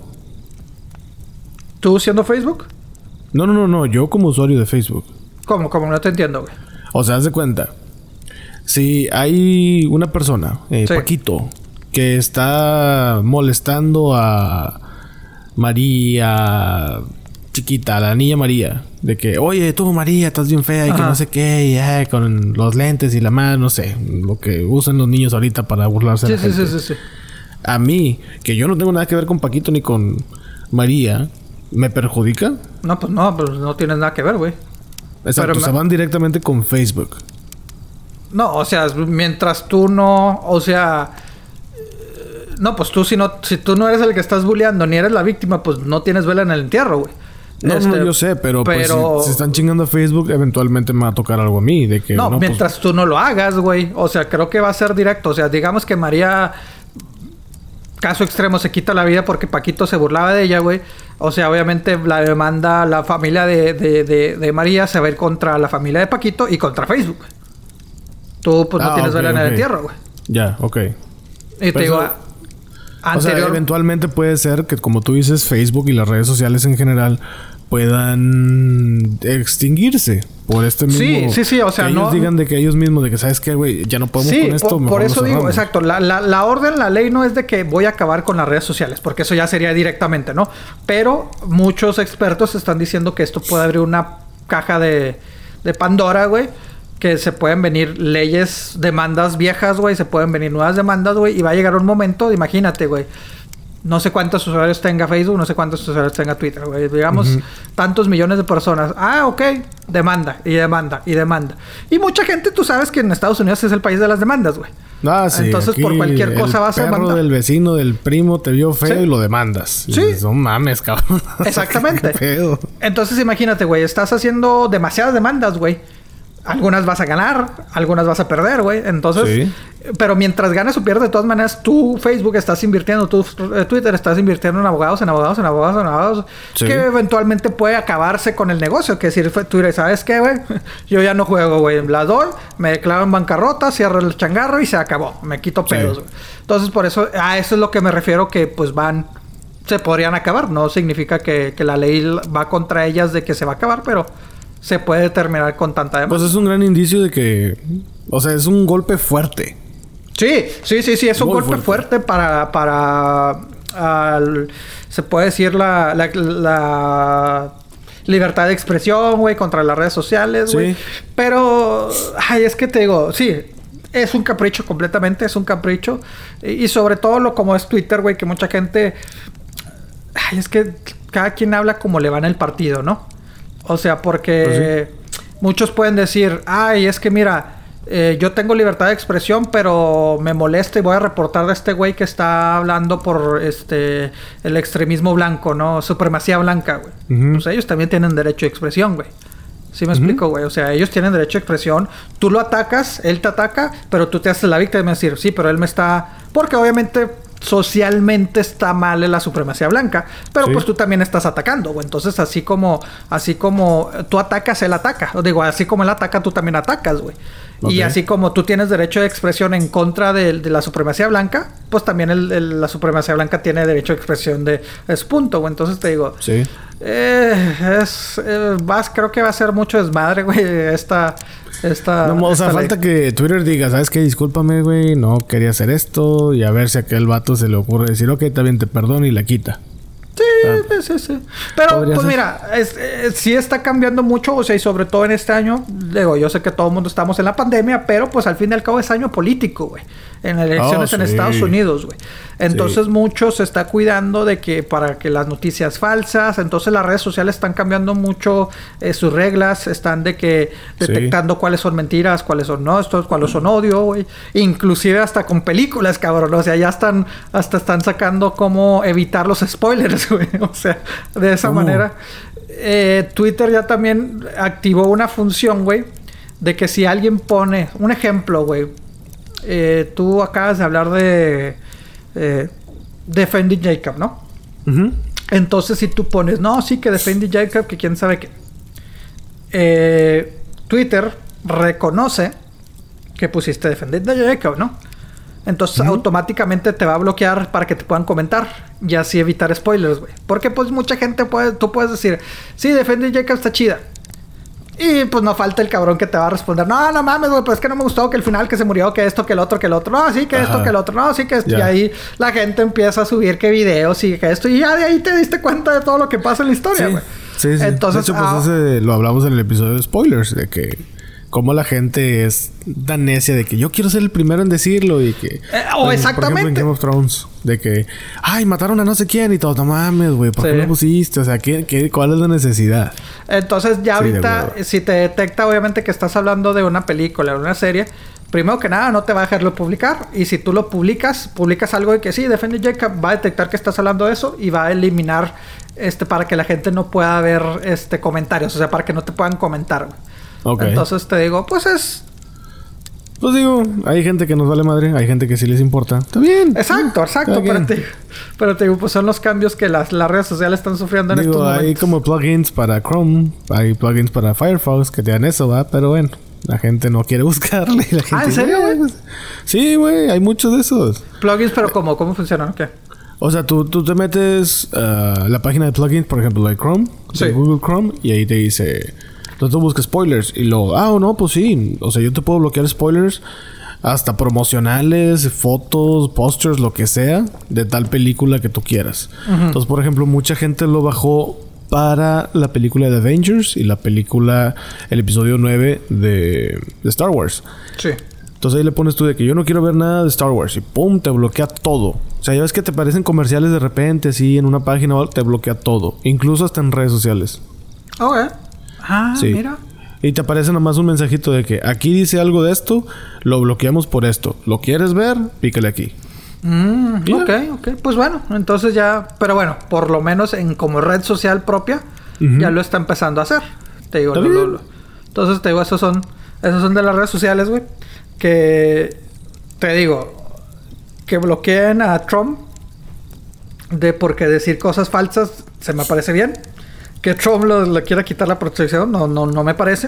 ¿Tú siendo Facebook? No, no, no, no. Yo como usuario de Facebook. ¿Cómo? ¿Cómo? No te entiendo, güey. O sea, haz de cuenta. Si hay una persona, eh, sí. Paquito, que está molestando a María chiquita, a la niña María, de que, oye, tú María, estás bien fea y Ajá. que no sé qué, y eh, con los lentes y la mano, no sé, lo que usan los niños ahorita para burlarse sí, de la sí, gente. Sí, sí, sí. A mí, que yo no tengo nada que ver con Paquito ni con María, ¿me perjudica? No, pues no, pues no tienes nada que ver, güey. Exacto, se me... van directamente con Facebook. No, o sea, mientras tú no... O sea... No, pues tú si no... Si tú no eres el que estás bulleando ni eres la víctima, pues no tienes vela en el entierro, güey. No, este, no, yo sé, pero, pero... Pues, si, si están chingando a Facebook, eventualmente me va a tocar algo a mí. De que, no, no mientras pues... tú no lo hagas, güey. O sea, creo que va a ser directo. O sea, digamos que María... Caso extremo, se quita la vida porque Paquito se burlaba de ella, güey. O sea, obviamente la demanda, la familia de, de, de, de María se va a ir contra la familia de Paquito y contra Facebook. Tú, pues, ah, no tienes okay, vela okay. en el entierro, güey. Ya, yeah, ok. Y te digo... Anterior... O sea, eventualmente puede ser que, como tú dices, Facebook y las redes sociales en general puedan extinguirse por este mismo... Sí, sí, sí, o sea, que no... ellos digan de que ellos mismos, de que, ¿sabes qué, güey? Ya no podemos sí, con esto, por, mejor por eso nos digo, cerramos. exacto, la, la, la orden, la ley no es de que voy a acabar con las redes sociales, porque eso ya sería directamente, ¿no? Pero muchos expertos están diciendo que esto puede abrir una caja de, de Pandora, güey, que se pueden venir leyes, demandas viejas, güey, se pueden venir nuevas demandas, güey, y va a llegar un momento, imagínate, güey, no sé cuántos usuarios tenga Facebook, no sé cuántos usuarios tenga Twitter, güey. Digamos, uh-huh. tantos millones de personas. Ah, ok. Demanda, y demanda, y demanda. Y mucha gente, tú sabes que en Estados Unidos es el país de las demandas, güey. Ah, sí. Entonces, por cualquier cosa vas a demandar. El perro del vecino, del primo, te vio feo ¿Sí? y lo demandas. Sí. Y no mames, cabrón. Exactamente. Entonces, imagínate, güey. Estás haciendo demasiadas demandas, güey. Algunas vas a ganar, algunas vas a perder, güey. Entonces, sí. pero mientras ganes o pierdes, de todas maneras, tú, Facebook, estás invirtiendo, tú, Twitter, estás invirtiendo en abogados, en abogados, en abogados, en abogados, sí. que eventualmente puede acabarse con el negocio. Que decir, Twitter, ¿sabes qué, güey? Yo ya no juego, güey. La doy, me declaro en bancarrota, cierro el changarro y se acabó. Me quito pedos, güey. Sí. Entonces, por eso, a eso es lo que me refiero, que pues van, se podrían acabar. No significa que, que la ley va contra ellas de que se va a acabar, pero se puede terminar con tanta demanda. Pues es un gran indicio de que... O sea, es un golpe fuerte. Sí, sí, sí, sí. Es un Muy golpe fuerte, fuerte para... para uh, se puede decir la... la, la libertad de expresión, güey, contra las redes sociales, güey. Sí. Pero... Ay, es que te digo... Sí, es un capricho completamente. Es un capricho. Y, y sobre todo lo como es Twitter, güey, que mucha gente... Ay, es que cada quien habla como le va en el partido, ¿no? O sea, porque pues sí. muchos pueden decir, ay, es que mira, eh, yo tengo libertad de expresión, pero me molesta y voy a reportar de este güey que está hablando por este el extremismo blanco, ¿no? Supremacía blanca, güey. Uh-huh. Pues ellos también tienen derecho de expresión, güey. ¿Sí me uh-huh. explico, güey? O sea, ellos tienen derecho de expresión. Tú lo atacas, él te ataca, pero tú te haces la víctima de decir, sí, pero él me está... Porque obviamente... socialmente está mal la supremacía blanca, pero sí. pues tú también estás atacando, güey. Entonces, así como así como tú atacas, él ataca. O digo, así como él ataca, tú también atacas, güey. Okay. Y así como tú tienes derecho de expresión en contra de, de la supremacía blanca, pues también el, el, la supremacía blanca tiene derecho de expresión de es punto, güey. Entonces te digo, sí. eh, es eh, vas, creo que va a ser mucho desmadre, güey, esta Esta, no, o sea, esta falta ley. que Twitter diga, ¿sabes qué? Discúlpame, güey, no quería hacer esto. Y a ver si a aquel vato se le ocurre decir, ok, también te perdono y la quita. Sí, ah, sí, sí. Pero, pues ser? mira, es, es, sí está cambiando mucho, o sea, y sobre todo en este año, digo, yo sé que todo el mundo estamos en la pandemia, pero pues al fin y al cabo es año político, güey. En elecciones oh, sí. en Estados Unidos, güey. Entonces, sí. mucho se está cuidando de que para que las noticias falsas, entonces las redes sociales están cambiando mucho eh, sus reglas, están de que detectando sí. cuáles son mentiras, cuáles son no, estos, cuáles son odio, güey. Inclusive hasta con películas, cabrón. O sea, ya están, hasta están sacando cómo evitar los spoilers, güey. O sea, de esa ¿Cómo? manera. Eh, Twitter ya también activó una función, güey, de que si alguien pone, un ejemplo, güey, eh, tú acabas de hablar de eh, Defending Jacob, ¿no? Uh-huh. Entonces, si tú pones, no, sí que Defending Jacob, que quién sabe qué, eh, Twitter reconoce que pusiste Defending Jacob, ¿no? Entonces, uh-huh. automáticamente te va a bloquear para que te puedan comentar y así evitar spoilers, güey. Porque, pues, mucha gente puede... Tú puedes decir... Sí, Defending Jacob está chida. Y, pues, no falta el cabrón que te va a responder... No, no mames, güey. Pues, es que no me gustó que el final... Que se murió... Que esto, que el otro, que el otro... No, sí, que Ajá. esto, que el otro... No, sí, que esto... Yeah. Y ahí la gente empieza a subir que videos y que esto... Y ya de ahí te diste cuenta de todo lo que pasa en la historia, güey. Sí, sí, sí. Entonces... De hecho, pues, ah, ese lo hablamos en el episodio de spoilers. De que... Cómo la gente es tan necia de que yo quiero ser el primero en decirlo y que... Eh, o oh, exactamente. Por ejemplo, en Game of Thrones. De que... Ay, mataron a no sé quién y todo. No mames, güey. ¿Por sí. qué lo pusiste? O sea, ¿qué, qué, ¿cuál es la necesidad? Entonces, ya sí, ahorita... Si te detecta, obviamente, que estás hablando de una película o una serie... Primero que nada, no te va a dejarlo publicar. Y si tú lo publicas... Publicas algo de que sí, Defending Jacob... Va a detectar que estás hablando de eso... Y va a eliminar... Este... Para que la gente no pueda ver... Este... Comentarios. O sea, para que no te puedan comentar, güey. Okay. Entonces te digo, pues es... Pues digo, hay gente que nos vale madre, hay gente que sí les importa. Está bien. Exacto, exacto. Pero te, pero te digo, pues son los cambios que las, las redes sociales están sufriendo digo, en estos momentos. Hay como plugins para Chrome, hay plugins para Firefox que te dan eso, ¿va? Pero bueno, la gente no quiere buscarle. La gente ah, ¿en serio, güey? Sí, güey, hay muchos de esos. Plugins, pero ¿cómo? ¿Cómo funcionan? ¿Qué? O sea, tú, tú te metes uh, la página de plugins, por ejemplo, la de Chrome, Sí. de Google Chrome, y ahí te dice... Entonces tú buscas spoilers y luego... Ah, no, pues sí. O sea, yo te puedo bloquear spoilers hasta promocionales, fotos, posters, lo que sea, de tal película que tú quieras. Uh-huh. Entonces, por ejemplo, mucha gente lo bajó para la película de Avengers y la película... El episodio nueve de, de Star Wars. Sí. Entonces ahí le pones tú de que yo no quiero ver nada de Star Wars y ¡pum! Te bloquea todo. O sea, ya ves que te aparecen comerciales de repente así en una página o te bloquea todo. Incluso hasta en redes sociales. Ok. Ah, sí. Mira. Y te aparece nomás un mensajito de que aquí dice algo de esto, lo bloqueamos por esto. ¿Lo quieres ver? Pícale aquí. Mm, ok, ok. Pues bueno, entonces ya... Pero bueno, por lo menos en como red social propia, uh-huh. ya lo está empezando a hacer. Te digo, lo, lo, lo. Entonces te digo, esos son... Esos son de las redes sociales, güey. Que... Te digo... Que bloqueen a Trump. De porque decir cosas falsas se me parece bien. Que Trump lo, le quiera quitar la protección, no, no, no me parece.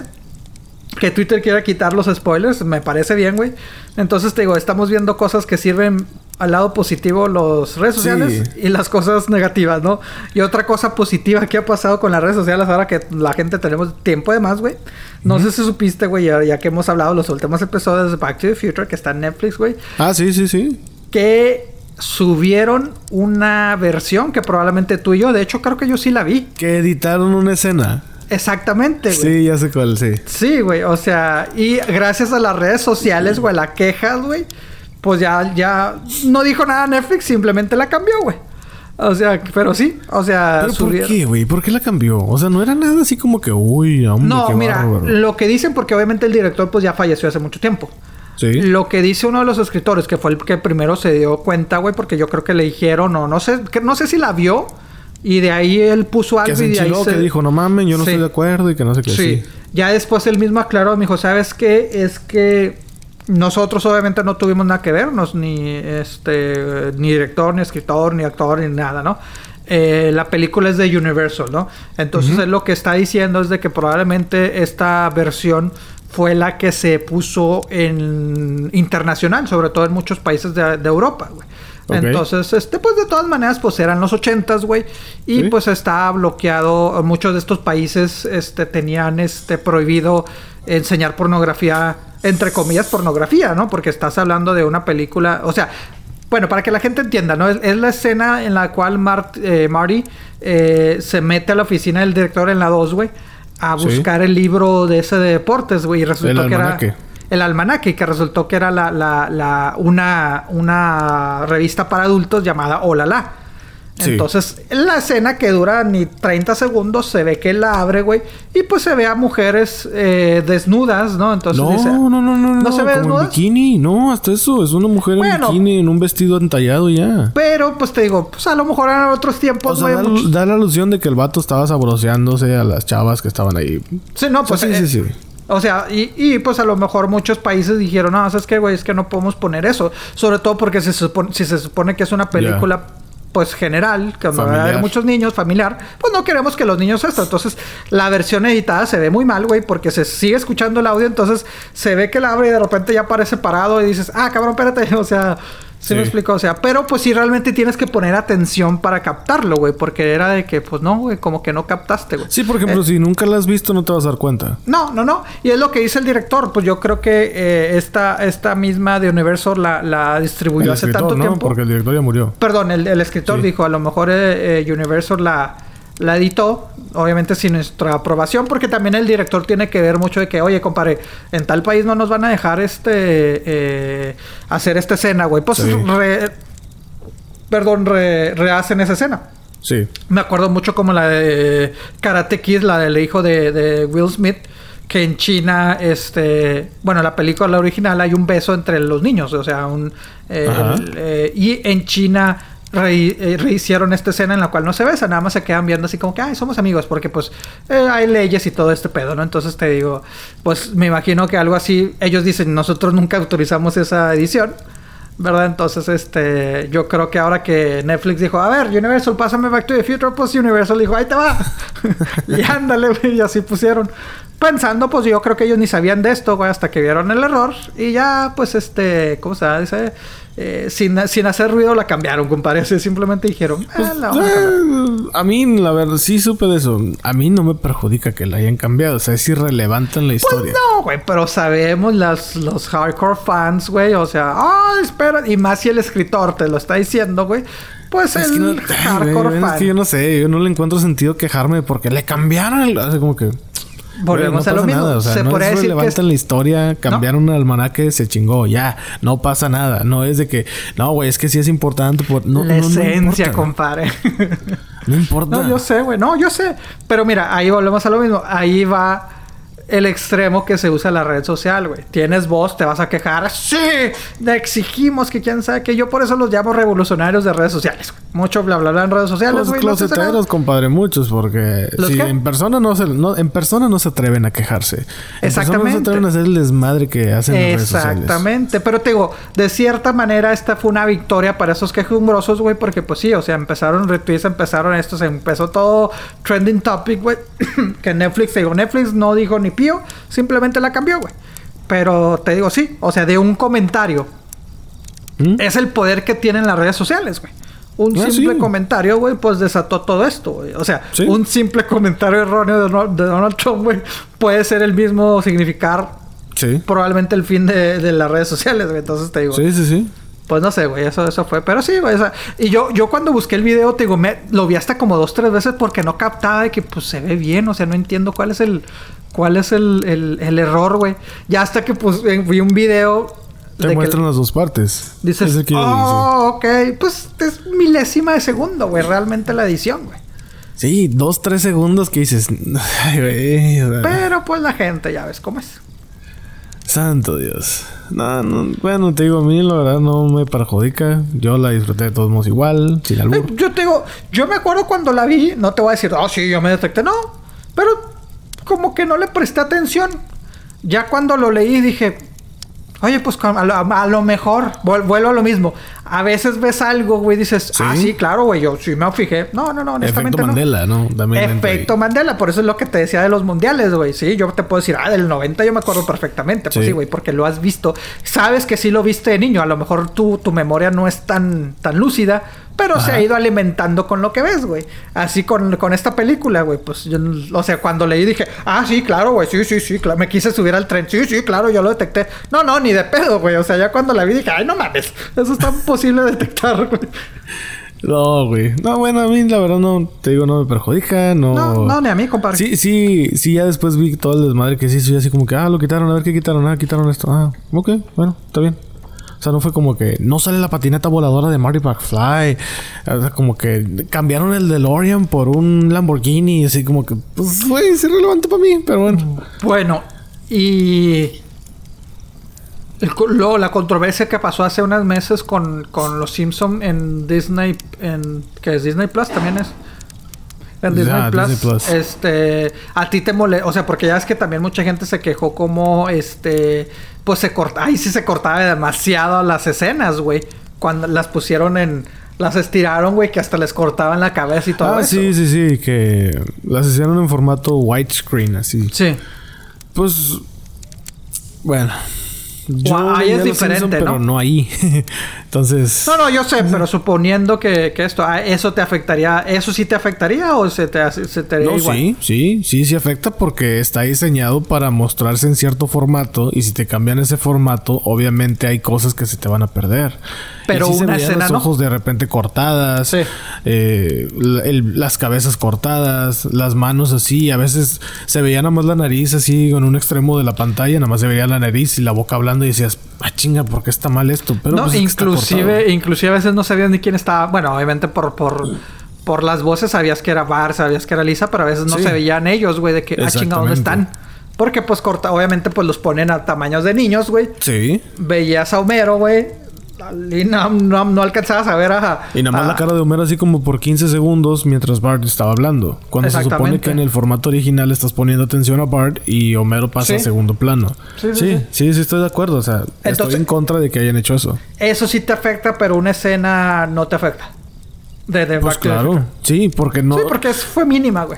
Que Twitter quiera quitar los spoilers, me parece bien, güey. Entonces te digo, estamos viendo cosas que sirven al lado positivo las redes sociales sí. y las cosas negativas, ¿no? Y otra cosa positiva que ha pasado con las redes sociales ahora que la gente tenemos tiempo de más, güey. No uh-huh. sé si supiste, güey, ya, ya que hemos hablado los últimos episodios de Back to the Future, que está en Netflix, güey. Ah, sí, sí, sí. Que... subieron una versión que probablemente tú y yo, de hecho creo que yo sí la vi. Que editaron una escena. Exactamente, güey. Sí, ya sé cuál, sí. Sí, güey, o sea, y gracias a las redes sociales, güey, la quejas, güey, pues ya, ya no dijo nada Netflix, simplemente la cambió, güey. O sea, pero sí, o sea... ¿Pero subieron. ¿Por qué, güey? ¿Por qué la cambió? O sea, no era nada así como que, uy, hombre, no, qué mira, bárbaro. Lo que dicen, porque obviamente el director pues ya falleció hace mucho tiempo. Sí. Lo que dice uno de los escritores, que fue el que primero se dio cuenta, güey, porque yo creo que le dijeron, o no sé, que no sé si la vio, y de ahí él puso algo que se y de ahí se... que dijo, no mames, yo no sí. estoy de acuerdo y que no sé qué. Sí. sí. Ya después él mismo aclaró, me dijo, ¿sabes qué? Es que nosotros obviamente no tuvimos nada que ver, nos, ni este, ni director, ni escritor, ni actor, ni nada, ¿no? Eh, la película es de Universal, ¿no? Entonces uh-huh. él lo que está diciendo es de que probablemente esta versión fue la que se puso en internacional, sobre todo en muchos países de, de Europa, güey. Okay. Entonces, este, pues de todas maneras, pues eran los ochentas, güey. Y ¿sí? pues está bloqueado. Muchos de estos países, este, tenían, este, prohibido enseñar pornografía, entre comillas, pornografía, ¿no? Porque estás hablando de una película, o sea... Bueno, para que la gente entienda, ¿no? Es, es la escena en la cual Mart, eh, Marty eh, se mete a la oficina del director en la dos, güey. A buscar sí. el libro de ese de deportes, güey. Y resultó el que almanaque. era... El almanaque. Y que resultó que era la, la, la, una, una revista para adultos llamada Olala. Sí. Entonces, en la escena que dura ni treinta segundos, se ve que él la abre, güey. Y pues se ve a mujeres eh, desnudas, ¿no? Entonces no, dice... No, no, no, no. ¿No se ve como desnuda? En bikini. No, hasta eso. Es una mujer bueno, en bikini, en un vestido entallado ya. Pero, pues te digo, pues a lo mejor eran otros tiempos, güey. O sea, da, muchos... da la alusión de que el vato estaba sabroseándose a las chavas que estaban ahí. Sí, no, pues... O sea, sí, eh, sí, sí. O sea, y, y pues a lo mejor muchos países dijeron, no, ¿sabes qué, güey? Es que no podemos poner eso. Sobre todo porque se supone, si se supone que es una película... Yeah. Pues general, que va a haber muchos niños, familiar, pues no queremos que los niños esto. Entonces, la versión editada se ve muy mal, güey, porque se sigue escuchando el audio, entonces se ve que la abre y de repente ya aparece parado y dices, ah, cabrón, espérate, o sea, ¿sí, sí me explico? O sea, pero pues sí realmente tienes que poner atención para captarlo, güey, porque era de que, pues no, güey, como que no captaste, güey. Sí, por ejemplo, eh, si nunca la has visto, no te vas a dar cuenta. No, no, no. Y es lo que dice el director, pues yo creo que eh, esta, esta misma de Universal la, la distribuyó el hace escritor, tanto ¿no? tiempo. Porque el director ya murió. Perdón, el, el escritor sí. dijo, a lo mejor eh, eh, Universal la... La editó, obviamente sin nuestra aprobación, porque también el director tiene que ver mucho de que, oye, compadre, en tal país no nos van a dejar este eh, hacer esta escena, güey. Pues, sí. re, perdón, re, rehacen esa escena. Sí. Me acuerdo mucho como la de Karate Kid, la del hijo de, de Will Smith, que en China, este... Bueno, la película original hay un beso entre los niños, o sea, un... Eh, el, eh, y en China... Re, eh, rehicieron esta escena en la cual no se besan, nada más se quedan viendo así como que, ay, somos amigos, porque pues eh, hay leyes y todo este pedo, ¿no? Entonces te digo, pues me imagino que algo así, ellos dicen, nosotros nunca autorizamos esa edición, ¿verdad? Entonces, este, yo creo que ahora que Netflix dijo, a ver, Universal, pásame Back to the Future, pues Universal dijo, ahí te va. Y ándale, güey, y así pusieron. Pensando, pues yo creo que ellos ni sabían de esto, güey, hasta que vieron el error. Y ya, pues, este... ¿Cómo se dice? Eh, sin, sin hacer ruido la cambiaron, compadre. Así simplemente dijeron... Ah, Pues, la vamos a cambiar. eh, a mí, la verdad, sí supe de eso. A mí no me perjudica que la hayan cambiado. O sea, es irrelevante en la historia. Pues no, güey, pero sabemos las, los hardcore fans, güey. O sea, ah, espera. Y más si el escritor te lo está diciendo, güey. Pues Es el que, no, ay, hardcore güey, fan. es que yo no sé. Yo no le encuentro sentido quejarme porque le cambiaron el... Así como que... Volvemos Güey, no a lo pasa mismo. nada. O sea, Se no podría es decir que relevante es- en la historia. Cambiaron un almanaque, se chingó. Ya. No pasa nada. No es de que... No, güey. Es que sí es importante. Por... No, la no, no esencia, importa. compadre. No importa. No, yo sé, güey. No, yo sé. Pero mira, ahí volvemos a lo mismo. Ahí va el extremo que se usa en la red social, güey. Tienes voz, te vas a quejar. ¡Sí! Le exigimos que quién sabe que yo por eso los llamo revolucionarios de redes sociales, güey. Mucho bla, bla, bla en redes sociales, Los güey. no se closeteros, sabe. compadre, muchos, porque ¿Los si qué? en persona no se no, en persona no se atreven a quejarse. En persona no Exactamente. se atreven a hacer el desmadre que hacen en redes sociales. Exactamente. Pero te digo, de cierta manera esta fue una victoria para esos quejumbrosos, güey, porque pues sí, o sea, empezaron retweets, empezaron esto, se empezó todo trending topic, güey, que Netflix, te digo, Netflix no dijo ni pío, simplemente la cambió, güey. Pero te digo, sí, o sea, de un comentario. ¿Mm? Es el poder que tienen las redes sociales, güey. Un Ah, simple sí. comentario, güey, pues desató todo esto, güey. O sea, Sí. un simple comentario erróneo de Donald, de Donald Trump, güey, puede ser el mismo significar Sí. probablemente el fin de, de las redes sociales, güey. Entonces te digo, Sí, sí, sí. pues no sé, güey, eso, eso fue. Pero sí, güey. O sea, y yo, yo cuando busqué el video, te digo, me, lo vi hasta como dos, tres veces porque no captaba de que pues se ve bien. O sea, no entiendo cuál es el, cuál es el, el, el error, güey. Ya hasta que pues eh, vi un video. Te de muestran que las dos partes. dices, Ese que- oh, ok. Pues es milésima de segundo, güey. Realmente la edición, güey. Sí, dos, tres segundos que dices... Ay, güey. o sea, Pero pues la gente, ya ves cómo es. Santo Dios. No, no, bueno, te digo, a mí la verdad no me perjudica. Yo la disfruté de todos modos igual, sin Eh, albur. Yo te digo, yo me acuerdo cuando la vi, no te voy a decir, oh, sí, yo me detecté, no. Pero como que no le presté atención. Ya cuando lo leí dije, oye, pues con- a lo, a lo mejor, vuel- vuelvo a lo mismo. A veces ves algo, güey, dices, ¿Sí? ah, sí, claro, güey, yo sí me fijé. No, no, no, honestamente Efecto no. Mandela, ¿no? También entra ahí. Efecto Mandela, por eso es lo que te decía de los mundiales, güey. Sí, yo te puedo decir, ah, del noventa yo me acuerdo perfectamente. Pues Sí. sí, güey, porque lo has visto. Sabes que sí lo viste de niño. A lo mejor tu, tu memoria no es tan, tan lúcida, pero se Ajá. ha ido alimentando con lo que ves, güey. Así con, con esta película, güey. Pues yo, o sea, cuando leí dije, ah, sí, claro, güey, sí, sí, sí, claro. Me quise subir al tren, sí, sí, claro, yo lo detecté. No, no, ni de pedo, güey. O sea, ya cuando la vi dije, ay, no mames, eso es tan posible de detectar, güey. No, güey. No, bueno, a mí la verdad no... Te digo, no me perjudica, no... No, no, ni a mí, compadre. Sí, sí, sí, ya después vi todo el desmadre que sí, sí, así como que, ah, lo quitaron, a ver qué quitaron, ah, quitaron esto, ah, ok, bueno, está bien. O sea, no fue como que no sale la patineta voladora de Marty McFly. O sea, como que cambiaron el DeLorean por un Lamborghini, así como que, pues, güey, es irrelevante para mí, pero bueno. Bueno, y el co- luego la controversia que pasó hace unos meses con, con los Simpson en Disney, en que es Disney Plus también es. En Disney, Ya, Plus, Disney Plus. este, a ti te mole, o sea, porque ya es que también mucha gente se quejó como, este, pues se corta, ahí sí se cortaba demasiado las escenas, güey, cuando las pusieron en, las estiraron, güey, que hasta les cortaban la cabeza y todo Ah, eso. sí, sí, sí, que las hicieron en formato widescreen, así. Sí. Pues, bueno. Yo Guau, ahí veía es los diferente, Simpson, ¿no? pero no ahí. Entonces... No, no, yo sé, pero suponiendo que, que esto, ah, ¿eso te afectaría? ¿Eso sí te afectaría o se te, hace- se te haría No, igual? sí, sí, sí, sí afecta porque está diseñado para mostrarse en cierto formato y si te cambian ese formato, obviamente hay cosas que se te van a perder. Pero Y sí se una veían escena los no. ojos de repente cortadas, Sí. eh, la- el- las cabezas cortadas, las manos así, a veces se veía nada más la nariz así en un extremo de la pantalla, nada más se veía la nariz y la boca hablando y decías, ah chinga, ¿por qué está mal esto? Pero No, pues, es que está cortado. inclusive, inclusive a veces no sabías ni quién estaba. Bueno, obviamente por, por, por las voces sabías que era Bart, sabías que era Lisa, pero a veces no Sí. se veían ellos, güey, de que, ah, chinga, ¿dónde Exactamente. están? Porque pues corta, obviamente pues los ponen a tamaños de niños, güey. Sí. Veías a Homero, güey. Y no, no, no alcanzabas a ver a... Y nada más a- la cara de Homero así como por quince segundos mientras Bart estaba hablando. Cuando se supone Exactamente. que en el formato original estás poniendo atención a Bart y Homero pasa Sí. a segundo plano. Sí, sí, Sí, sí. sí, sí, estoy de acuerdo. O sea, estoy Entonces- en contra de que hayan hecho eso. Eso sí te afecta, pero una escena no te afecta. De, de Pues Back to the claro. Future. Sí, porque no... Sí, porque es- fue mínima, güey.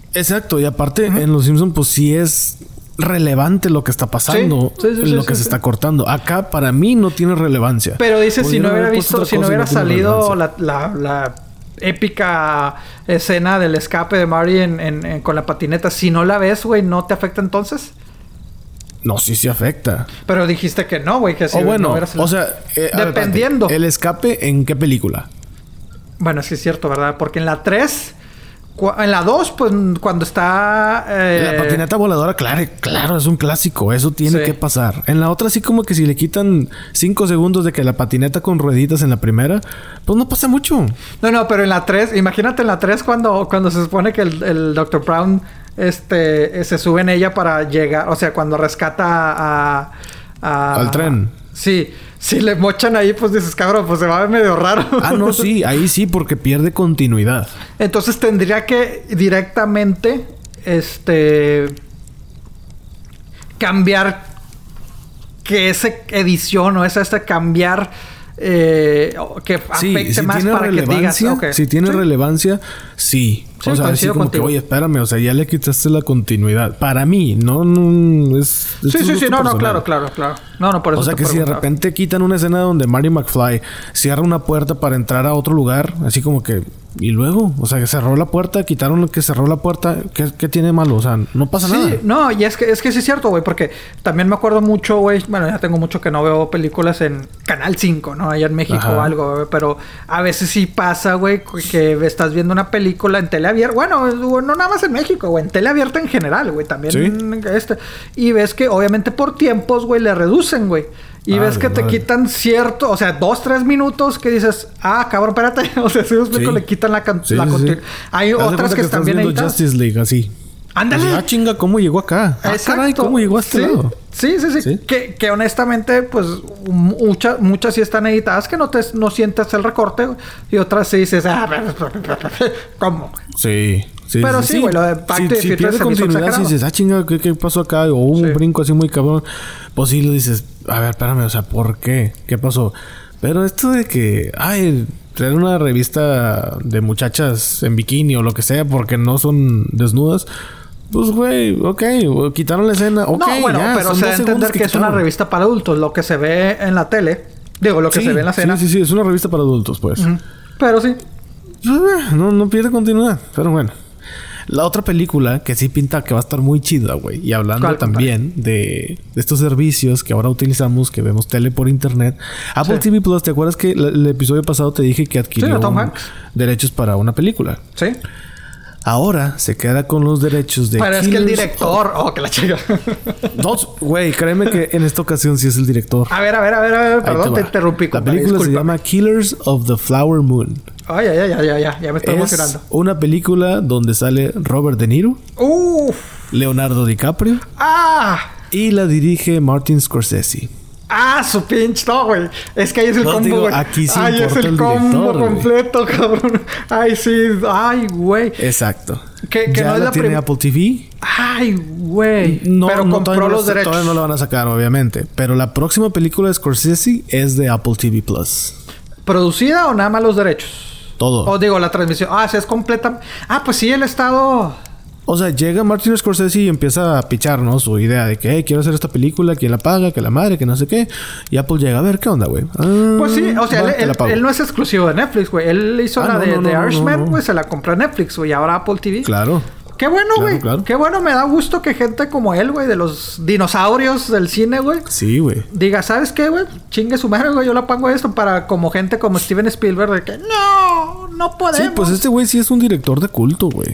Exacto. Y aparte, uh-huh. en Los Simpsons, pues sí es relevante lo que está pasando, sí, sí, sí, lo sí, que sí, se sí. está cortando. Acá, para mí, no tiene relevancia. Pero dice, si no hubiera visto, si no hubiera no salido la, la, la épica escena del escape de Marty en, en, en, con la patineta, si no la ves, güey, ¿no te afecta entonces? No, sí, sí afecta. Pero dijiste que no, güey, que si o bueno, no o sea... Eh, dependiendo. Ver, ¿el escape en qué película? Bueno, sí es cierto, ¿verdad? Porque en la tres... En la dos, pues, cuando está... Eh... La patineta voladora, claro, claro, es un clásico. Eso tiene sí. que pasar. En la otra, sí como que si le quitan cinco segundos de que la patineta con rueditas en la primera, pues no pasa mucho. No, no, pero en la tres... Imagínate en la tres cuando, cuando se supone que el, el doctor Brown... Este... Se sube en ella para llegar... O sea, cuando rescata a... a Al tren. Sí. Si le mochan ahí, pues dices, cabrón, pues se va a ver medio raro. Ah, no, sí. Ahí sí, porque pierde continuidad. Entonces tendría que directamente... Este... Cambiar... Que esa edición o esa... Este cambiar... Eh, que afecte sí, si más para que digas... Okay. Si tiene ¿Sí? relevancia, sí. Sí, o sea, así como contigo. que, oye, espérame, o sea, ya le quitaste la continuidad. Para mí, no, no es... es sí, sí, sí, no, personal. no, claro, claro, claro. No, no, por eso o sea, que si de repente quitan una escena donde Marty McFly cierra una puerta para entrar a otro lugar, así como que... Y luego, o sea, que cerró la puerta, quitaron lo que cerró la puerta. ¿Qué, qué tiene malo? O sea, no pasa sí, nada. No, y es que, es que sí es cierto, güey, porque también me acuerdo mucho, güey. Bueno, ya tengo mucho que no veo películas en Canal cinco, ¿no? Allá en México Ajá. o algo, güey. Pero a veces sí pasa, güey, que estás viendo una película en tele abierta. Bueno, no nada más en México, güey, en tele abierta en general, güey. También ¿Sí? este. Y ves que, obviamente, por tiempos, güey, le reducen, güey. Y ah, ves que te madre. quitan cierto... O sea, dos, tres minutos que dices... Ah, cabrón, espérate. O sea, si os explico, sí. le quitan la, can- sí, la sí, sí. Hay Haz otras que, que están bien editadas. Justice League, así. Ándale. Así, ah, chinga, ¿cómo llegó acá? Ah, caray, ¿cómo llegó a este sí. lado? Sí, sí, sí. ¿Sí? Que, que honestamente, pues... Muchas muchas sí están editadas que no te no sientes el recorte. Y otras sí dices... Ah, ¿cómo? Sí. Sí, pero sí, sí, güey, sí. Lo de Back si, to the si Future pierde continuidad, si dices, ah, chinga, ¿qué, ¿qué pasó acá? O hubo sí. un brinco así muy cabrón. Pues sí, lo dices, a ver, espérame, o sea, ¿por qué? ¿Qué pasó? Pero esto de que, ay, traer una revista de muchachas en bikini o lo que sea porque no son desnudas. Pues, güey, ok, quitaron la escena. Ok, no, bueno, ya, pero se da a entender que, que es una revista para adultos. Lo que se ve en la tele, digo, lo que sí, se ve en la escena. Sí, sí, sí, es una revista para adultos, pues. Uh-huh. Pero sí. No, no pierde continuidad, pero bueno. La otra película que sí pinta que va a estar muy chida, güey. Y hablando también de, de estos servicios que ahora utilizamos, que vemos tele por internet. Apple sí. T V Plus, ¿te acuerdas que el, el episodio pasado te dije que adquirió sí, un, derechos para una película? Sí. Ahora se queda con los derechos de... Pero es que el director... Oh, que la chica. No, güey, créeme que en esta ocasión sí es el director. A ver, a ver, a ver, a ver. Perdón, te, te interrumpí. La película disculpa. Se llama Killers of the Flower Moon. Ay, ay, ay, ay, ay, ay. Ya me estoy es emocionando. Una película donde sale Robert De Niro. Uf. Leonardo DiCaprio. Ah. Y la dirige Martin Scorsese. Ah, su pinche, no, güey. Es que ahí es el no, combo, digo, güey. Aquí sí Ay, es el, el combo director, completo, wey. Cabrón. Ay, sí. Ay, güey. Exacto. Que, que ya no la es la tiene prim... Apple T V. Ay, güey. No, pero no, compró los no, derechos. Todavía no la van a sacar, obviamente. Pero la próxima película de Scorsese es de Apple T V Plus. ¿Producida o nada más los derechos? Todo. O digo, la transmisión. Ah, sí, es completa. Ah, pues sí, el estado... O sea, llega Martin Scorsese y empieza a pichar, ¿no? Su idea de que, hey, quiero hacer esta película, ¿quién la paga? Que la madre, que no sé qué. Y Apple llega, a ver, ¿qué onda, güey? Ah, pues sí, o sea, va, él, él, él no es exclusivo de Netflix, güey. Él hizo ah, la no, de, no, de no, Irishman, güey, no, no. Se la compró a Netflix, güey. Ahora Apple T V. Claro. Qué bueno, güey. Claro, claro. Qué bueno, me da gusto que gente como él, güey, de los dinosaurios del cine, güey. Sí, güey. Diga, ¿sabes qué, güey? Chingue su madre, güey. Yo la pongo esto para como gente como Steven Spielberg de que no, no podemos. Sí, pues este güey sí es un director de culto, güey.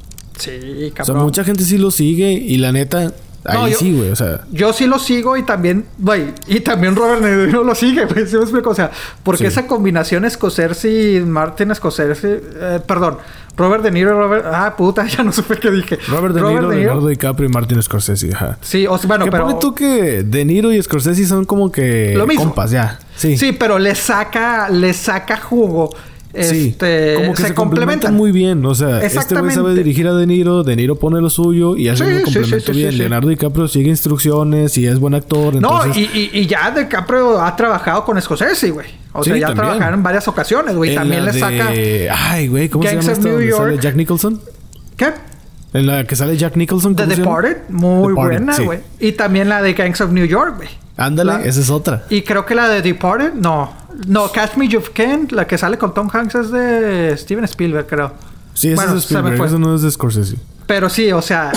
Sí, cabrón. O sea, mucha gente sí lo sigue y la neta... Ahí no, yo, sí, güey, o sea... Yo sí lo sigo y también... Güey, y también Robert De Niro lo sigue, güey. ¿Sí me explico? O sea, porque sí. Esa combinación Scorsese y Martin Scorsese... Eh, perdón. Robert De Niro y Robert... Ah, puta, ya no supe qué dije. Robert De Robert Niro, De Niro, Leonardo DiCaprio y Martin Scorsese, ajá. Sí, o sea, bueno, que pero... Pone tú que De Niro y Scorsese son como que... Lo mismo. Compas, ya. Sí. Sí, pero le saca... Le saca jugo... Sí, este, como que se, se complementan muy bien. O sea, este güey sabe dirigir a De Niro, De Niro pone lo suyo y hace sí, un complemento sí, sí, bien. Sí, sí. Leonardo DiCaprio sigue instrucciones y es buen actor. Entonces... No, y, y, y ya DiCaprio ha trabajado con Scorsese, güey. O sea, sí, ya trabajaron en varias ocasiones, güey. También le de... saca... Ay, güey, ¿cómo Gangs se llama esta? ¿Dónde sale Jack Nicholson? ¿Qué? En la que sale Jack Nicholson. The Departed. Muy Departed, buena, güey. Sí. Y también la de Gangs of New York, güey. Ándale, la... esa es otra. Y creo que la de Departed, no. No, Catch Me If You Can, la que sale con Tom Hanks es de Steven Spielberg, creo. Sí, esa bueno, es de Spielberg, eso no es de Scorsese. Pero sí, o sea...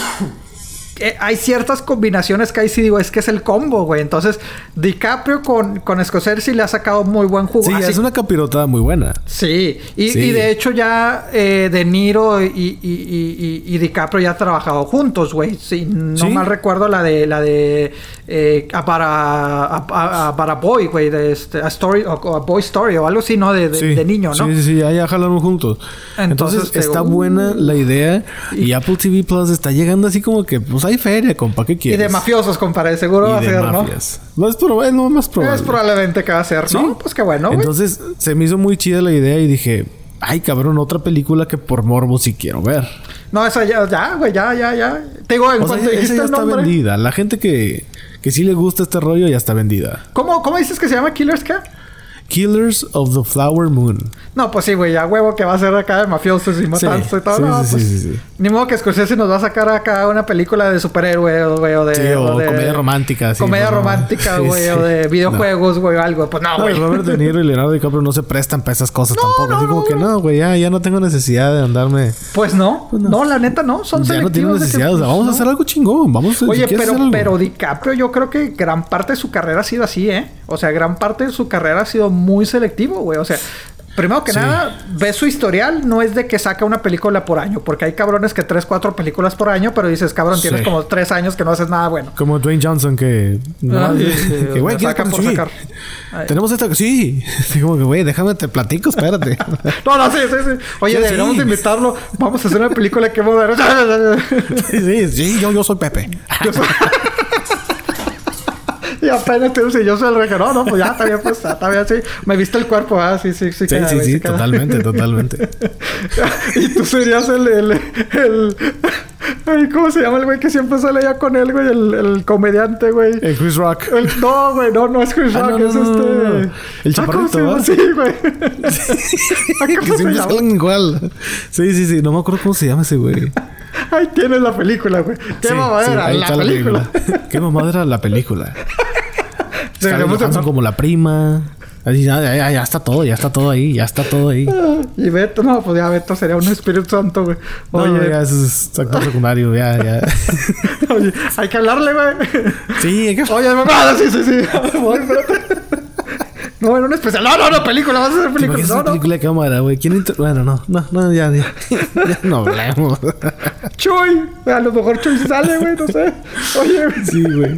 Eh, hay ciertas combinaciones que ahí sí digo, es que es el combo, güey. Entonces, DiCaprio con, con Scorsese le ha sacado muy buen jugo. Sí, Así, es una capirotada muy buena. Sí. Y, sí. y de hecho ya eh, De Niro y, y, y, y, y DiCaprio ya han trabajado juntos, güey. Sí, no ¿Sí? mal recuerdo la de... La de eh, para a, a, para Boy, güey. De este, a Story o a Boy Story o algo así, ¿no? De, de, sí. de niño, ¿no? Sí, sí, sí. Ya, ya jalaron juntos. Entonces, Entonces está uh, buena la idea. Y, y Apple T V Plus está llegando así como que... Pues hay feria, compa. ¿Qué quieres? Y de mafiosos, compadre. Seguro y va a ser, mafias. ¿no? No es, proba- es lo más probable. Es probablemente que va a ser, ¿no? ¿Sí? Pues qué bueno, güey. Entonces, se me hizo muy chida la idea y dije... Ay, cabrón, otra película que por morbo sí quiero ver. No, esa ya, ya, güey. Ya, ya, ya. Te digo, en o cuanto sea, dijiste esa ya el está nombre... vendida. La gente que... Que sí le gusta este rollo ya está vendida. ¿Cómo, cómo dices que se llama? ¿Killers qué? Killers of the Flower Moon. No, pues sí, güey. A huevo que va a ser acá de mafiosos y matanzas sí, y todo. Sí, no, sí, pues, sí, sí, sí. Ni modo que Scorsese nos va a sacar acá una película de superhéroes, güey. O de... Sí, o, o de comedia romántica. Sí, comedia no, romántica, güey. Sí, o de videojuegos, güey. No. O algo. Pues no, güey. No, Robert De Niro y Leonardo DiCaprio no se prestan para esas cosas no, tampoco. No, Así como que no, güey. Ya, ya no tengo necesidad de andarme... Pues no. Pues no. no, la neta no. Son ya selectivos. No tengo necesidad. Que, o sea, vamos no. a hacer algo chingón. Vamos Oye, si pero, pero DiCaprio yo creo que gran parte de su carrera ha sido así, ¿eh? O sea, gran parte de su carrera ha sido muy selectivo, güey. O sea... Primero que sí. nada, ves su historial, no es de que saca una película por año, porque hay cabrones que tres, cuatro películas por año, pero dices, cabrón, sí. tienes como tres años que no haces nada bueno. Como Dwayne Johnson que... Ah, sí, sí, que güey, saca por sacar. Tenemos esta... Sí. Como que, güey, déjame te platico, espérate. no, no, sí, sí, sí. Oye, sí, deberíamos sí. invitarlo. Vamos a hacer una película que vamos a ver. sí, sí, sí. Yo, yo soy Pepe. Yo soy... Y apenas te dice, yo soy el rey. No, no, pues ya, está bien, pues, está bien, sí. Me viste el cuerpo, ah, sí, sí, sí. Sí, queda, sí, sí, sí totalmente, totalmente. Y tú serías el, el, el... Ay, ¿cómo se llama el güey que siempre sale ya con él, güey? El, el comediante, güey. El Chris Rock. El, no, güey, no, no es Chris Rock, ah, no, es no, este... No, no. El chaparrito, ¿Ah, ¿verdad? Sí, güey. que siempre salen igual. Sí, sí, sí. No me acuerdo cómo se llama ese güey. Ahí tienes la película, güey. ¿Qué sí, mamadera? Sí, la, película. la película. ¿Qué mamadera la película? Scarlett como la prima. Así, ya, ya, ya está todo, ya está todo ahí, ya está todo ahí. Y Beto, no, pues ya Beto sería un Espíritu Santo, güey. Oye, no, ya eso es actor secundario, ya, ya. Oye, hay que hablarle, güey. Sí, hay que Oye, mamá, sí, sí, sí. Voy, no, era un especial. No, no, no, película, vas a hacer película. ¿Qué es no, no. película de cámara, güey? ¿Quién inter... Bueno, no, no, no, ya, ya. ya no hablemos. Chuy. A lo mejor Chuy sale, güey, no sé. Oye, güey. Sí, güey.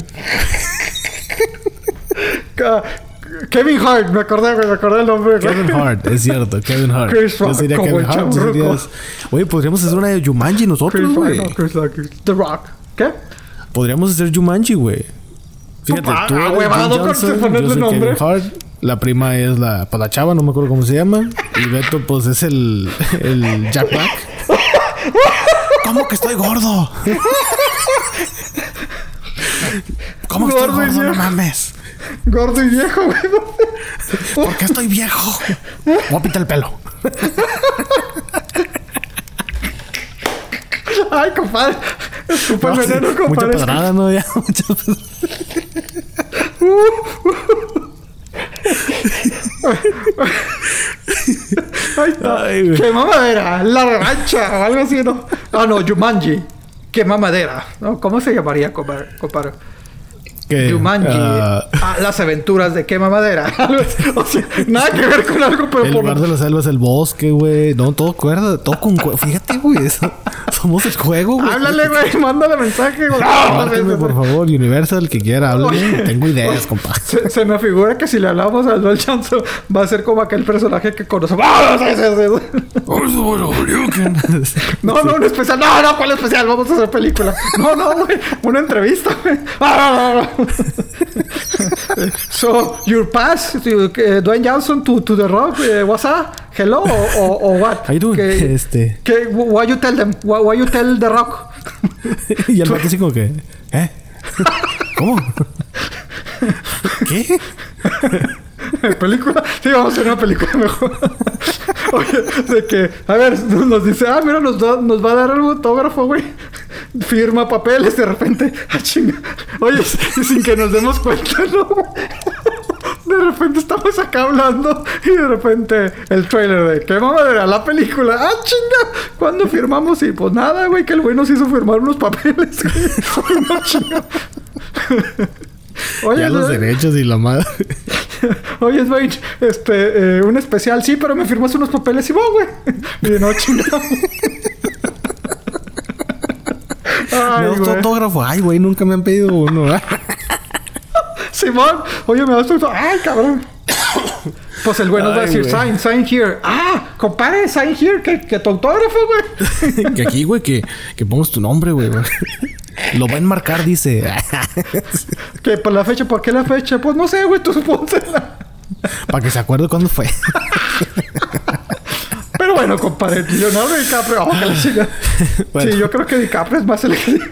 Kevin Hart, me acordé, güey, me acordé el nombre. Kevin Hart, es cierto, Kevin Hart. Chris Rock, sería como Kevin Hart. Serías... Oye, podríamos hacer una de Jumanji nosotros, güey. No, Chris Rock, The Rock. ¿Qué? Podríamos hacer Jumanji, güey. Fíjate, ah, tú eres ah, Johnson, yo soy nombre. Kevin Hart. La prima es la... Pues la chava, no me acuerdo cómo se llama. Y Beto, pues, es el... El Jack Black. ¿Cómo que estoy gordo? ¿Cómo que estoy gordo? No mames. Gordo y viejo, güey. ¿Por qué estoy viejo? Voy a pintar el pelo. Ay, compadre. Súper no, veneno, sí, compadre. Mucha pedrada, ¿no? Ya, mucha pedrada. Ahí está. Ay, qué mamadera. La revancha o algo así, ¿no? Ah, no, Jumanji. Qué mamadera. ¿No? ¿Cómo se llamaría, compadre? compadre? ¿Qué? Jumanji. Uh... Ah, las aventuras de qué mamadera. O sea, nada que ver con algo, pero el por... lugar de la selva es el bosque, güey. No, todo cuerda, todo con cuerda. Fíjate, güey. Eso... Somos el juego, güey. Háblale, güey. Mándale mensaje, güey. Márqueme, por favor. Universal, que quiera. Háblale. Tengo ideas, compa. Se, se me figura que si le hablamos al Dwayne Johnson va a ser como aquel personaje que conocemos. No, no, un especial. No, no, ¿cuál especial? Vamos a hacer película. No, no, güey. Una entrevista, güey. So, your pass, to, uh, Dwayne Johnson to, to The Rock, uh, what's up? Hello or, or, or what? How you doing? Que, este... que, why you tell them? Why, why you tell The Rock? Y el vato así como que... ¿Eh? ¿Cómo? ¿Qué? ¿Película? Sí, vamos a hacer una película mejor. Oye, de que, a ver, nos dice, ah, mira, nos, da, nos va a dar el autógrafo, güey. Firma papeles, de repente, ah, chinga. Oye, sin que nos demos cuenta, ¿no? De repente estamos acá hablando y de repente el trailer de ¿qué mamadera? La película. ¡Ah, chinga! ¿Cuándo firmamos? Y pues nada, güey, que el güey nos hizo firmar unos papeles. No, chinga. Oye, ya los ¿no? derechos y la madre. Oye, güey, este, eh, un especial, sí, pero me firmas unos papeles y vos, güey. Y no, chinga. Ay, me das autógrafo. Ay, güey, nunca me han pedido uno. Simón, oye, me das tu... ¡Ay, cabrón! Pues el güey nos va a decir, sign, sign here. ¡Ah! Compadre, sign here. Que, que tu autógrafo, güey. Que aquí, güey, que, que pongas tu nombre, güey. Lo va a enmarcar, dice. Que por la fecha, ¿por qué la fecha? Pues no sé, güey, tú pónsela. Para que se acuerde cuándo fue. Pero bueno, compadre, Leonardo DiCaprio... ¡Oh, que la chica! Bueno. Sí, yo creo que DiCaprio es más elegido.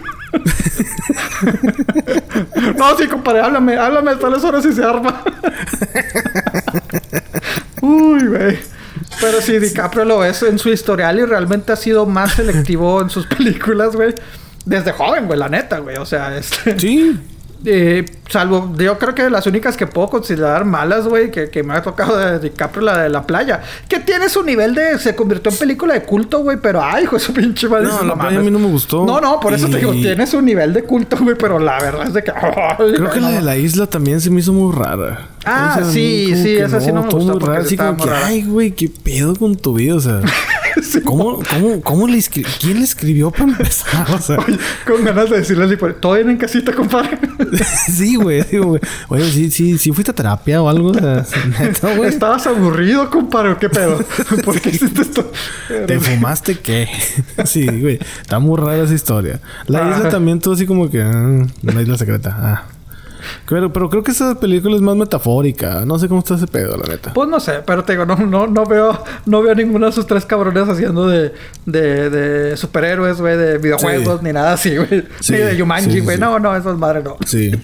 No, sí, compadre, háblame, háblame hasta las horas y se arma. Uy, güey. Pero sí, DiCaprio lo ves en su historial y realmente ha sido más selectivo en sus películas, güey. Desde joven, güey, la neta, güey. O sea, este... Sí. Eh, salvo, yo creo que las únicas que puedo considerar malas, güey, que, que me ha tocado de DiCaprio, la de La Playa, que tiene su nivel de... Se convirtió en película de culto, güey, pero ay, hijo de su pinche madre. No, La Playa a mí no me gustó. No, no, por eso y... te digo, tiene su nivel de culto, güey, pero la verdad es de que... Ay, creo que no. La de la isla también se me hizo muy rara. Ah, o sea, sí, sí, esa no, sí no me gustó. Muy rara, así como que, rara. Ay, güey, qué pedo con tu vida, o sea... Sí, ¿Cómo, cómo, cómo le escribió? ¿Quién le escribió para empezar? O sea... Oye, con ganas de decirle así, todo bien en casita, compadre. Sí, güey. Digo, güey. Oye, sí, sí, sí fuiste a terapia o algo. O sea, neta, güey. Estabas aburrido, compadre. ¿Qué pedo? ¿Por qué hiciste esto? ¿Te fumaste qué? Sí, güey. Está muy rara esa historia. La isla ah. también, todo así como que... Ah, la isla secreta. Ah. Pero, pero creo que esa película es más metafórica. No sé cómo está ese pedo, la neta. Pues no sé, pero te digo, no, no, no veo, no veo ninguno de esos tres cabrones haciendo de, de, de superhéroes, güey, de videojuegos, sí. Ni nada así, güey. Sí, ni de Jumanji, güey. Sí, sí, no, no, eso es madre, no. Sí.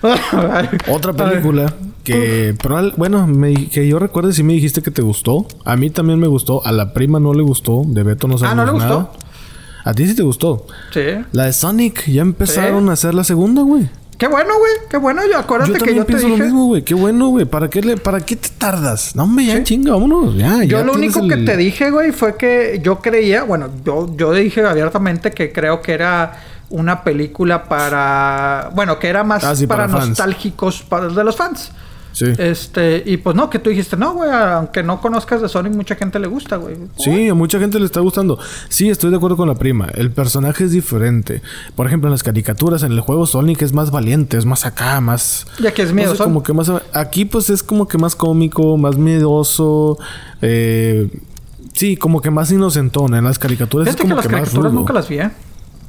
Otra película que, pero, bueno, me, que yo recuerde si me dijiste que te gustó. A mí también me gustó. A la prima no le gustó. De Beto no sabemos nada. Ah, ¿no le nada. gustó? A ti sí te gustó. Sí. La de Sonic. Ya empezaron ¿Sí? a hacer la segunda, güey. Qué bueno, güey. Qué bueno. Yo acuérdate yo que yo te dije... Yo también pienso lo mismo, güey. Qué bueno, güey. ¿Para qué, le, ¿Para qué te tardas? No, hombre, ya ¿Sí? chinga. Vámonos. Ya, yo ya lo único el... que te dije, güey, fue que yo creía... Bueno, yo, yo dije abiertamente que creo que era una película para... Bueno, que era más ah, sí, para, para nostálgicos para, de los fans. Sí. Este... Y pues no, que tú dijiste... No, güey. Aunque no conozcas de Sonic, mucha gente le gusta, güey. Sí, a mucha gente le está gustando. Sí, estoy de acuerdo con la prima. El personaje es diferente. Por ejemplo, en las caricaturas, en el juego Sonic es más valiente. Es más acá, más... Ya que es miedoso. No sé, como que más... Aquí, pues, es como que más cómico, más miedoso. Eh... Sí, como que más inocentón. En las caricaturas Fíjate es como que, que, las más caricaturas rudo. Nunca las vi, ¿eh?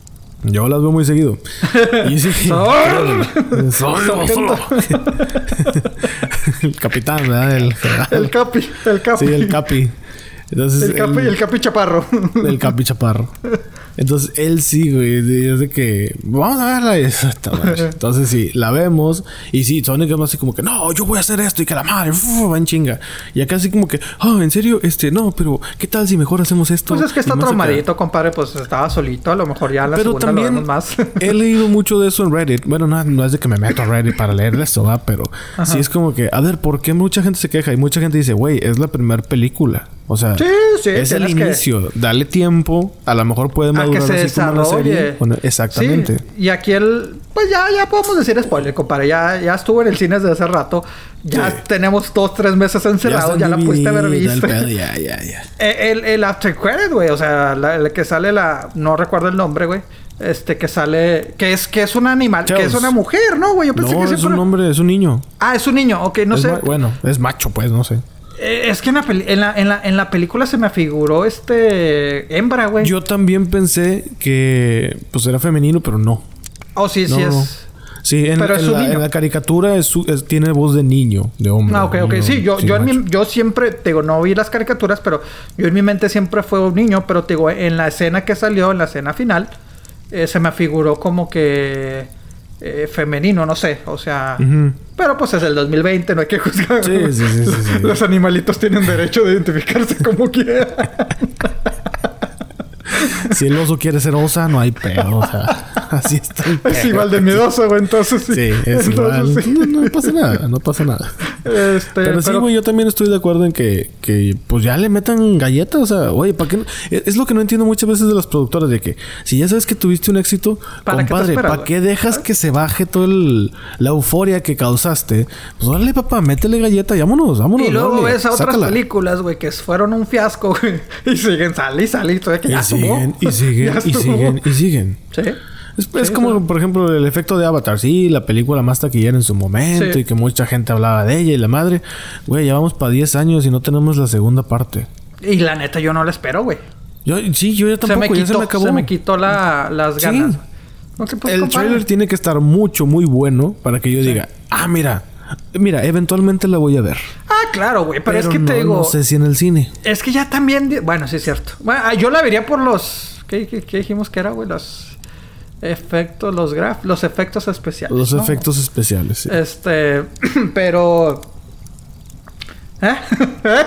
Yo las veo muy seguido. Y sí, ¡Sol! Solo, solo. El capitán, ¿verdad? El, el capi, el capi. Sí, el capi. Entonces, el capi, él, el capi chaparro. El capi chaparro. Entonces, él sí, güey. Es de que... Vamos a verla. Entonces, sí. La vemos. Y sí, Sonic es más así como que... No, yo voy a hacer esto. Y que la madre... Uf, va en chinga. Y acá así como que... Oh, ¿en serio? Este... No, pero... ¿Qué tal si mejor hacemos esto? Pues es que está traumadito, compadre. Pues estaba solito. A lo mejor ya la pero segunda también lo vemos más. He leído mucho de eso en Reddit. Bueno, no, no es de que me meto a Reddit para leer eso, ¿va? Pero... Ajá. Sí es como que... A ver, ¿por qué mucha gente se queja? Y mucha gente dice... Güey, es la primera película. O sea, sí, sí, es el inicio. Que... Dale tiempo. A lo mejor puede madurar así desarrolle. Como la serie. Bueno, exactamente. Sí. Y aquí el... Pues ya, ya podemos decir spoiler, compadre. Ya, ya estuvo en el cine desde hace rato. Ya sí. tenemos dos, tres meses encerrados. Ya, ya la pudiste haber visto. Ya, ya, ya. El, el after credit, güey. O sea, la, el que sale la... No recuerdo el nombre, güey. Este, que sale... Que es, que es un animal... Charles. Que es una mujer, ¿no, güey? Yo pensé no, que siempre... es un hombre. Es un niño. Ah, es un niño. Ok, no es sé. Ma... Bueno, es macho, pues. No sé. Eh, es que en la, peli- en, la, en, la, en la película se me afiguró este... Hembra, güey. Yo también pensé que... Pues era femenino, pero no. Oh, sí, no, sí no. es... Sí, en, pero en, es la, en la caricatura es, es, tiene voz de niño, de hombre. Ah, ok, ok. No, sí, yo, sí, yo, en mi, yo siempre... Te digo, no vi las caricaturas, pero... Yo en mi mente siempre fue un niño. Pero te digo, en la escena que salió, en la escena final... Eh, se me afiguró como que... eh, femenino, no sé. O sea... Uh-huh. Pero pues es el dos mil veinte, no hay que juzgar. Sí, sí, sí, sí, sí. Los animalitos tienen derecho de identificarse como quieran. Si el oso quiere ser osa, no hay pedo. O sea, así está el pedo. Es igual de miedoso, güey. Entonces sí. Sí, es entonces, igual. Sí. No, no pasa nada. No pasa nada. Este, pero, pero sí, güey, yo también estoy de acuerdo en que, que pues ya le metan galletas. O sea, oye, ¿para qué? No? Es, es lo que no entiendo muchas veces de las productoras. De que si ya sabes que tuviste un éxito, ¿para compadre, ¿para qué, ¿qué dejas ¿sabes? que se baje toda la euforia que causaste? Pues órale, papá, métele galleta y vámonos, vámonos. Y luego dale, ves a otras sácala. películas, güey, que fueron un fiasco, güey. Y siguen, sale y sale. Y todavía que y ya siguen, estuvo. y siguen, y siguen, y siguen. Sí. Es, es sí, como, sí. por ejemplo, el efecto de Avatar. Sí, la película más taquillera en su momento sí. y que mucha gente hablaba de ella y la madre. Güey, ya vamos para diez años y no tenemos la segunda parte. Y la neta, yo no la espero, güey. Yo, sí, yo ya tampoco. Se me quitó, ya se me acabó. Se me quitó la, las ganas. Sí. Porque, pues, el compadre. trailer tiene que estar mucho, muy bueno para que yo sí. diga, ah, mira, mira, eventualmente la voy a ver. Ah, claro, güey. Pero, pero es que no, te digo... no sé si en el cine. Es que ya también... Bueno, sí es cierto. Bueno, yo la vería por los... ¿Qué, qué, qué dijimos que era, güey? Los efectos, los graf... Los efectos especiales. Los ¿no? efectos especiales, sí. Este... Pero... ¿Eh? ¿Eh?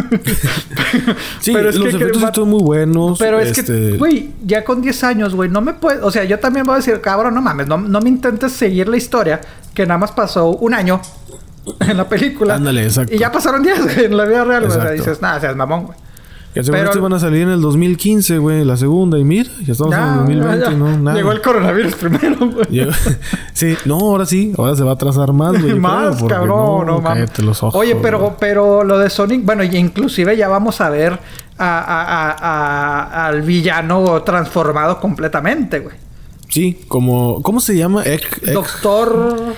sí, pero es los que, efectos que, están muy buenos. Pero es este... que, güey, ya con diez años, güey, no me puedes... O sea, yo también voy a decir, cabrón, no mames, no, no me intentes seguir la historia que nada más pasó un año en la película. Ándale, exacto. Y ya pasaron diez en la vida real, güey. O sea, dices, nada, seas mamón, güey. Que seguramente iban a salir en el dos mil quince, güey, la segunda. Y mira, ya estamos ya, en el dos mil veinte, ya, ya. ¿no? Nada. Llegó el coronavirus primero, güey. Llegó... sí, no, ahora sí. Ahora se va a atrasar más, güey. Más, creo, cabrón, no, no mames. Los ojos, Oye, pero, güey. pero lo de Sonic... Bueno, y inclusive ya vamos a ver a, a, a, a, al villano transformado completamente, güey. Sí, como... ¿Cómo se llama? Ek, Ek... Doctor...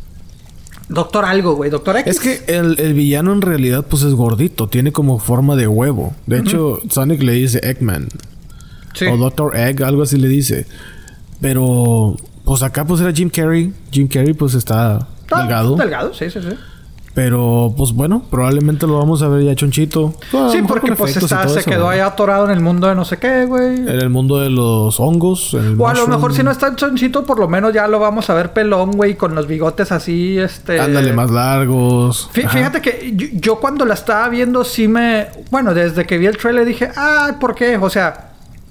Doctor algo, güey. Doctor X. Es que el, el villano en realidad pues es gordito. Tiene como forma de huevo. De uh-huh. hecho, Sonic le dice Eggman. Sí. O Doctor Egg, algo así le dice. Pero... Pues acá pues era Jim Carrey. Jim Carrey pues está ah, delgado. Delgado, sí, sí, sí. Pero, pues bueno, probablemente lo vamos a ver ya chonchito. Bueno, sí, porque pues está, se eso, quedó ahí atorado en el mundo de no sé qué, güey. En el mundo de los hongos. En el o mushroom. A lo mejor si no está chonchito, por lo menos ya lo vamos a ver pelón, güey, con los bigotes así, este... Ándale, más largos. Fí- fíjate que yo, yo cuando la estaba viendo sí me... Bueno, desde que vi el trailer dije, ay, ¿por qué? O sea...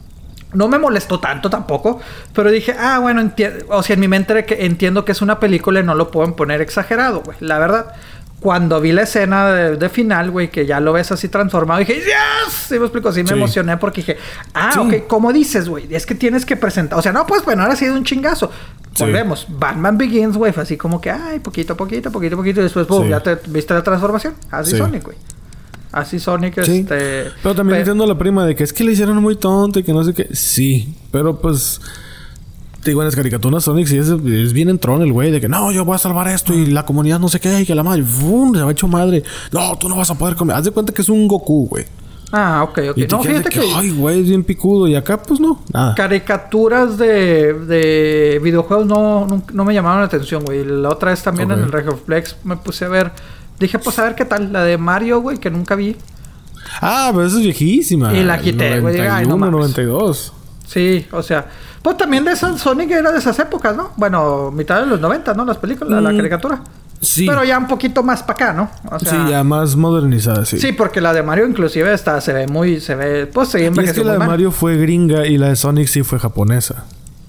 No me molestó tanto tampoco, pero dije, ah, bueno, enti- o sea, en mi mente que entiendo que es una película y no lo pueden poner exagerado, güey, la verdad. Cuando vi la escena de, de final, güey, que ya lo ves así transformado, dije, ¡yes! ¿Sí me explico? Sí me sí. emocioné porque dije, ah, sí. ok, como dices, güey, es que tienes que presentar, o sea, no, pues, bueno, ahora ha sido un chingazo. Sí. Volvemos, Batman Begins, güey, fue así como que, ay, poquito, poquito, poquito, poquito, y después, boom, sí. ya te viste la transformación. Así sí. Sonic, güey. Así Sonic, sí. este... Pero también pe- entiendo la prima de que es que le hicieron muy tonto y que no sé qué. Sí, pero pues... Te digo, en las caricaturas Sonic sí es, es bien entrón el güey de que no, yo voy a salvar esto y la comunidad no sé qué y que la madre, ¡fum! Se va hecho madre. No, tú no vas a poder comer. Haz de cuenta que es un Goku, güey. Ah, ok, ok. Y No, fíjate que... que... Ay, güey, es bien picudo. Y acá, pues, no. Nada. Caricaturas de, de videojuegos no, no, no me llamaron la atención, güey. La otra vez también okay. en el Regioflex me puse a ver... Dije, pues, a ver qué tal. La de Mario, güey, que nunca vi. Ah, pero esa es viejísima. Y la quité, güey. Ay, no mames. noventa y dos. Sí, o sea... Pues también de esas... Sonic era de esas épocas, ¿no? Bueno, mitad de los noventa, ¿no? Las películas, mm, la caricatura. Sí. Pero ya un poquito más para acá, ¿no? O sea, sí, ya más modernizada, sí. Sí, porque la de Mario inclusive está... Se ve muy... Se ve... Pues se envejeció. Es que la de mal. Mario fue gringa y la de Sonic sí fue japonesa.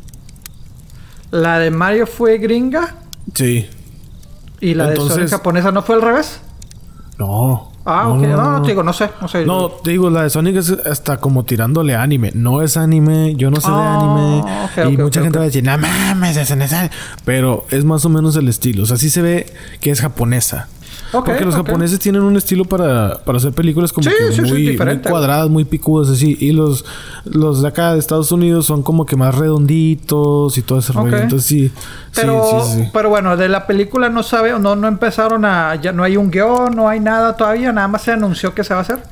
¿La de Mario fue gringa? Sí. ¿Y la Entonces... de Sonic japonesa no fue al revés? No. Ah, no, ok. No, no, no, te digo, no sé. No sé. No, te digo, la de Sonic es hasta como tirándole anime. No es anime. Yo no sé oh, de anime. Okay, y okay, mucha okay, gente okay. va a decir, no mames, es en esa. Pero es más o menos el estilo. O sea, sí se ve que es japonesa. Okay, Porque los okay. japoneses tienen un estilo para, para hacer películas como sí, que sí, muy, sí, muy cuadradas, muy picudas así. Y los, los de acá de Estados Unidos son como que más redonditos y todo ese okay. rollo. Entonces sí, pero, sí, sí, sí. Pero bueno, de la película no sabe, no, no empezaron a... Ya no hay un guión, no hay nada todavía. Nada más se anunció que se va a hacer.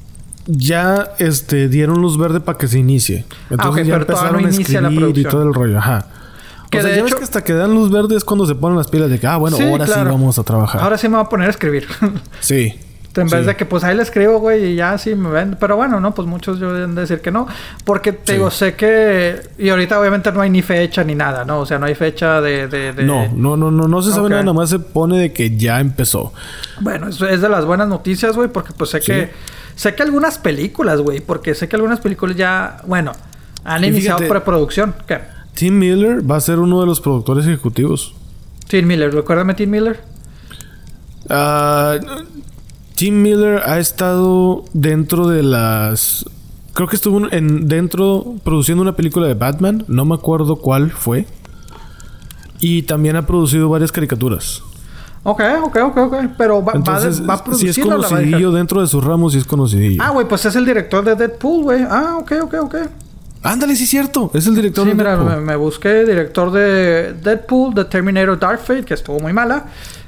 Ya este dieron luz verde para que se inicie. Entonces ah, okay, ya pero empezaron no a escribir y todo el rollo. Ajá. Que o sea, de ya hecho... ves que hasta que dan luz verde es cuando se ponen las pilas de que, ah, bueno, sí, ahora claro. sí vamos a trabajar. Ahora sí me voy a poner a escribir. Sí. En vez Sí. de que pues ahí le escribo, güey, y ya sí me ven. Pero bueno, no, pues muchos yo deben decir que no. Porque te Sí. digo, sé que... Y ahorita obviamente no hay ni fecha ni nada, ¿no? O sea, no hay fecha de... de, de... No, no, no, no, no se sabe Ok. nada, nada más se pone de que ya empezó. Bueno, eso es de las buenas noticias, güey, porque pues sé Sí. que... Sé que algunas películas, güey, porque sé que algunas películas ya... Bueno, han Y iniciado fíjate- preproducción. ¿Qué? Tim Miller va a ser uno de los productores ejecutivos. Tim Miller, recuérdame Tim Miller. Ah, Tim Miller ha estado dentro de las... Creo que estuvo en, dentro produciendo una película de Batman. No me acuerdo cuál fue. Y también ha producido varias caricaturas. Ok, ok, ok, ok. Pero va, Entonces, va, va a si producir. es ¿o la va a dejar? conocidillo dentro de sus ramos, sí es conocidillo. Ah, güey, pues es el director de Deadpool, güey. Ah, ok, ok, ok. Ándale, sí es cierto. Es el director Sí, de mira, Deadpool. me, me busqué director de Deadpool, de Terminator Dark Fate, que estuvo muy mala.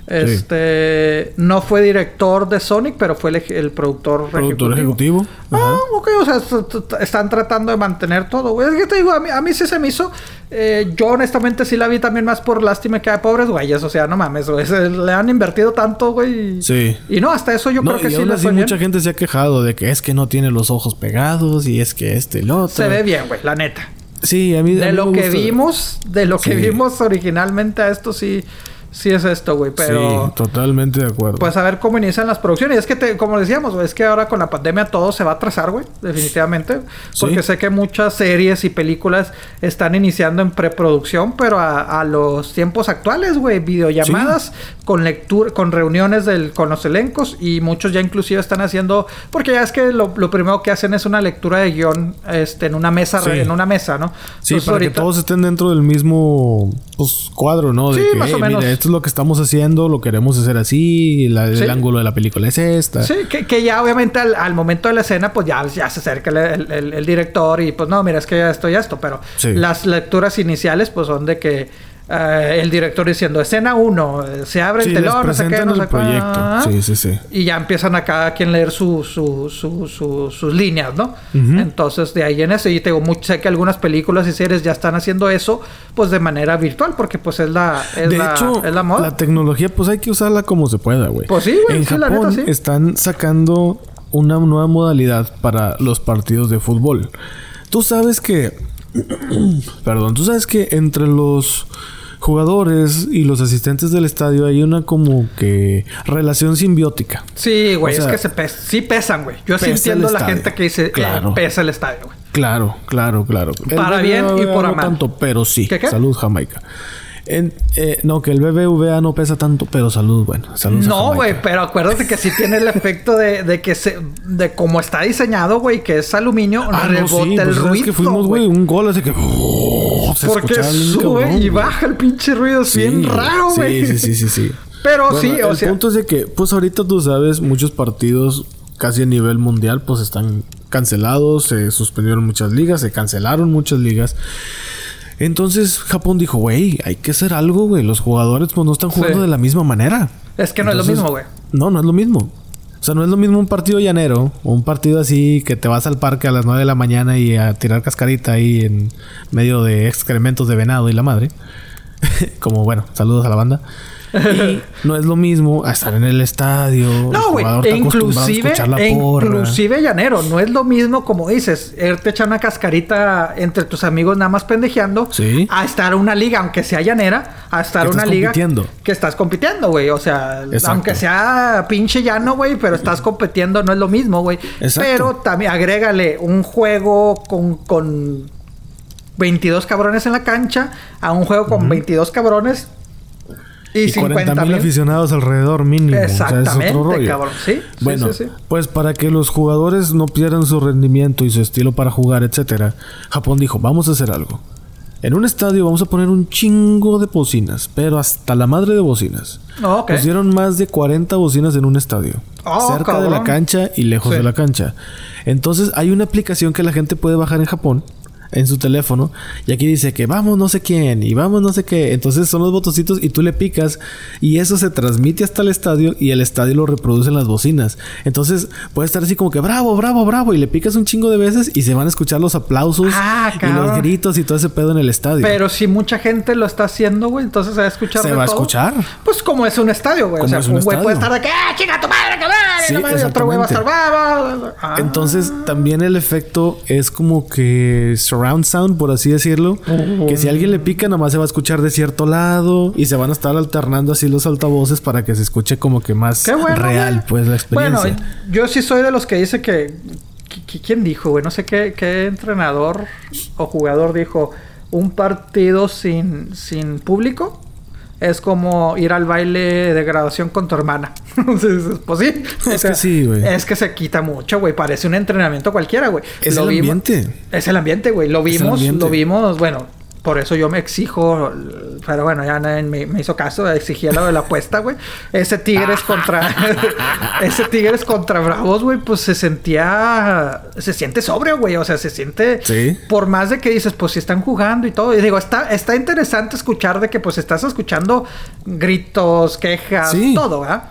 Este... No fue director de Sonic, pero fue el, ej- el productor, Productor ejecutivo. ejecutivo. Ah, Ajá. ok, o sea, t- t- están tratando de mantener todo, güey. Es que te digo, a mí, a mí sí se me hizo. Eh, yo honestamente sí la vi también más por lástima que a pobres güeyes. O sea, no mames, güey. se- Le han invertido tanto, güey. y- Sí. Y no, hasta eso yo No, creo que y sí aún le así fue bien. mucha gente se ha quejado de que es que no tiene los ojos pegados y es que este y lo otro. Se ve bien, güey, la neta. Sí, a mí a De mí lo me que gusta. vimos, de lo que Sí. vimos originalmente a esto sí, sí es esto, güey. Pero Sí, totalmente de acuerdo. pues a ver cómo inician las producciones. Y es que, te, como decíamos, güey, es que ahora con la pandemia todo se va a atrasar, güey. Definitivamente. Porque Sí. sé que muchas series y películas están iniciando en preproducción, pero a, a los tiempos actuales, güey. Videollamadas con lectura, con reuniones del, con los elencos. Y muchos ya inclusive están haciendo... Porque ya es que lo, lo primero que hacen es una lectura de guión este, en una mesa, Sí. en una mesa, ¿no? Sí, Entonces, para que ahorita- todos estén dentro del mismo pues, cuadro, ¿no? De Sí, que, más o "Hey, menos. mira, esto es lo que estamos haciendo, lo queremos hacer así, la- Sí. el ángulo de la película es esta. Sí, que, que ya obviamente al, al momento de la escena, pues ya, ya se acerca el, el- el- el director y pues no, mira, es que ya esto y esto, pero Sí. las lecturas iniciales pues son de que eh, el director diciendo escena uno, se abre Sí, el les telón, no sé qué, presentan no sé el proyecto. cuá. Sí, sí, sí. Y ya empiezan a cada quien leer su, su, su, su- sus líneas, ¿no? Ujú. Entonces, de ahí en eso, y te digo, mucho, sé que algunas películas y series ya están haciendo eso, pues de manera virtual, porque pues es la, es De la, hecho, es la moda. la tecnología, pues hay que usarla como se pueda, güey. Pues sí, güey, En sí, la Japón neta, sí. están sacando una nueva modalidad para los partidos de fútbol. Tú sabes que... Perdón, tú sabes que entre los jugadores y los asistentes del estadio hay una como que relación simbiótica. Sí, güey, O sea, es que se pes- sí pesan, güey. Yo sí pesa entiendo el la estadio. gente que dice, Claro. eh, pesa el estadio, güey. Claro, claro, claro. El Para bien y B B V A por no mal. tanto, pero sí. ¿Qué, qué? Salud, Jamaica. En- eh, no, que el B B V A no pesa tanto, pero salud, bueno. Salud. a No, Jamaica. güey, pero acuérdate que sí tiene el efecto de, de que se... De cómo está diseñado, güey, que es aluminio, Ah, no, rebota sí, el pues, ruido, es que fuimos, güey, un gol así que... oh, se Porque escuchaba bien sube cabrón, y güey. baja el pinche ruido. Es Sí, bien raro, güey. Sí, sí, sí, sí, sí. Pero Bueno, sí, o el sea... punto es de que, pues ahorita tú sabes, muchos partidos casi a nivel mundial, pues están cancelados, se suspendieron muchas ligas, se cancelaron muchas ligas. Entonces Japón dijo, güey, hay que hacer algo, güey. Los jugadores pues no están jugando Sí. de la misma manera. Es que no Entonces, es lo mismo, güey. No, no es lo mismo. O sea, no es lo mismo un partido llanero o un partido así que te vas al parque a las nueve de la mañana y a tirar cascarita ahí en medio de excrementos de venado y la madre. Como, bueno, saludos a la banda. Y no es lo mismo a estar en el estadio. el No, güey. jugador E está acostumbrado a inclusive, escuchar la e porra. inclusive llanero. No es lo mismo, como dices, irte echar una cascarita entre tus amigos nada más pendejeando. Sí. A estar una liga, aunque sea llanera, a estar Que una estás liga compitiendo. que estás compitiendo, güey. O sea, Exacto. aunque sea pinche llano, güey, pero estás compitiendo, no es lo mismo, güey. Exacto. Pero también agrégale un juego con, con veintidós cabrones en la cancha a un juego con veintidós cabrones y, Y cuarenta cincuenta mil mil aficionados alrededor mínimo. Exactamente, o sea, es otro rollo. cabrón. Sí, sí, Bueno, sí, sí. pues para que los jugadores no pierdan su rendimiento y su estilo para jugar, etcétera, Japón dijo, vamos a hacer algo. En un estadio vamos a poner un chingo de bocinas, pero hasta la madre de bocinas. Oh, ok. Pusieron más de cuarenta bocinas en un estadio. Oh, cerca de cabrón. la cancha y lejos Sí. de la cancha. Entonces hay una aplicación que la gente puede bajar en Japón en su teléfono y aquí dice que vamos no sé quién y vamos no sé qué. Entonces son los botoncitos y tú le picas y eso se transmite hasta el estadio y el estadio lo reproduce en las bocinas. Entonces puede estar así como que bravo, bravo, bravo y le picas un chingo de veces y se van a escuchar los aplausos Ah, y cabrón. los gritos y todo ese pedo en el estadio. Pero si mucha gente lo está haciendo, güey, entonces se va a escuchar ¿Se de va a todo. escuchar? Pues como es un estadio, güey. O Como sea, es un un güey puede estadio. estar de que, ¡ah, chinga tu madre, cabrón! Sí, no mames, otro güey va a estar... Ah. Entonces, también el efecto es como que surround sound, por así decirlo. Uh-huh. Que si alguien le pica, nomás se va a escuchar de cierto lado. Y se van a estar alternando así los altavoces para que se escuche como que más bueno, real, güey. Pues, la experiencia. Bueno, yo sí soy de los que dice que... ¿Quién dijo, güey? No sé qué, qué entrenador o jugador dijo... Un partido sin, sin público es como ir al baile de graduación con tu hermana. Pues sí. Es o sea, que sí, güey. Es que se quita mucho, güey. Parece un entrenamiento cualquiera, güey. Es lo el vimos, ambiente. Es el ambiente, güey. Lo vimos, lo vimos, bueno... Por eso yo me exijo... Pero bueno, ya nadie me, me hizo caso. Exigía lo de la apuesta, güey. Ese Tigres contra... ese Tigres contra Bravos, güey. Pues se sentía... Se siente sobrio, güey. O sea, se siente... Sí. Por más de que dices... Pues si están jugando y todo. Y digo... Está, está interesante escuchar de que... Pues estás escuchando... Gritos, quejas... Sí. Todo, ¿verdad?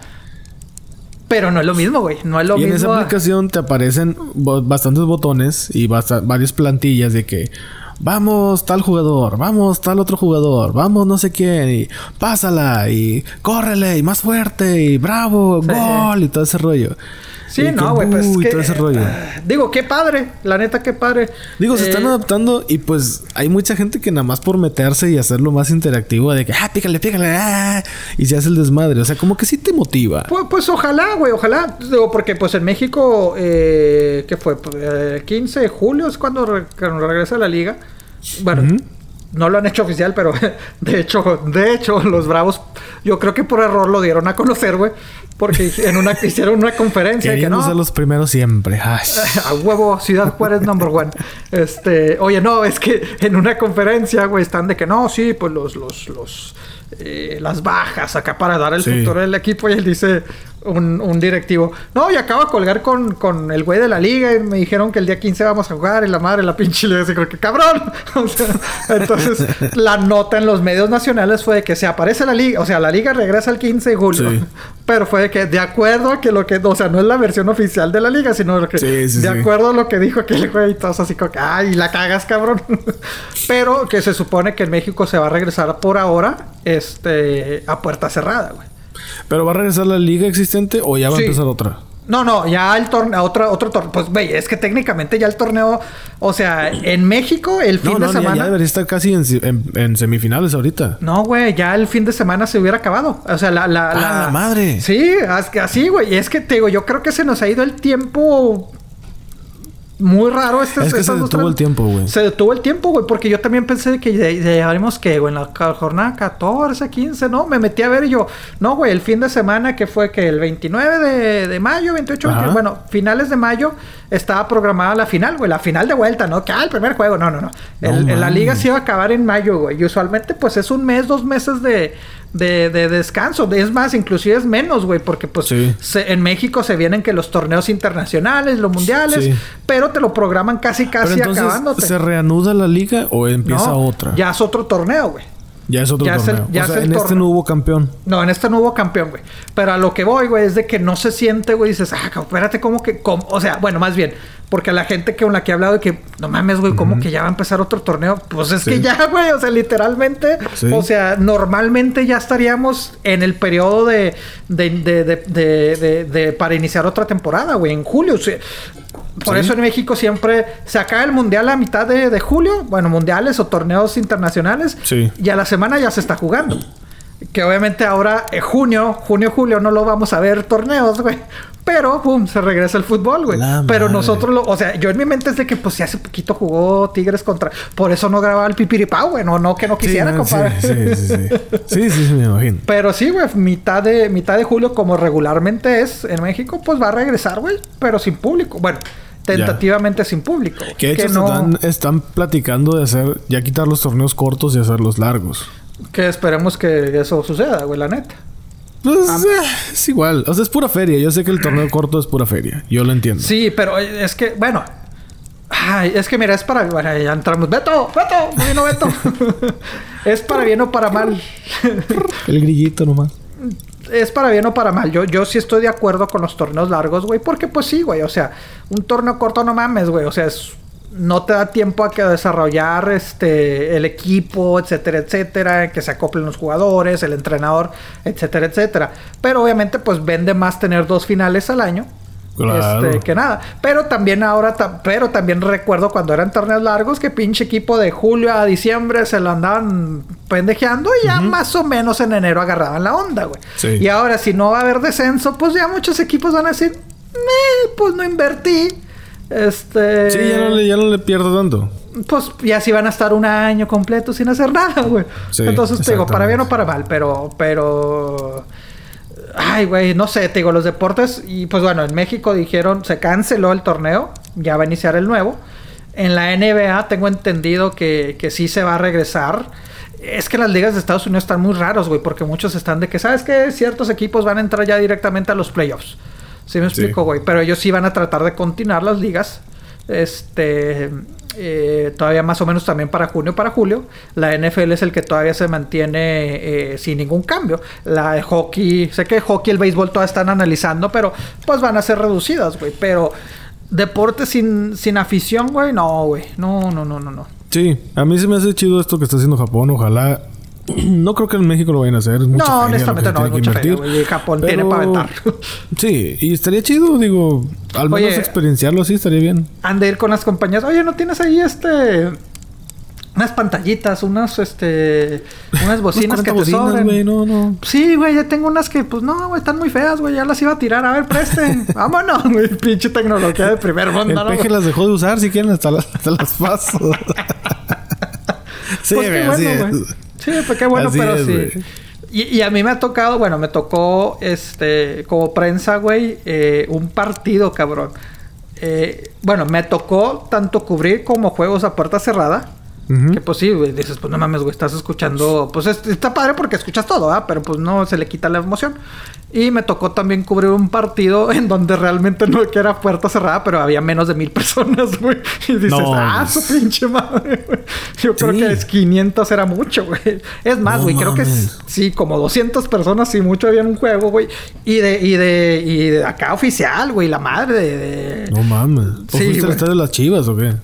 Pero no es lo mismo, güey. No es lo y mismo. Y en esa aplicación te aparecen... Bastantes botones... Y bast- varias plantillas de que... Vamos tal jugador, vamos tal otro jugador, vamos no sé quién, y pásala, y córrele, y más fuerte, y bravo, sí. Gol, y todo ese rollo. Sí, y no, güey, pues y que, todo ese rollo. Uh, digo, qué padre, la neta, qué padre. Digo, se eh, están adaptando y pues hay mucha gente que nada más por meterse y hacerlo más interactivo, de que, ah, pícale, pícale, ah, y se hace el desmadre. O sea, como que sí te motiva. Pues, pues ojalá, güey, ojalá. Digo, porque pues en México, eh, ¿qué fue? El eh, quince de julio es cuando, re- cuando regresa a la liga. Bueno, uh-huh. No lo han hecho oficial, pero de hecho, de hecho, los Bravos, yo creo que por error lo dieron a conocer, güey. Porque en una, hicieron una conferencia que no... ser los primeros siempre. Ay. A huevo, Ciudad Juárez number one. Este, oye, no, es que en una conferencia, güey, están de que no, sí, pues los, los, los, eh, las bajas acá para dar el sí. futuro del equipo. Y él dice, un, un directivo, no, y acabo de colgar con, con el güey de la liga y me dijeron que el día quince vamos a jugar y la madre, la pinche liga, así como que cabrón. O sea, entonces, la nota en los medios nacionales fue de que se aparece la liga, o sea, la liga regresa el quince de julio. Sí. Pero fue de que, de acuerdo a que lo que... O sea, no es la versión oficial de la liga, sino lo que... Sí, sí, de sí. acuerdo a lo que dijo aquel güey y todos así como que... ¡Ay, la cagas, cabrón! Pero que se supone que en México se va a regresar por ahora... Este... A puerta cerrada, güey. ¿Pero va a regresar la liga existente o ya va sí. a empezar otra? No, no, ya el torneo, otro, otro torneo. Pues, güey, es que técnicamente ya el torneo, o sea, en México el fin no, de no, semana. Ya, ya debería estar casi en, en, en semifinales ahorita. No, güey, ya el fin de semana se hubiera acabado. O sea, la. la, ah, la... la madre. Sí, así, güey. Y es que te digo, yo creo que se nos ha ido el tiempo. Muy raro este... Es que se detuvo el tiempo, güey. Se detuvo el tiempo, güey. Porque yo también pensé que llegaremos que, güey, en la jornada catorce, quince, ¿no? Me metí a ver y yo... No, güey, el fin de semana que fue que el veintinueve de, de mayo, veintiocho, veintiocho, bueno, finales de mayo estaba programada la final, güey. La final de vuelta, ¿no? Que, ah, el primer juego. No, no, no. El, no en la liga se iba a acabar en mayo, güey. Y usualmente, pues, es un mes, dos meses de... De, de descanso. Es más, inclusive es menos, güey. Porque, pues, sí. se, en México se vienen que los torneos internacionales, los mundiales. Sí. Pero te lo programan casi, casi pero entonces, acabándote. ¿Se reanuda la liga o empieza no, otra? Ya es otro torneo, güey. Ya es otro ya torneo. Es el, ya o sea, es en torneo. Este no hubo campeón. No, en este no hubo campeón, güey. Pero a lo que voy, güey, es de que no se siente, güey. Dices, ah, espérate, ¿cómo que...? Cómo? O sea, bueno, más bien... Porque a la gente que con la que he hablado de que... No mames, güey, ¿cómo uh-huh. que ya va a empezar otro torneo? Pues es sí. que ya, güey. O sea, literalmente... Sí. O sea, normalmente ya estaríamos en el periodo de... De... De... De... de, de, de para iniciar otra temporada, güey. En julio. O sea, por sí. eso en México siempre... Se acaba el mundial a mitad de, de julio. Bueno, mundiales o torneos internacionales. Sí. Y a la semana ya se está jugando. Que obviamente ahora, en junio, junio, julio, no lo vamos a ver torneos, güey. Pero, pum, se regresa el fútbol, güey. Pero madre. Nosotros lo... O sea, yo en mi mente es de que, pues, si hace poquito jugó Tigres contra... Por eso no grababa el pipiripao, güey. No, no que no quisiera, sí, compadre. Sí, sí, sí. Sí, sí, sí, sí, me imagino. Pero sí, güey. Mitad de, mitad de julio, como regularmente es en México, pues va a regresar, güey. Pero sin público. Bueno, tentativamente ya. Sin público. Que de hecho que no... están, están platicando de hacer... Ya quitar los torneos cortos y hacerlos largos. Que esperemos que eso suceda, güey, la neta. Pues ah, eh, es igual. O sea, es pura feria. Yo sé que el torneo corto es pura feria. Yo lo entiendo. Sí, pero es que, bueno... Ay, es que mira, es para... Bueno, ya entramos... ¡Beto! ¡Beto! ¡No vino Beto! Es para bien o para mal. El grillito nomás. Es para bien o para mal. Yo, yo sí estoy de acuerdo con los torneos largos, güey. Porque pues sí, güey. O sea, un torneo corto no mames, güey. O sea, es... no te da tiempo a que desarrollar este el equipo, etcétera, etcétera, que se acoplen los jugadores, el entrenador, etcétera, etcétera. Pero obviamente pues vende más tener dos finales al año. Claro. Este, que nada. Pero también ahora, ta- pero también recuerdo cuando eran torneos largos que pinche equipo de julio a diciembre se lo andaban pendejeando y ya uh-huh. más o menos en enero agarraban la onda, güey. Sí. Y ahora si no va a haber descenso, pues ya muchos equipos van a decir, eh, pues no invertí. Este... Sí, ya no le, ya no le pierdo tanto. Pues ya sí van a estar un año completo sin hacer nada, güey. Sí, entonces te digo, para bien o para mal, pero... pero... Ay, güey, no sé, te digo, los deportes... Y pues bueno, en México dijeron... Se canceló el torneo. Ya va a iniciar el nuevo. En la N B A tengo entendido que, que sí se va a regresar. Es que las ligas de Estados Unidos están muy raros, güey. Porque muchos están de que... ¿Sabes qué? Ciertos equipos van a entrar ya directamente a los playoffs. ¿Sí me explico, güey? Sí. Pero ellos sí van a tratar de continuar las ligas. Este... Eh, todavía más o menos también para junio, para julio. La N F L es el que todavía se mantiene eh, sin ningún cambio. La de hockey, sé que el hockey y el béisbol todavía están analizando, pero pues van a ser reducidas, güey. Pero deporte sin, sin afición, güey, no, güey. No, no, no, no, no. Sí, a mí se me hace chido esto que está haciendo Japón. Ojalá... No creo que en México lo vayan a hacer. Es mucha no, honestamente no, es mucha feria, güey. Japón pero... tiene para aventar. Sí, y estaría chido, digo, al menos Oye, experienciarlo así estaría bien. Han de ir con las compañías. Oye, ¿no tienes ahí este... unas pantallitas, unas, este... unas bocinas que te sobren? Güey, no, no. Sí, güey, ya tengo unas que, pues, no, güey, están muy feas, güey. Ya las iba a tirar. A ver, presten. Vámonos, güey. Pinche tecnología de primer mundo. El peje las dejó de usar. Si quieren, hasta las, hasta las paso. Sí, pues qué bueno, güey. Sí, pues qué bueno, así pero es, sí. Y, y a mí me ha tocado, bueno, me tocó, este, como prensa, güey, eh, un partido, cabrón. Eh, bueno, me tocó tanto cubrir como juegos a puerta cerrada. Uh-huh. Que pues sí, güey, dices, pues no mames, güey, estás escuchando... Pues es, está padre porque escuchas todo, ¿ah? Pero pues no se le quita la emoción. Y me tocó también cubrir un partido en donde realmente no que era puerta cerrada, pero había menos de mil personas, güey. Y dices, no, ah, su pinche madre, güey. Yo sí. creo que es quinientos era mucho, güey. Es más, güey, no, creo que es, sí, como doscientas personas, sí, mucho había en un juego, güey. Y de, y de, y de acá oficial, güey, la madre de... de... No mames. ¿O sí, fuiste al estadio de las Chivas o qué?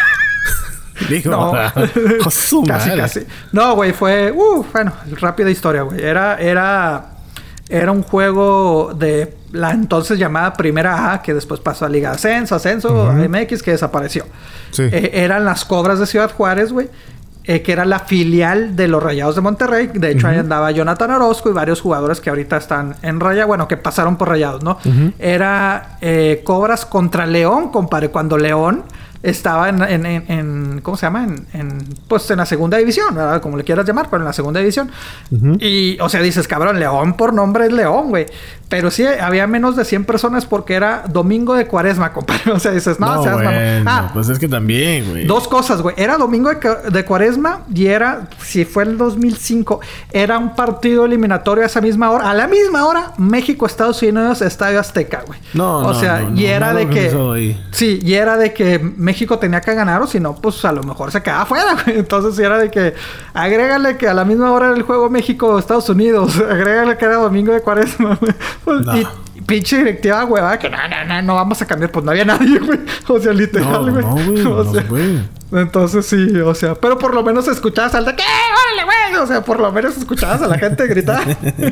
Digo, no, casi, casi. No, güey, fue... Uh, bueno, rápida historia, güey. Era, era... Era un juego de la entonces llamada Primera A, que después pasó a Liga Ascenso, Ascenso, uh-huh. a M X, que desapareció. Sí. Eh, eran las Cobras de Ciudad Juárez, güey. Eh, que era la filial de los Rayados de Monterrey. De hecho, uh-huh. ahí andaba Jonathan Orozco y varios jugadores que ahorita están en Rayados. Bueno, que pasaron por Rayados, ¿no? Uh-huh. Era eh, Cobras contra León, compadre. Cuando León... estaba en, en, en, en... ¿Cómo se llama? En, en... Pues en la segunda división, ¿verdad? Como le quieras llamar, pero en la segunda división. Uh-huh. Y... O sea, dices, cabrón, León por nombre es León, güey. Pero sí, había menos de cien personas porque era domingo de cuaresma, compadre. O sea, dices, no, no seas bueno, mamón. Ah, pues es que también, güey. Dos cosas, güey. Era domingo de, de cuaresma y era... Si fue el dos mil cinco, era un partido eliminatorio a esa misma hora. A la misma hora, México, Estados Unidos, Estadio Azteca, güey. No, O no, sea, no, y no, era no, de no, que... no, sí, y era de que... México tenía que ganar o si no, pues a lo mejor se quedaba fuera, güey. Entonces sí era de que agrégale que a la misma hora era el juego México-Estados Unidos. Agrégale que era domingo de cuaresma, güey. Pues, no. Y pinche directiva, güey, que no, no, no, no vamos a cambiar. Pues no había nadie, güey. O sea, literal, güey. No, no, güey. O no sea, güey. Entonces sí, o sea, pero por lo menos escuchabas al de ¿qué? ¡Órale, güey! O sea, por lo menos escuchabas a la gente gritar.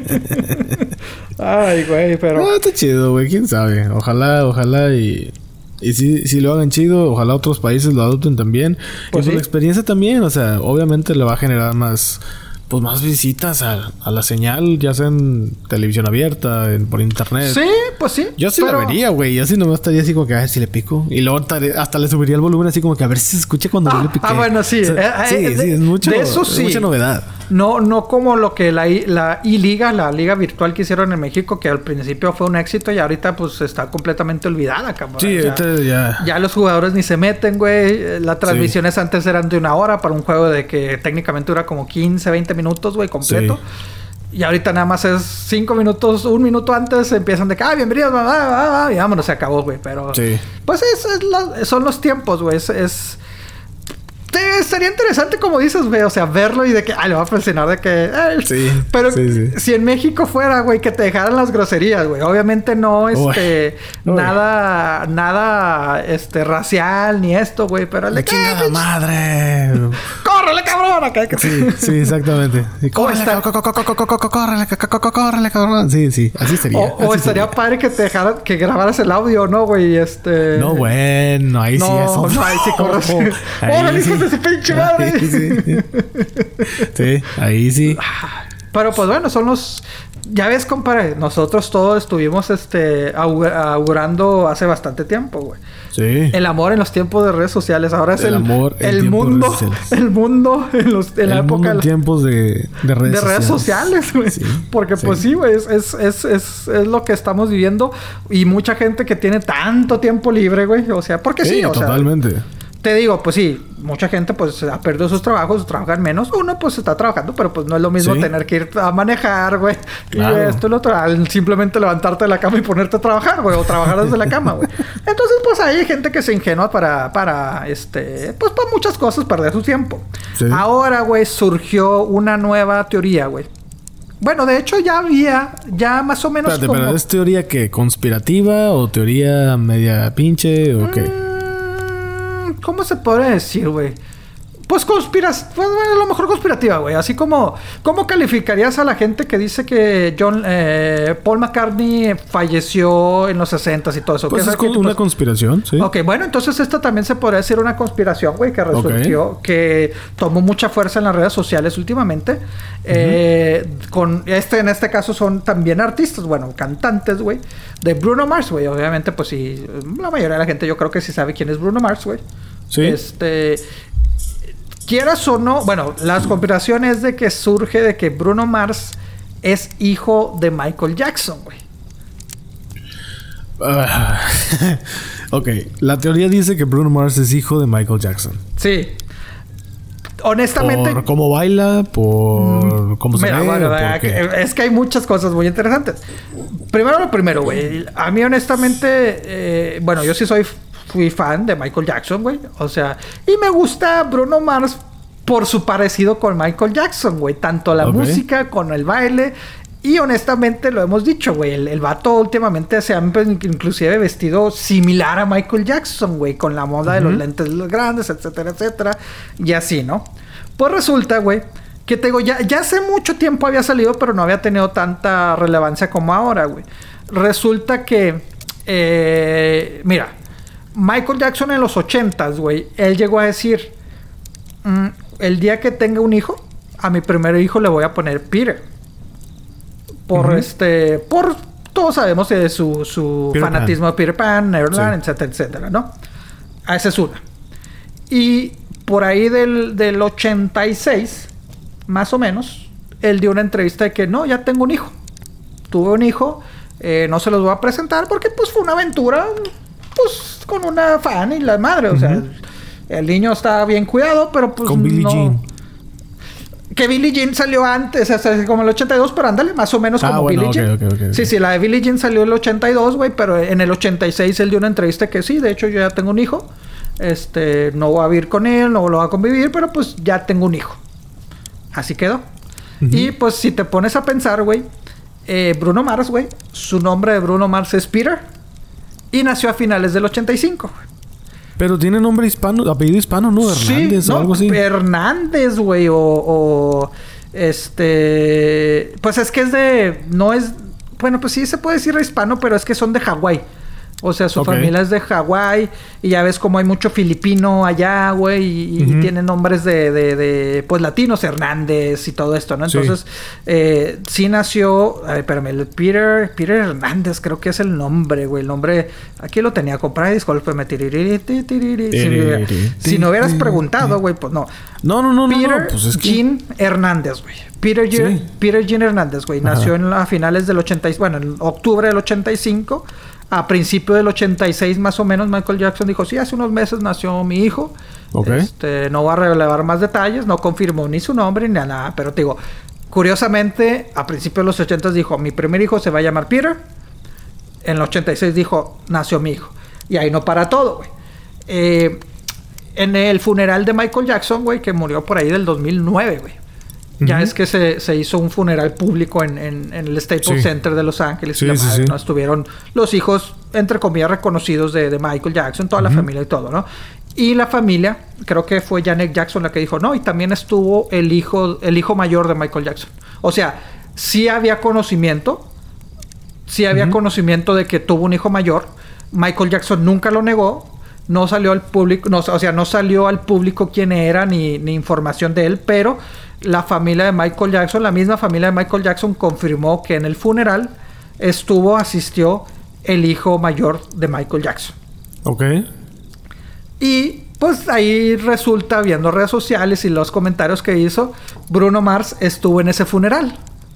Ay, güey, pero... No, está chido, güey. ¿Quién sabe? Ojalá, ojalá y... Y si, si lo hagan chido, ojalá otros países lo adopten también. Pues y por sí. la experiencia también, o sea, obviamente le va a generar más, pues más visitas a, a la señal, ya sea en televisión abierta, en, por internet. Sí, pues sí. Yo sí pero... la vería, güey. Yo sí nomás estaría así como que a ver si le pico. Y luego hasta le subiría el volumen así como que a ver si se escucha cuando ah, yo le piqué. Ah, bueno, sí. O sea, eh, sí, eh, sí, es mucho. De eso sí. Es mucha novedad. No, no como lo que la, la I-Liga, la liga virtual que hicieron en México, que al principio fue un éxito y ahorita pues está completamente olvidada, cabrón. Sí, ya, este ya... ya los jugadores ni se meten, güey. Las transmisiones sí. antes eran de una hora para un juego de que técnicamente dura como quince, veinte minutos, güey, completo. Sí. Y ahorita nada más es cinco minutos, un minuto antes empiezan de que, ah, bienvenidos, ah, ah, ah, y vámonos, se acabó, güey. Pero, sí. pues es, es la, son los tiempos, güey. Es... es estaría interesante, como dices, güey. O sea, verlo y de que... Ah, le va a presionar de que... Eh, sí. Pero sí, sí. si en México fuera, güey, que te dejaran las groserías, güey. Obviamente no, este... Uy. Nada... Uy. Nada, este... racial, ni esto, güey. Pero... ¡La chingada madre! ¡Córrele, cabrón! Acá. Sí, sí, exactamente. ¡Córrele, córrele, córrele, cabrón! Sí, sí. Así sería. O, o así estaría sería. padre que te dejaran... Que grabaras el audio, ¿no, güey? Este... No, bueno. Ahí no, sí eso. No, ahí sí corres. Oh, ¡Órale, hijos de su pinche madre! Ahí sí. Sí, ahí sí. Pero pues bueno, son los... Ya ves, compadre, nosotros todos estuvimos este augur- augurando hace bastante tiempo, güey. Sí. El amor en los tiempos de redes sociales. Ahora es el, el, amor en el mundo. El mundo en, los, en el la época mundo en de, tiempos de, de redes de redes sociales, güey. Sí, Porque sí. pues sí, güey, es, es, es, es, es lo que estamos viviendo. Y mucha gente que tiene tanto tiempo libre, güey. O sea, porque sí, sí o totalmente. sea... Te digo, pues sí, mucha gente pues ha perdido sus trabajos, trabajan menos. Uno pues está trabajando, pero pues no es lo mismo ¿Sí? tener que ir a manejar, güey. Claro. Y esto y lo otro. Al simplemente levantarte de la cama y ponerte a trabajar, güey. O trabajar desde la cama, güey. Entonces pues hay gente que se ingenua para, para, este... Pues para muchas cosas, perder su tiempo. Sí. Ahora, güey, surgió una nueva teoría, güey. Bueno, de hecho ya había, ya más o menos Espérate, como... pero ¿es teoría que conspirativa o teoría media pinche o qué? Mm, ¿Cómo se podría decir, güey? Pues conspiras... Pues bueno, a lo mejor conspirativa, güey. Así como... ¿Cómo calificarías a la gente que dice que John... Eh, Paul McCartney falleció en los sesentas y todo eso? Pues ¿Qué es qué una tipo? conspiración, sí. Ok, bueno, entonces esta también se podría decir una conspiración, güey, que resultó, okay. que tomó mucha fuerza en las redes sociales últimamente. Uh-huh. Eh, con este, en este caso son también artistas, bueno, cantantes, güey, de Bruno Mars, güey. Obviamente, pues sí, la mayoría de la gente yo creo que sí sabe quién es Bruno Mars, güey. Sí. Este... Quieras o no, bueno, las conspiraciones de que surge de que Bruno Mars es hijo de Michael Jackson, güey. Uh, ok, la teoría dice que Bruno Mars es hijo de Michael Jackson. Sí. Honestamente... ¿Por cómo baila? ¿Por cómo se mira, ve? Bueno, ¿por qué? Es que hay muchas cosas muy interesantes. Primero lo primero, güey. A mí honestamente... Eh, bueno, yo sí soy... Fui fan de Michael Jackson, güey. O sea... Y me gusta Bruno Mars por su parecido con Michael Jackson, güey. Tanto la okay. música, con el baile. Y honestamente lo hemos dicho, güey. El, el vato últimamente se ha inclusive vestido similar a Michael Jackson, güey. Con la moda uh-huh. de los lentes grandes, etcétera, etcétera. Y así, ¿no? Pues resulta, güey, que te digo... Ya, ya hace mucho tiempo había salido, pero no había tenido tanta relevancia como ahora, güey. Resulta que... Eh, mira... Michael Jackson en los ochentas, güey, él llegó a decir, mm, el día que tenga un hijo, a mi primer hijo le voy a poner Peter. Por uh-huh. este, por, todos sabemos de su, su fanatismo Pan. de Peter Pan, Neverland, sí. etcétera, etcétera, ¿no? A esa es una. Y por ahí del, del ochenta y seis, más o menos, él dio una entrevista de que no, ya tengo un hijo. Tuve un hijo, eh, no se los voy a presentar porque pues fue una aventura... Pues con una fan y la madre, o uh-huh. sea, el, el niño está bien cuidado, pero pues con Billie no... Jean. Que Billie Jean salió antes, o sea, como el ochenta y dos, pero ándale, más o menos ah, como bueno, Billie okay, Jean. Okay, okay, okay. Sí, sí, la de Billie Jean salió en el ochenta y dos, güey, pero en el ochenta y seis él dio una entrevista que sí, de hecho yo ya tengo un hijo. Este, no voy a vivir con él, no lo voy a convivir, pero pues ya tengo un hijo. Así quedó. Uh-huh. Y pues si te pones a pensar, güey, eh, Bruno Mars, güey, su nombre de Bruno Mars es Peter. Y nació a finales del ochenta y cinco. Pero tiene nombre hispano, apellido hispano, ¿no? Hernández sí, o no, algo así. Hernández, güey, o, o... Este... Pues es que es de... No es... Bueno, pues sí se puede decir hispano, pero es que son de Hawái. O sea, su okay. familia es de Hawái. Y ya ves como hay mucho filipino allá, güey. Y, uh-huh. y tienen nombres de, de, de... Pues latinos, Hernández y todo esto, ¿no? Entonces... Sí, eh, sí nació... A ver, espérame. El Peter... Peter Hernández creo que es el nombre, güey. El nombre... Aquí lo tenía comprado. Discúlpeme. Tiriri, tiriri, si, si no hubieras preguntado, güey, pues no. No, no, no, Peter no. no pues es que... Jean Hernández, güey. Peter, sí. Peter Jean Hernández, güey. Nació en, a finales del ochenta y... Bueno, en octubre del ochenta y cinco... A principio del ochenta y seis más o menos, Michael Jackson dijo, sí, hace unos meses nació mi hijo. Okay. Este, no voy a revelar más detalles, no confirmó ni su nombre ni nada. Pero te digo, curiosamente, a principios de los ochenta dijo, mi primer hijo se va a llamar Peter. En el ochenta y seis dijo, nació mi hijo. Y ahí no para todo, güey. Eh, en el funeral de Michael Jackson, güey, que murió por ahí del dos mil nueve, güey. Uh-huh. Ya es que se, se hizo un funeral público en, en, en el Staples sí. Center de Los Ángeles. Sí, y la madre, sí, sí. ¿no? Estuvieron los hijos, entre comillas, reconocidos de, de Michael Jackson, toda uh-huh. la familia y todo, ¿no? Y la familia, creo que fue Janet Jackson la que dijo, no, y también estuvo el hijo, el hijo mayor de Michael Jackson. O sea, sí había conocimiento, sí había uh-huh. conocimiento de que tuvo un hijo mayor. Michael Jackson nunca lo negó, no salió al público, no, o sea, no salió al público quién era ni, ni información de él, pero la familia de Michael Jackson, la misma familia de Michael Jackson confirmó que en el funeral estuvo, asistió el hijo mayor de Michael Jackson. Ok. Y pues ahí resulta, viendo redes sociales y los comentarios que hizo, Bruno Mars estuvo en ese funeral.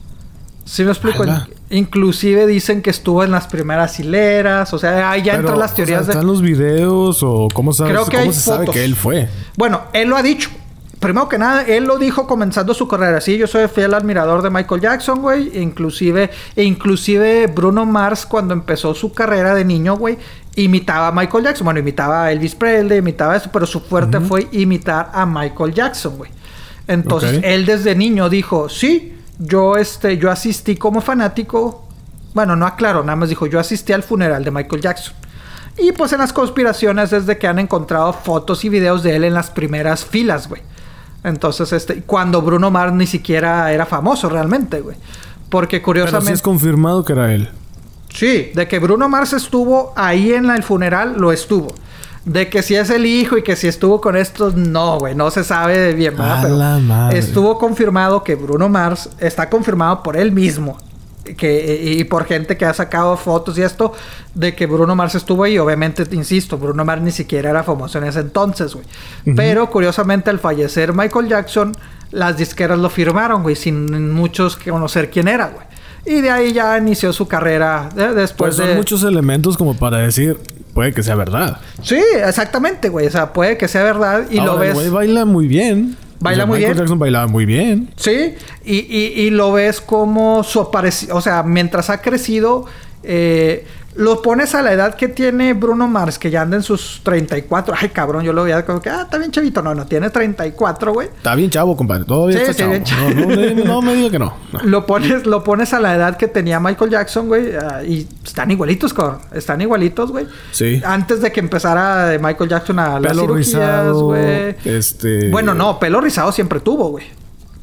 ¿Sí me explico? Ala. Inclusive dicen que estuvo en las primeras hileras. O sea, ahí ya entran las teorías. O sea, ¿están de... los videos o cómo, sabes, Creo que cómo hay se fotos. sabe que él fue? Bueno, él lo ha dicho. Primero que nada, él lo dijo comenzando su carrera. Sí, yo soy fiel admirador de Michael Jackson, güey. Inclusive, e inclusive Bruno Mars, cuando empezó su carrera de niño, güey, imitaba a Michael Jackson. Bueno, imitaba a Elvis Presley, imitaba eso, pero su fuerte uh-huh. fue imitar a Michael Jackson, güey. Entonces, okay. él desde niño dijo, sí, yo, este, yo asistí como fanático. Bueno, no aclaro, nada más dijo, yo asistí al funeral de Michael Jackson. Y pues en las conspiraciones es de que han encontrado fotos y videos de él en las primeras filas, güey. Entonces, este, cuando Bruno Mars ni siquiera era famoso realmente, güey. Porque curiosamente... Pero sí es confirmado que era él. Sí, de que Bruno Mars estuvo ahí en la, el funeral, lo estuvo. De que si es el hijo y que si estuvo con estos, no, güey, no se sabe bien, ¿verdad? A Pero la madre. Estuvo confirmado que Bruno Mars está confirmado por él mismo. Que, y por gente que ha sacado fotos y esto, de que Bruno Mars estuvo ahí. Obviamente, insisto, Bruno Mars ni siquiera era famoso en ese entonces, güey. Uh-huh. Pero, curiosamente, al fallecer Michael Jackson, las disqueras lo firmaron, güey, sin muchos conocer quién era, güey. Y de ahí ya inició su carrera ¿eh? después pues son de... muchos elementos como para decir, puede que sea verdad. Sí, exactamente, güey. O sea, puede que sea verdad y ahora, lo ves... el güey baila muy bien. Baila o sea, muy Michael bien. Michael Jackson bailaba muy bien. Sí, y, y, y lo ves como su apareci... O sea, mientras ha crecido, eh, lo pones a la edad que tiene Bruno Mars, que ya anda en sus treinta y cuatro. Ay, cabrón, yo lo veía como que, ah, está bien chavito. No, no, tiene treinta y cuatro, güey. Está bien chavo, compadre. Todavía sí, está sí, chavo. Bien chavo. No, no, no, no me diga que no. no. Lo pones, lo pones a la edad que tenía Michael Jackson, güey. Uh, y están igualitos, cabrón. Están igualitos, güey. Sí. Antes de que empezara Michael Jackson a las pelo cirugías, güey. Este... Bueno, no. Pelo rizado siempre tuvo, güey.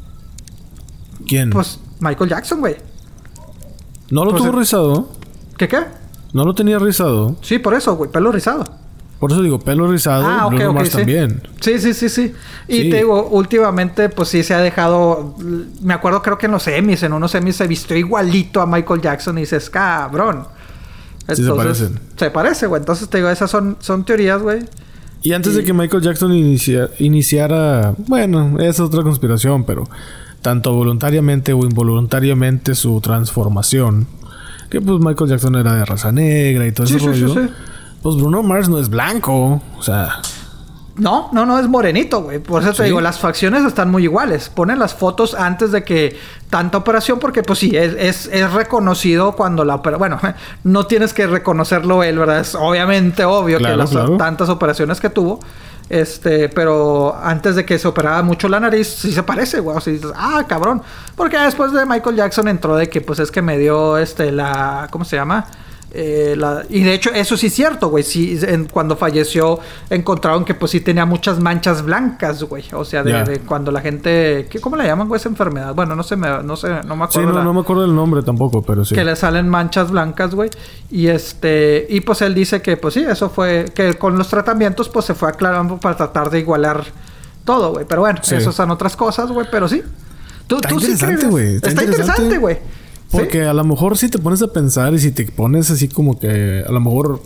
¿Quién? Pues Michael Jackson, güey. ¿No lo pues, tuvo rizado? ¿Qué qué? ¿No lo tenía rizado? Sí, por eso, güey. Pelo rizado. Por eso digo, pelo rizado. Ah, ok, Bruno ok, Mars sí. también. Sí, sí, sí, sí. Y sí. te digo, últimamente, pues sí se ha dejado... Me acuerdo, creo que en los Emmys, en unos Emmys se vistió igualito a Michael Jackson y dices, cabrón. Entonces, sí se parecen. Se parece, güey. Entonces te digo, esas son, son teorías, güey. Y antes y... de que Michael Jackson inicia, iniciara... Bueno, esa es otra conspiración, pero... Tanto voluntariamente o involuntariamente su transformación... Que pues Michael Jackson era de raza negra y todo sí, ese sí, rollo. Sí, sí. Pues Bruno Mars no es blanco. O sea... No, no, no es morenito, güey. Por eso te ¿sí? digo, las facciones están muy iguales. Ponen las fotos antes de que tanta operación, porque pues sí, es, es, es reconocido cuando la opera... Bueno, no tienes que reconocerlo él, ¿verdad? Es obviamente obvio claro, que las claro. tantas operaciones que tuvo. Este, pero antes de que se operara mucho la nariz, sí se parece, güey. O sea, dices, ah, cabrón. Porque después de Michael Jackson entró de que, pues es que me dio, este, la... ¿Cómo se llama? Eh, la, y de hecho, eso sí es cierto, güey. Sí, en, cuando falleció, encontraron que, pues sí tenía muchas manchas blancas, güey. O sea, de, yeah. de cuando la gente... ¿qué, ¿Cómo le llaman, güey, esa enfermedad? Bueno, no sé, me, no sé, no me acuerdo. Sí, no, la, no me acuerdo el nombre tampoco, pero sí. Que le salen manchas blancas, güey. Y este... Y pues él dice que, pues sí, eso fue... Que con los tratamientos, pues se fue aclarando para tratar de igualar todo, güey. Pero bueno, sí. Eso son otras cosas, güey. Pero sí. Tú, está tú interesante, güey. Sí está, está interesante, güey. Porque ¿sí? A lo mejor si te pones a pensar y si te pones así como que... A lo mejor...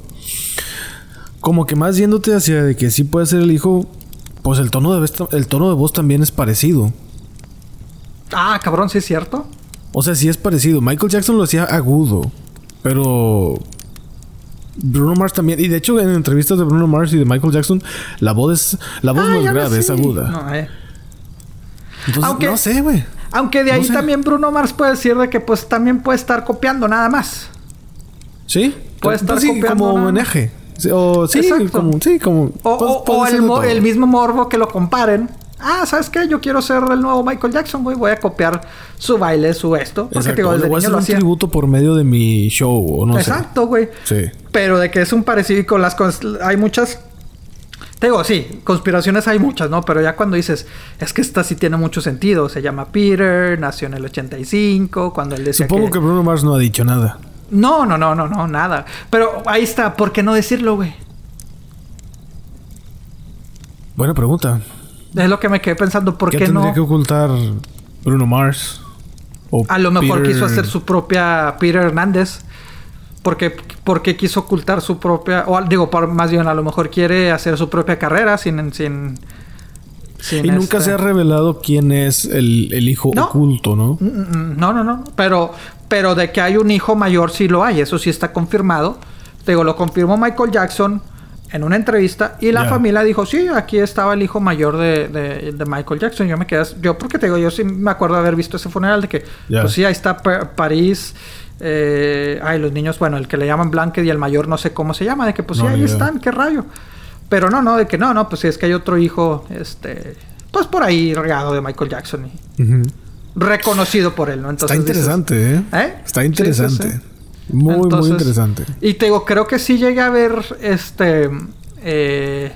Como que más yéndote hacia de que sí puede ser el hijo... Pues el tono de voz, el tono de voz también es parecido. Ah, cabrón, ¿sí es cierto? O sea, sí es parecido. Michael Jackson lo hacía agudo. Pero... Bruno Mars también. Y de hecho en entrevistas de Bruno Mars y de Michael Jackson... La voz es... La voz ah, no es grave, es aguda. No, eh. Entonces, Aunque... no sé, güey. Aunque de ahí no sé. también Bruno Mars puede decir de que pues también puede estar copiando nada más. ¿Sí? Puede estar pues sí, copiando como nada homenaje. Sí, o sí, Exacto. como... Sí, como... O, pues, o, o el, mo- el mismo morbo que lo comparen. Ah, ¿sabes qué? Yo quiero ser el nuevo Michael Jackson, güey. Voy a copiar su baile, su esto. Porque, digo, desde voy a hacer lo un hacía. tributo por medio de mi show, o no Exacto, güey. Sí. Pero de que es un parecido y con las... Cons- hay muchas... Te digo, sí, conspiraciones hay muchas, ¿no? Pero ya cuando dices, es que esta sí tiene mucho sentido. Se llama Peter, nació en el ochenta y cinco, cuando él decía Supongo que... que Bruno Mars no ha dicho nada. No, no, no, no, no, nada. Pero ahí está, ¿por qué no decirlo, güey? Buena pregunta. Es lo que me quedé pensando, ¿por qué, qué no? tendría que ocultar Bruno Mars? O a lo mejor Peter... quiso hacer su propia Peter Hernández. Porque, porque quiso ocultar su propia... O digo, por, más bien, a lo mejor quiere hacer su propia carrera sin... sin, sin y nunca este... se ha revelado quién es el, el hijo no. oculto, ¿no? No, no, no. Pero, pero de que hay un hijo mayor sí lo hay. Eso sí está confirmado. Te digo, lo confirmó Michael Jackson en una entrevista. Y la yeah. familia dijo, sí, aquí estaba el hijo mayor de, de, de Michael Jackson. Yo me quedé... Yo porque te digo, yo sí me acuerdo de haber visto ese funeral. De que, yeah. pues sí, ahí está pa- París... Eh, ay, los niños, bueno, el que le llaman Blanket y el mayor no sé cómo se llama, de que pues no, sí, ahí idea. están, qué rayo. Pero no, no, de que no, no, pues sí, es que hay otro hijo, este, pues por ahí regado de Michael Jackson y uh-huh. reconocido por él, ¿no? Entonces, está interesante, dices, ¿eh? ¿eh? Está interesante. Sí, sí, sí. Muy, Entonces, muy interesante. Y te digo, creo que sí llegué a ver, este, eh...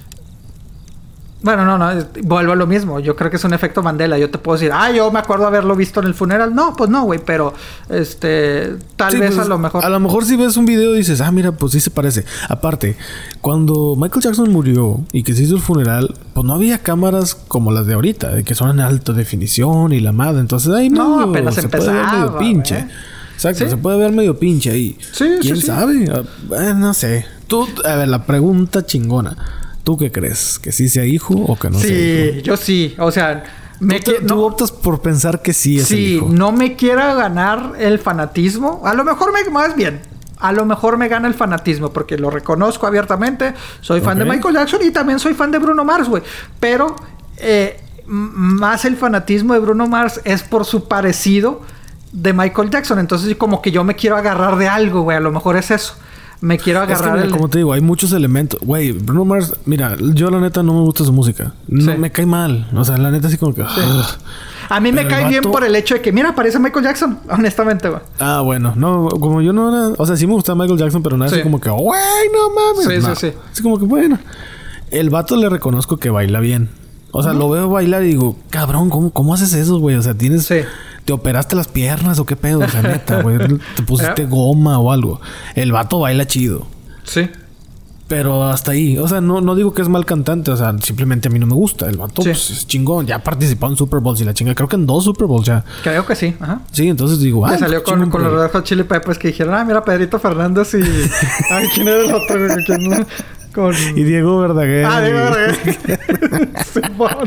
Bueno, no, no, vuelvo a lo mismo. Yo creo que es un efecto Mandela. Yo te puedo decir, ah, yo me acuerdo haberlo visto en el funeral. No, pues no, güey, pero este, tal sí, vez pues, a lo mejor. A lo mejor si ves un video y dices, ah, mira, pues sí se parece. Aparte, cuando Michael Jackson murió y que se hizo el funeral, pues no había cámaras como las de ahorita, de que son en alta definición y la madre. Entonces, ahí no, medio, apenas se empezaba, puede ver medio pinche. ¿eh? Exacto, ¿Sí? Se puede ver medio pinche ahí. Sí, ¿Quién sí, sabe? Sí. Eh, no sé. Tú, a ver, la pregunta chingona. ¿Tú qué crees? ¿Que sí sea hijo o que no sí, sea hijo? Sí, yo sí. O sea, me ¿Tú, te, que, tú no, optas por pensar que sí es sí, el hijo? Sí, no me quiera ganar el fanatismo. A lo mejor me... Más bien, a lo mejor me gana el fanatismo porque lo reconozco abiertamente. Soy fan okay. de Michael Jackson y también soy fan de Bruno Mars, güey. Pero eh, más el fanatismo de Bruno Mars es por su parecido de Michael Jackson. Entonces, como que yo me quiero agarrar de algo, güey. A lo mejor es eso. Me quiero agarrar... Es que, mira, el... como te digo, hay muchos elementos. Güey, Bruno Mars... Mira, yo la neta no me gusta su música. No, sí. Me cae mal. O sea, la neta así como que... Sí. A mí me cae vato... bien por el hecho de que... Mira, parece Michael Jackson. Honestamente, güey. Ah, bueno. No, como yo no era... O sea, sí me gustaba Michael Jackson, pero no sí. así como que... Güey, no mames. Sí, no. sí, sí. Así como que, bueno... El vato le reconozco que baila bien. O sea, uh-huh. lo veo bailar y digo... Cabrón, ¿cómo, cómo haces eso, güey? O sea, tienes... Sí. ¿Te operaste las piernas o qué pedo? O sea, neta, güey. Te pusiste goma o algo. El vato baila chido. Sí. Pero hasta ahí. O sea, no, no digo que es mal cantante. O sea, simplemente a mí no me gusta. El vato sí. pues, es chingón. Ya participó en Super Bowls y la chinga. Creo que en dos Super Bowls ya. Creo que sí. Ajá. Sí, entonces digo... Ah, salió con, con los Red Hot Chili Peppers que dijeron... Ah, mira, Pedrito Fernández y... Ay, ¿quién era el otro? ¿Quién no? Con... Y Diego Verdaguer. Ah, Diego Verdaguer. Simón.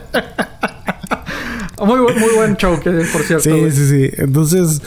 Muy, muy buen show, que por cierto. Sí, güey. sí, sí. Entonces...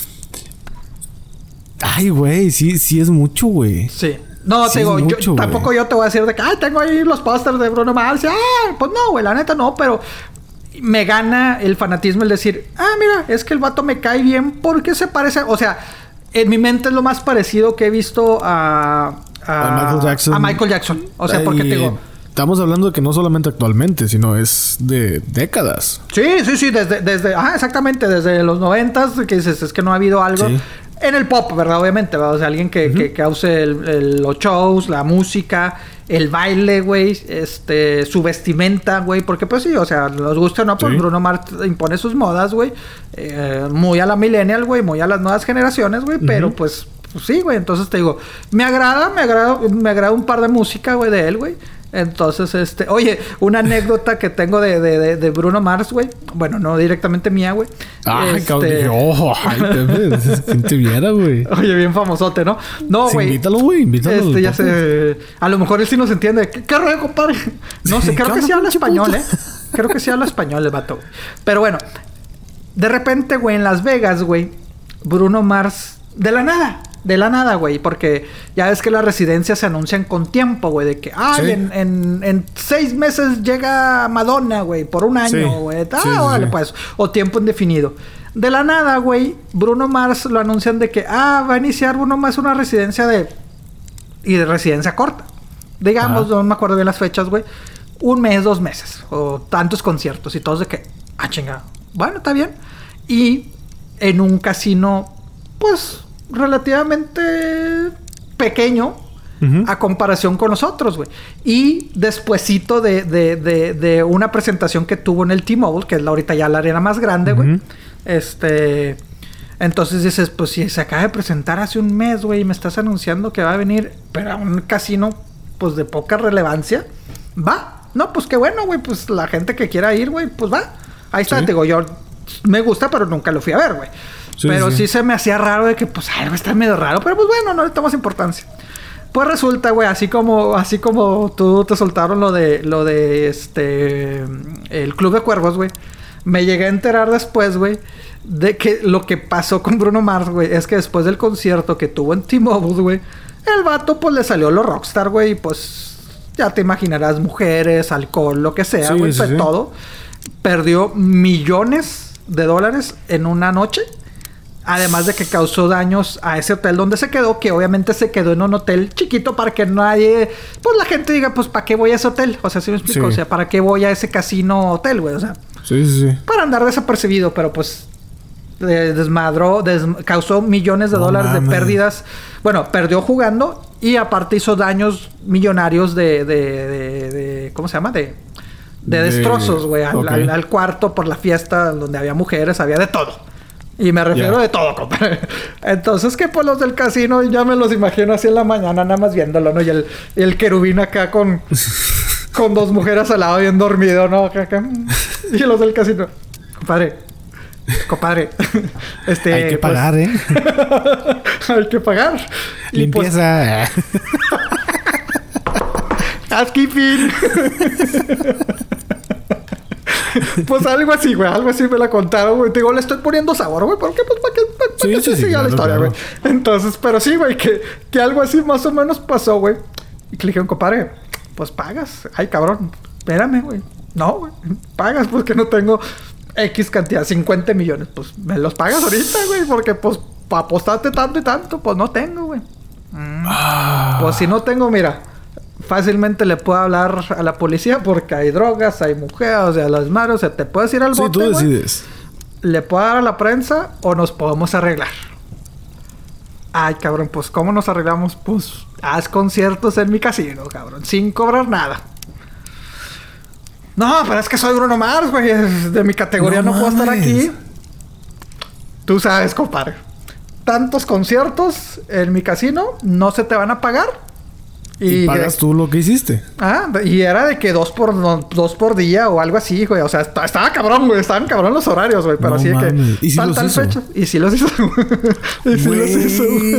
Ay, güey. Sí, sí es mucho, güey. Sí. No, sí te digo, mucho, yo, tampoco yo te voy a decir de que... Ay, tengo ahí los pósters de Bruno Mars. Ah, pues no, güey. La neta no, pero... Me gana el fanatismo el decir... Ah, mira, es que el vato me cae bien porque se parece... O sea, en mi mente es lo más parecido que he visto a... A, a Michael Jackson. A Michael Jackson. O sea, porque te digo... Estamos hablando de que no solamente actualmente, sino es de décadas. Sí, sí, sí. Desde... desde ah, exactamente. Desde los noventas. Que dices, es que no ha habido algo... Sí. En el pop, ¿verdad? Obviamente, ¿verdad? O sea, alguien que, uh-huh. que cause el, el, los shows, la música, el baile, güey, este, su vestimenta, güey, porque pues sí, o sea, nos gusta o no, pues sí. Bruno Mars impone sus modas, güey, eh, muy a la millennial, güey, muy a las nuevas generaciones, güey, uh-huh. pero pues, pues sí, güey, entonces te digo, me agrada, me agrada, me agrada un par de música, güey, de él, güey. Entonces, este... Oye, una anécdota que tengo de, de, de, de Bruno Mars, güey. Bueno, no directamente mía, güey. Ay, este... cabrón. Oh, ay, ¿quién te viera, güey? Oye, bien famosote, ¿no? No, güey. Sí, invítalo, güey. Invítalo. Este, ya sé... A lo mejor él sí nos entiende. ¿Qué, qué rollo, compadre? No sé, creo que sí habla español, ¿eh? Creo que sí habla español el vato. Pero bueno. De repente, güey, en Las Vegas, güey. Bruno Mars... De la nada. De la nada, güey. Porque ya ves que las residencias se anuncian con tiempo, güey. De que, ay, sí. en, en, en seis meses llega Madonna, güey. Por un año, güey. Sí. Ah, sí, órale, sí. pues. O tiempo indefinido. De la nada, güey. Bruno Mars lo anuncian de que, ah, va a iniciar Bruno Mars una residencia de y de residencia corta. Digamos, Ajá. no me acuerdo bien las fechas, güey. Un mes, dos meses. O tantos conciertos y todos de que... Ah, chingada. Bueno, está bien. Y en un casino, pues, relativamente pequeño... Uh-huh. A comparación con nosotros, güey. Y despuesito de, de, de, de una presentación que tuvo en el T-Mobile, que es la, ahorita ya la arena más grande, güey. Uh-huh. Este... Entonces dices, pues si se acaba de presentar hace un mes, güey, y me estás anunciando que va a venir, pero a un casino, pues de poca relevancia, va. No, pues qué bueno, güey. Pues la gente que quiera ir, güey, pues va. Ahí está, sí. Digo, yo me gusta, pero nunca lo fui a ver, güey. Sí, pero sí. sí se me hacía raro de que, pues, ay, está medio raro. Pero pues bueno, no le tomamos importancia. Pues resulta, güey, así como, así como tú te soltaron lo de, lo de este, el Club de Cuervos, güey. Me llegué a enterar después, güey, de que lo que pasó con Bruno Mars, güey, es que después del concierto que tuvo en T-Mobile, güey, el vato, pues, le salió lo rockstar, güey, y pues, ya te imaginarás, mujeres, alcohol, lo que sea, güey, sí, sí, sí. todo. Perdió millones de dólares en una noche. Además de que causó daños a ese hotel donde se quedó, que obviamente se quedó en un hotel chiquito para que nadie... Pues la gente diga, pues, ¿para qué voy a ese hotel? O sea, ¿sí me explico? Sí. O sea, ¿para qué voy a ese casino hotel, güey? O sea... Sí, sí, sí. Para andar desapercibido, pero pues... Eh, desmadró, des, causó millones de no dólares mames. de pérdidas. Bueno, perdió jugando y aparte hizo daños millonarios de... de, de, de ¿cómo se llama? De... De, de... destrozos, güey. Al, okay. al, al cuarto por la fiesta donde había mujeres, había de todo. Y me refiero yeah. de todo, compadre. Entonces, que pues los del casino ya me los imagino así en la mañana, nada más viéndolo, ¿no? Y el, y el querubín acá con... con dos mujeres al lado bien dormido, ¿no? Acá, acá. Y los del casino. Compadre. Compadre. Este... Hay que pagar, pues, ¿eh? Hay que pagar. Limpieza. Pues... Housekeeping. Pues algo así, güey. Algo así me la contaron, güey. Te digo, le estoy poniendo sabor, güey. ¿Por qué? Pues para que, para sí, que sí, se sí, siga claro, la historia, güey. Claro. Entonces, pero sí, güey, que, que algo así más o menos pasó, güey. Y que le dijeron, compadre, pues pagas. Ay, cabrón, espérame, güey. No, güey. Pagas porque no tengo X cantidad, cincuenta millones. Pues me los pagas ahorita, güey. Porque, pues, para apostarte tanto y tanto, pues no tengo, güey. Mm. Ah. Pues si no tengo, mira... Fácilmente le puedo hablar a la policía porque hay drogas, hay mujeres, o sea, las manos, o sea, te puedes ir al bote, sí, tú decides. Wey? Le puedo dar a la prensa o nos podemos arreglar. Ay, cabrón, pues ¿cómo nos arreglamos? Pues haz conciertos en mi casino, cabrón, sin cobrar nada. No, pero es que soy Bruno Mars, güey, de mi categoría no, no puedo estar aquí. Tú sabes, compadre. Tantos conciertos en mi casino no se te van a pagar. Y, y pagas de... tú lo que hiciste. Ah, y era de que dos por, no, dos por día o algo así, güey. O sea, está, estaba cabrón, güey. Estaban cabrón los horarios, güey. Pero no así mames. de que... ¿Y si los hizo? Fecha. Y sí los hizo. Y sí los hizo.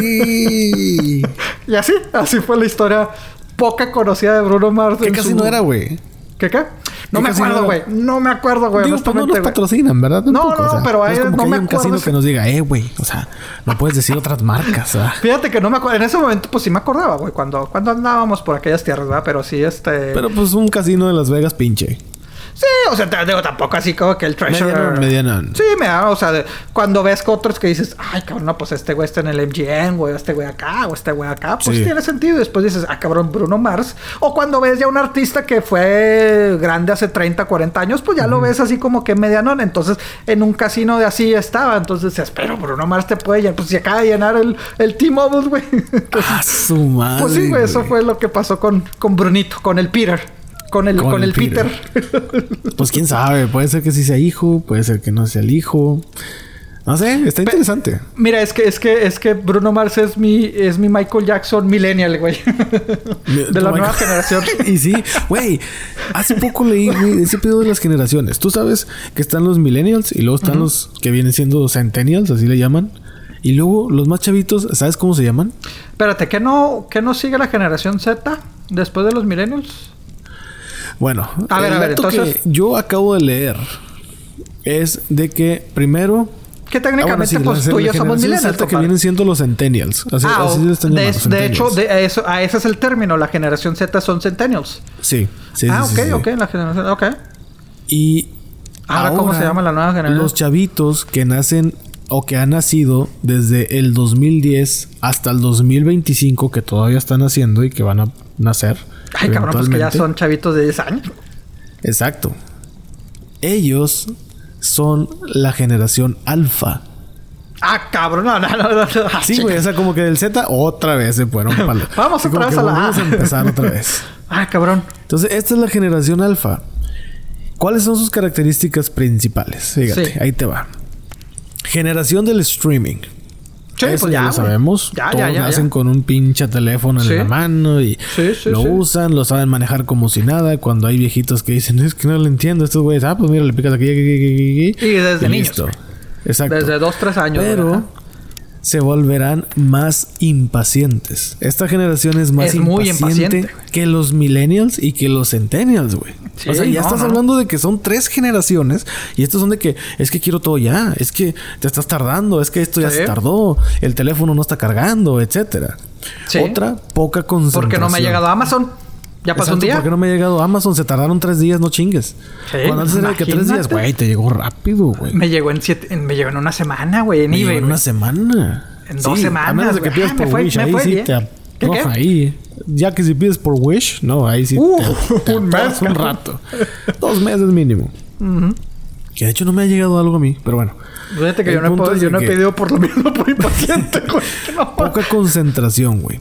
Y así, así fue la historia poca conocida de Bruno Mars. ¿Qué casino su... era, güey? ¿Qué qué? No me acuerdo, güey. No me acuerdo, güey. Digo, pues no nos patrocinan, ¿verdad? No, no, no, o sea, pero ahí no, es como no que me hay un acuerdo. casino que nos diga, eh, güey. O sea, no puedes decir otras marcas, ¿verdad? Fíjate que no me acuerdo. En ese momento, pues sí me acordaba, güey. Cuando, cuando andábamos por aquellas tierras, ¿verdad? Pero sí, este... Pero pues un casino de Las Vegas, pinche. Sí, o sea, te digo, tampoco así como que el Treasure... Medianón, medianón. Sí, me da, o sea, de, cuando ves que otros que dices, ay, cabrón, no, pues este güey está en el M G M, güey, este güey acá, o este güey acá, pues sí. tiene sentido. Y después dices, ah, cabrón, Bruno Mars. O cuando ves ya un artista que fue grande hace treinta, cuarenta años, pues ya uh-huh. lo ves así como que medianón. Entonces, en un casino de así estaba. Entonces decías, pero Bruno Mars te puede llenar. Pues si acaba de llenar el, el T-Mobile, güey. Ah, su madre. Pues sí, güey, eso fue lo que pasó con, con Brunito, con el Peter. Con el, con, con el, el Peter. Peter. Pues quién sabe. Puede ser que sí sea hijo. Puede ser que no sea el hijo. No sé. Está Pe- interesante. Mira, es que, es que, es que Bruno Mars es mi, es mi Michael Jackson millennial, güey. De la nueva generación. Y sí, güey. Hace poco leí, güey, ese pedo de las generaciones. Tú sabes que están los millennials y luego están uh-huh. los que vienen siendo centennials, así le llaman. Y luego los más chavitos, ¿sabes cómo se llaman? Espérate, ¿qué no, qué no sigue la generación Z después de los millennials? Bueno, a ver, el a ver, dato entonces... que yo acabo de leer es de que primero... Que técnicamente, ah, bueno, sí, pues tú y yo somos millennials. Que vienen siendo los centennials. Así, ah, así están de, llamados, de hecho, de eso, a ese es el término. La generación Z son centennials. Sí. sí ah, sí, ok, sí, ok. Sí. La generación... Ok. Y ahora, ¿cómo se llama la nueva generación? Los chavitos que nacen o que han nacido desde el dos mil diez hasta el dos mil veinticinco, que todavía están naciendo y que van a nacer. Ay, cabrón, pues que ya son chavitos de diez años. Exacto. Ellos son la generación alfa. Ah, cabrón, no, no, no, no. Ah, sí, güey, o sea, como que del Z otra vez se fueron para Vamos así otra vez a la Vamos a empezar otra vez. Ah, cabrón. Entonces, esta es la generación alfa. ¿Cuáles son sus características principales? Fíjate, sí. Ahí te va. Generación del streaming. Sí, Eso pues ya, ya lo sabemos. Ya, Todos ya, ya, nacen ya. con un pinche teléfono en sí. la mano y sí, sí, lo sí. usan, lo saben manejar como si nada. Cuando hay viejitos que dicen, es que no lo entiendo, estos güeyes, ah, pues mira, le picas aquí, aquí, aquí, aquí. Y desde y niños. listo. Exacto. Desde dos, tres años. Pero ¿verdad? se volverán más impacientes. Esta generación es más es muy impaciente, impaciente que los millennials y que los centennials, güey. Sí, o sea, ya no, estás no. hablando de que son tres generaciones y estos son de que es que quiero todo ya, es que te estás tardando, es que esto ya Sí. se tardó, el teléfono no está cargando, etcétera. Sí. Otra, poca concentración. Porque no me ha llegado a Amazon. Ya pasó Exacto, un día. ¿por qué no me ha llegado Amazon? Se tardaron tres días, no chingues. Sí, Cuando antes era de que tres imagínate. días, güey, te llegó rápido, güey. Me llegó en siete, en- me llegó en una semana, güey, en Me llegó eBay. en güey. una semana. En dos Sí, semanas, a menos de que güey. pidas Ah, por me fue- Wish. me Ahí fue sí bien. te ¿Qué, afloja qué? ahí. Ya que si pides por Wish, no, ahí sí Uh, te, te un mes, atoras un cabrón. rato. Dos meses mínimo. Ujú. Que de hecho no me ha llegado algo a mí, pero bueno. Fíjate que El yo no, he, punto podido- es yo de no he que pedido por lo mismo por impaciente, güey. No. Poca concentración, güey.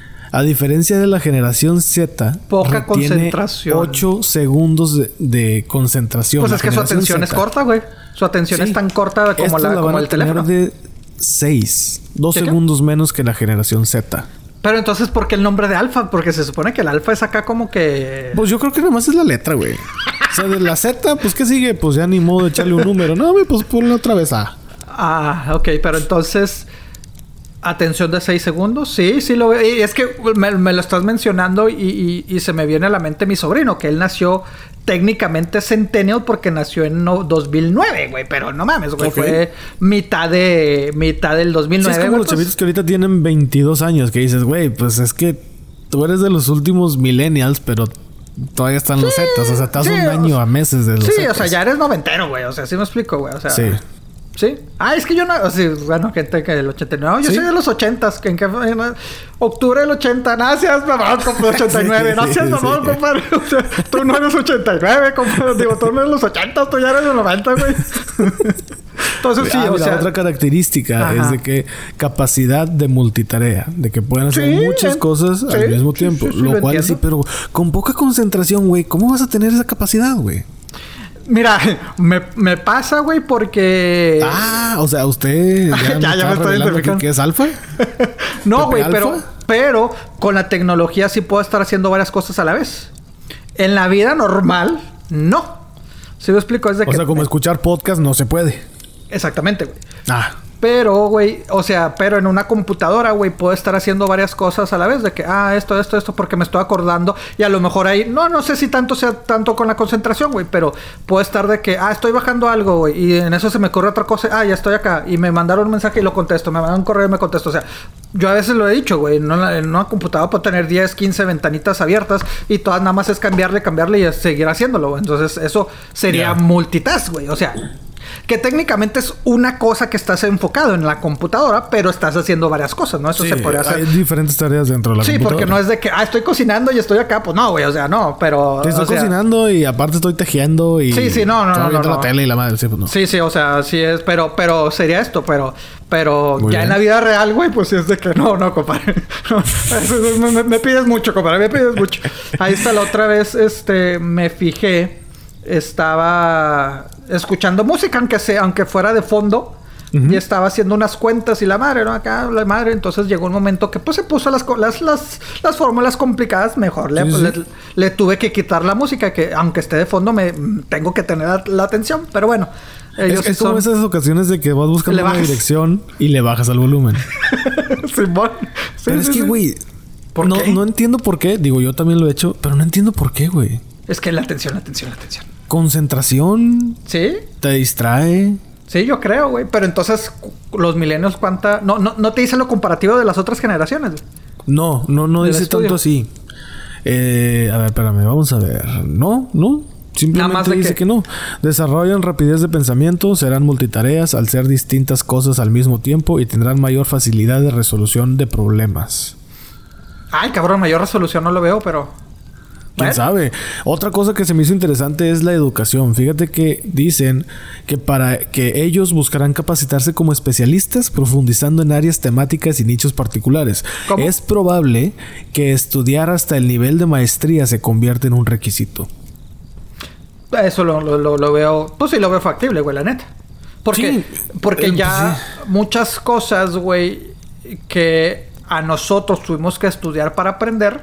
A diferencia de la generación Z, Poca retiene concentración. ocho segundos de, de concentración. Pues La es que su generación atención es Z. corta, güey. Su atención Sí. es tan corta como, Esta la, la como van a el tener teléfono. de seis. Dos ¿Qué, qué? segundos menos que la generación Z. Pero entonces, ¿por qué el nombre de alfa? Porque se supone que el alfa es acá como que... Pues yo creo que nada más es la letra, güey. O sea, de la Z, pues ¿qué sigue? Pues ya ni modo de echarle un número. No, güey, pues ponle otra vez A. Ah, ok. Pero entonces... Atención de seis segundos. Sí, sí lo veo. Y es que me, me lo estás mencionando y, y, y se me viene a la mente mi sobrino, que él nació técnicamente centennial porque nació en no, dos mil nueve, güey. Pero no mames, güey. Ok. Fue mitad de... Mitad del dos mil Sí, nueve, es como güey, los pues. chavitos que ahorita tienen veintidós años, que dices, güey, pues es que tú eres de los últimos millennials, pero todavía están los Zetas. O sea, estás sí, un o año sea, a meses de los Sí, Zetas. o sea, ya eres noventero, güey. O sea, sí me explico, güey. O sea... Sí. Sí. Ah, es que yo no... O sea, bueno, gente que del ochenta y nueve. No, yo ¿Sí? soy de los ochentas. Que en, que, en octubre del ochenta. No seas mamón, compadre. ochenta y nueve. No Sí, seas sí, mamón, sí. compadre. O sea, tú no eres ochenta y nueve, compadre. Digo, tú no eres los ochenta. Tú ya eres de noventa, güey. Entonces, sí, Ah, o mira, sea... otra característica Ajá. es de que capacidad de multitarea, de que pueden hacer Sí, muchas en- cosas sí, al mismo sí, tiempo, sí, sí, lo lo cual sí, pero con poca concentración, güey, ¿cómo vas a tener esa capacidad, güey? Mira, me, me pasa, güey, porque... Ah, o sea, usted ya, Ya, me ya está me estoy revelando que, identificando. que es alfa. No, ¿Pepe güey, Alfa? pero, pero con la tecnología sí puedo estar haciendo varias cosas a la vez. En la vida normal, no. ¿Sí me explico? Es de O que... sea, como escuchar podcast no se puede. Exactamente, güey. Ah, Pero, güey, o sea, pero en una computadora, güey, puedo estar haciendo varias cosas a la vez. De que, ah, esto, esto, esto, porque me estoy acordando. Y a lo mejor ahí, no, no sé si tanto sea tanto con la concentración, güey. Pero puedo estar de que, ah, estoy bajando algo, güey. Y en eso se me ocurre otra cosa. Ah, ya estoy acá. Y me mandaron un mensaje y lo contesto. Me mandaron un correo y me contesto. O sea, yo a veces lo he dicho, güey. En una, en una computadora puedo tener diez, quince ventanitas abiertas. Y todas nada más es cambiarle, cambiarle y seguir haciéndolo, güey. Entonces, eso sería Ya. multitask, güey. O sea... Que técnicamente es una cosa que estás enfocado en la computadora, pero estás haciendo varias cosas, ¿no? Eso sí, se podría hacer. hay diferentes tareas dentro de la Sí, computadora. porque no es de que, ah, estoy cocinando y estoy acá. Pues no, güey, o sea, no, pero... Sí, estoy o sea, cocinando y aparte estoy tejiendo y... Sí, sí, no, no, estaba no, viendo no, la no. tele y la madre, sí, pues no. Sí, sí, o sea, sí es, pero, pero sería esto, pero, pero Muy ya bien. en la vida real, güey, pues sí es de que no, no, compadre. No, eso- eso- me, me- me pides mucho, compadre, me pides mucho. Ahí está la otra vez, este, me fijé, estaba escuchando música, aunque sea, aunque fuera de fondo. Y estaba haciendo unas cuentas y la madre, ¿no? Acá la madre. Entonces llegó un momento que pues se puso las co- las, las, las fórmulas complicadas. Mejor le, Sí, sí. le, le tuve que quitar la música. Que aunque esté de fondo me tengo que tener la, la atención. Pero bueno. Ellos Es, sí es como son... esas ocasiones de que vas buscando Le una bajas. dirección y le bajas al volumen. Simón. Sí, Pero es sí, que, sí. güey... ¿Por no, qué? no entiendo por qué. Digo, yo también lo he hecho. Pero no entiendo por qué, güey. Es que la atención, la atención, la atención. Concentración... ¿Sí? Te distrae... Sí, yo creo, güey. Pero entonces, cu- los milenios, ¿cuánta...? No, no, no te dicen lo comparativo de las otras generaciones, güey. No, no, no Del dice estudio. tanto así. Eh, a ver, espérame, vamos a ver. No, no. Simplemente dice que... que no. Desarrollan rapidez de pensamiento, serán multitareas al ser distintas cosas al mismo tiempo y tendrán mayor facilidad de resolución de problemas. Ay, cabrón, mayor resolución no lo veo, pero... ¿Quién ¿Eh? sabe? Otra cosa que se me hizo interesante es la educación. Fíjate que dicen que para que ellos buscarán capacitarse como especialistas profundizando en áreas temáticas y nichos particulares. ¿Cómo? Es probable que estudiar hasta el nivel de maestría se convierta en un requisito. Eso lo, lo, lo veo... Pues sí, lo veo factible, güey, la neta. Porque, sí, porque eh, ya sí. muchas cosas, güey, que a nosotros tuvimos que estudiar para aprender...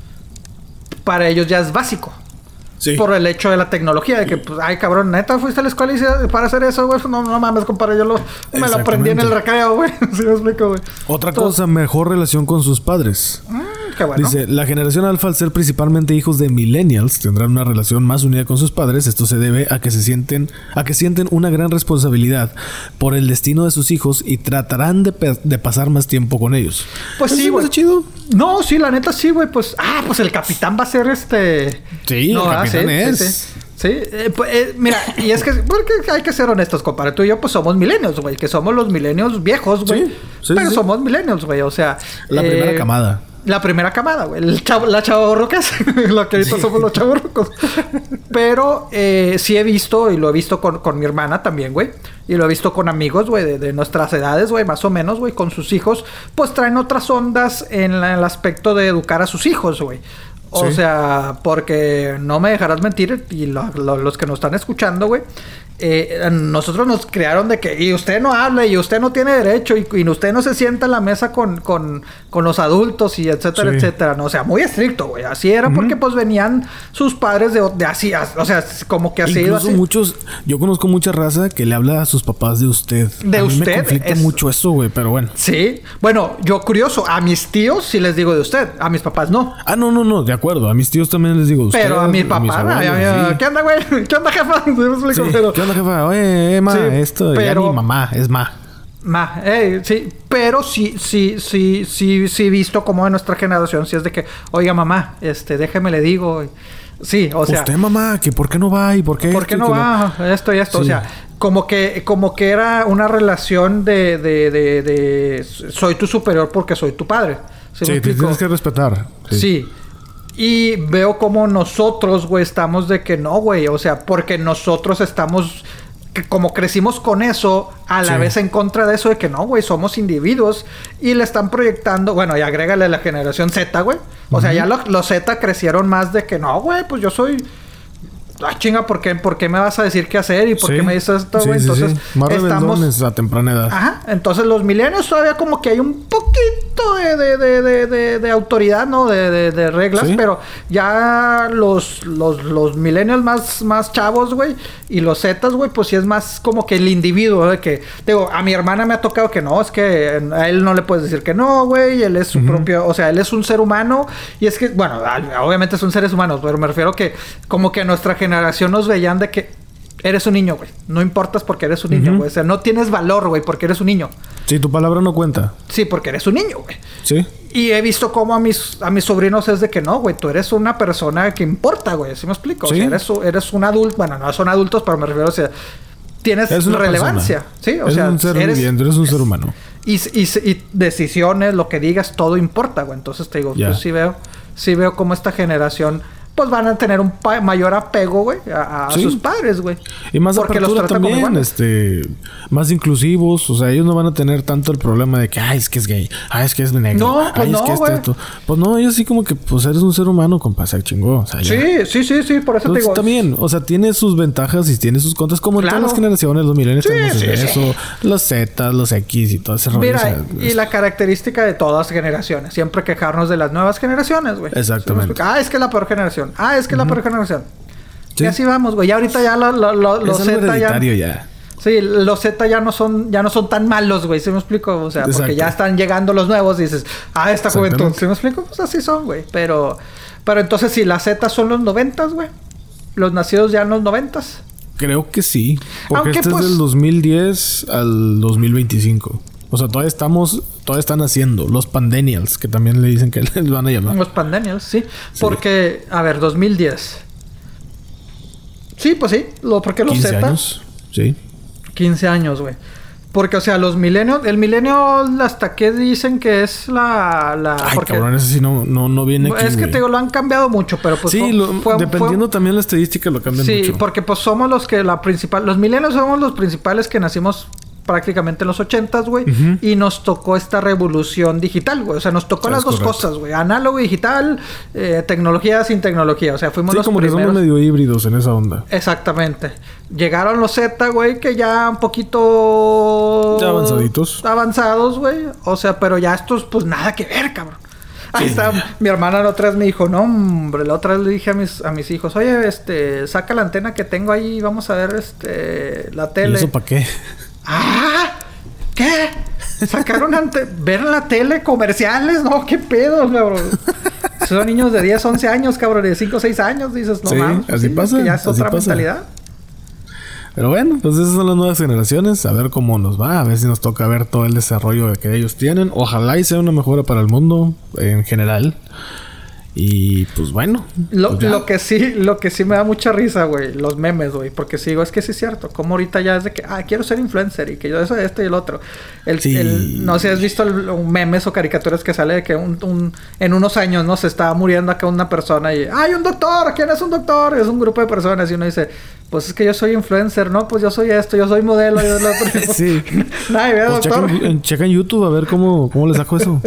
para ellos ya es básico. Sí. Por el hecho de la tecnología. De que, pues, ay, cabrón, neta, fuiste a la escuela y para hacer eso, güey. No, no mames, compadre. Yo lo, me lo aprendí en el recreo, güey. ¿Sí me explico, güey? Otra Todo. cosa, mejor relación con sus padres. Mm, qué bueno. Dice, la generación alfa, al ser principalmente hijos de millennials, tendrán una relación más unida con sus padres. Esto se debe a que se sienten, a que sienten una gran responsabilidad por el destino de sus hijos y tratarán de, pe- de pasar más tiempo con ellos. Pues sí, güey. chido? No, sí, la neta sí, güey. Pues, ah, pues el capitán va a ser este... Sí, no, el capitán sí, es... Sí, sí. Sí, eh, pues, eh, mira, y es que porque hay que ser honestos, compadre. Tú y yo, pues somos millennials, güey. Que somos los millennials viejos, güey. Sí, sí, pero sí. somos millennials, güey. O sea, la eh, primera camada. La primera camada, güey. El chavo, la chavorrucas. Lo que ahorita sí. somos los chavorrucos. Pero eh, sí he visto, y lo he visto con, con mi hermana también, güey. Y lo he visto con amigos, güey, de, de nuestras edades, güey, más o menos, güey, con sus hijos. Pues traen otras ondas en la, el aspecto de educar a sus hijos, güey. O sí. sea, porque no me dejarás mentir, y lo, lo, los que nos están escuchando, güey, eh, nosotros nos crearon de que, y usted no habla, y usted no tiene derecho, y, y usted no se sienta en la mesa con, con, con los adultos, y etcétera, sí. etcétera. No, o sea, muy estricto, güey. Así era uh-huh. porque, pues, venían sus padres de, de así, o sea, como que así. Incluso así. muchos, yo conozco mucha raza que le habla a sus papás de usted. De a mí usted. me conflicta es... mucho eso, güey, pero bueno. Sí. Bueno, yo curioso, a mis tíos sí les digo de usted, a mis papás no. Ah, no, no, no, de acuerdo. A mis tíos también les digo de usted. Pero a mi papá, a a, a, ¿qué onda, güey? ¿Qué onda, jefa? ¿Sí me explico? Sí. Pero... ¿Qué onda, jefa? Oye, eh, ma, sí, esto pero... ya ni mamá, es ma. Ma, eh, sí, pero sí, sí, sí, sí, sí he visto como en nuestra generación, si es de que, oiga, mamá, este, déjeme le digo. Sí, o sea. Usted, mamá, que por qué no va y por qué. ¿Por qué no va? No... Esto y esto, sí. O sea, como que, como que era una relación de, de, de, de, soy tu superior porque soy tu padre. ¿Sí, sí te tienes que respetar. Sí. sí. Y veo como nosotros, güey, estamos de que no, güey. O sea, porque nosotros estamos... Que como crecimos con eso, a la sí. vez en contra de eso de que no, güey, somos individuos. Y le están proyectando... Bueno, y agrégale la generación Z, güey. O uh-huh. sea, ya los, los Z crecieron más de que no, güey, pues yo soy... Ah, chinga, ¿por qué, ¿por qué me vas a decir qué hacer? ¿Y por sí. qué me dices esto, güey? Sí, entonces, sí, sí. Más estamos... a temprana edad. Ajá. Entonces, los milenios todavía como que hay un poquito de, de, de, de, de, de autoridad, ¿no? De, de, de reglas. ¿Sí? Pero ya los, los, los millennials más, más chavos, güey, y los Zetas, güey, pues sí es más como que el individuo, de que... Digo, a mi hermana me ha tocado que no. Es que a él no le puedes decir que no, güey. Él es su uh-huh. propio... O sea, él es un ser humano. Y es que... Bueno, obviamente son seres humanos. Pero me refiero que... Como que nuestra generación... generación nos veían de que eres un niño, güey. No importas porque eres un niño, güey. Uh-huh. O sea, no tienes valor, güey, porque eres un niño. Sí, tu palabra no cuenta. Sí, porque eres un niño, güey. Sí. Y he visto cómo a mis, a mis sobrinos es de que no, güey. Tú eres una persona que importa, güey. ¿Sí me explico? Sí. O sea, eres, eres un adulto. Bueno, no son adultos, pero me refiero, o sea... Tienes relevancia. Persona. Sí, o eres sea... un ser eres, viviendo, eres un ser humano. Y, y, y decisiones, lo que digas, todo importa, güey. Entonces te digo, yeah. yo sí veo... Sí veo cómo esta generación... pues van a tener un pa- mayor apego, güey, a, a sí. sus padres, güey. Y más porque apertura los también, este... Más inclusivos. O sea, ellos no van a tener tanto el problema de que... Ay, es que es gay. Ay, es que es negro. No, pues ay, no, es que es güey. esto. Pues no, ellos sí como que... Pues eres un ser humano, compa. Se chingó. O sea, sí, sí, sí, sí. Por eso entonces, te digo... también... O sea, tiene sus ventajas y tiene sus contras. Como claro. en todas las generaciones. Los millennials sí, tenemos sí, eso. Sí. Los Z, los X y todo ese rollo. Mira, o sea, y es... la característica de todas las generaciones. Siempre quejarnos de las nuevas generaciones, güey. Exactamente. Ah, es que es la peor generación. Ah, es que es uh-huh. la peor generación. Sí. Y así vamos, güey. Ya ahorita ya lo, lo, lo, los Z ya... ya... Sí, los Z ya no son ya no son tan malos, güey. ¿Sí me explico? O sea, Exacto. porque ya están llegando los nuevos y dices... Ah, esta juventud. ¿Sí me explico? Pues así son, güey. Pero... Pero entonces, si las Z son los noventas, güey. Los nacidos ya en los noventas. Creo que sí. Porque Aunque, este pues, es del dos mil diez al dos mil veinticinco. O sea, todavía estamos... Todavía están haciendo. Los pandenials, que también le dicen que les van a llamar. Los pandenials, sí. sí. Porque... A ver, dos mil diez... Sí, pues sí. Lo, porque los quince Z... años. Sí. quince años, güey. Porque, o sea, los milenios... El milenio hasta que dicen que es la... la Ay, porque, cabrón, ese sí no, no, no viene aquí, es que güey. te digo, lo han cambiado mucho, pero pues... Sí, fue, lo, fue, dependiendo fue, también la estadística lo cambian sí, mucho. Sí, porque pues somos los que la principal... Los milenios somos los principales que nacimos prácticamente en los ochentas, güey. Uh-huh. Y nos tocó esta revolución digital, güey. O sea, nos tocó sí, las dos correcto. cosas, güey. Análogo y digital, eh, tecnología sin tecnología. O sea, fuimos sí, los como primeros. que somos medio híbridos en esa onda. Exactamente. Llegaron los Z, güey, que ya un poquito... Ya avanzaditos. Avanzados, güey. O sea, pero ya estos, pues nada que ver, cabrón. Ahí sí. está. Mi hermana la otra vez me dijo, no, hombre, la otra vez le dije a mis, a mis hijos, oye, este, saca la antena que tengo ahí y vamos a ver, este, la tele. ¿Y eso para qué? ¡Ah! ¿Qué? Sacaron ante... ver en la tele comerciales, no, qué pedo, cabrón. Son niños de diez, once años, cabrón, de cinco, seis años, dices, no sí, mames. Así sí, pasa. Que ya es otra pasa. mentalidad. Pero bueno, pues esas son las nuevas generaciones. A ver cómo nos va. A ver si nos toca ver todo el desarrollo que ellos tienen. Ojalá y sea una mejora para el mundo en general. Y pues bueno. Lo, pues lo que sí, lo que sí me da mucha risa, güey. Los memes, güey. Porque sigo, es que sí es cierto. Como ahorita ya es de que, ah, quiero ser influencer. Y que yo eso, esto y el otro. El, sí. el, no sé si has visto el, un memes o caricaturas que sale de que un, un, en unos años, ¿no? Se está muriendo acá una persona y, ¡ay, un doctor! ¿Quién es un doctor? Y es un grupo de personas. Y uno dice, pues es que yo soy influencer, ¿no? Pues yo soy esto, yo soy modelo. Yo soy otro. sí. Nadie ve, pues doctor. Checa en, checa en YouTube a ver cómo, cómo le saco eso.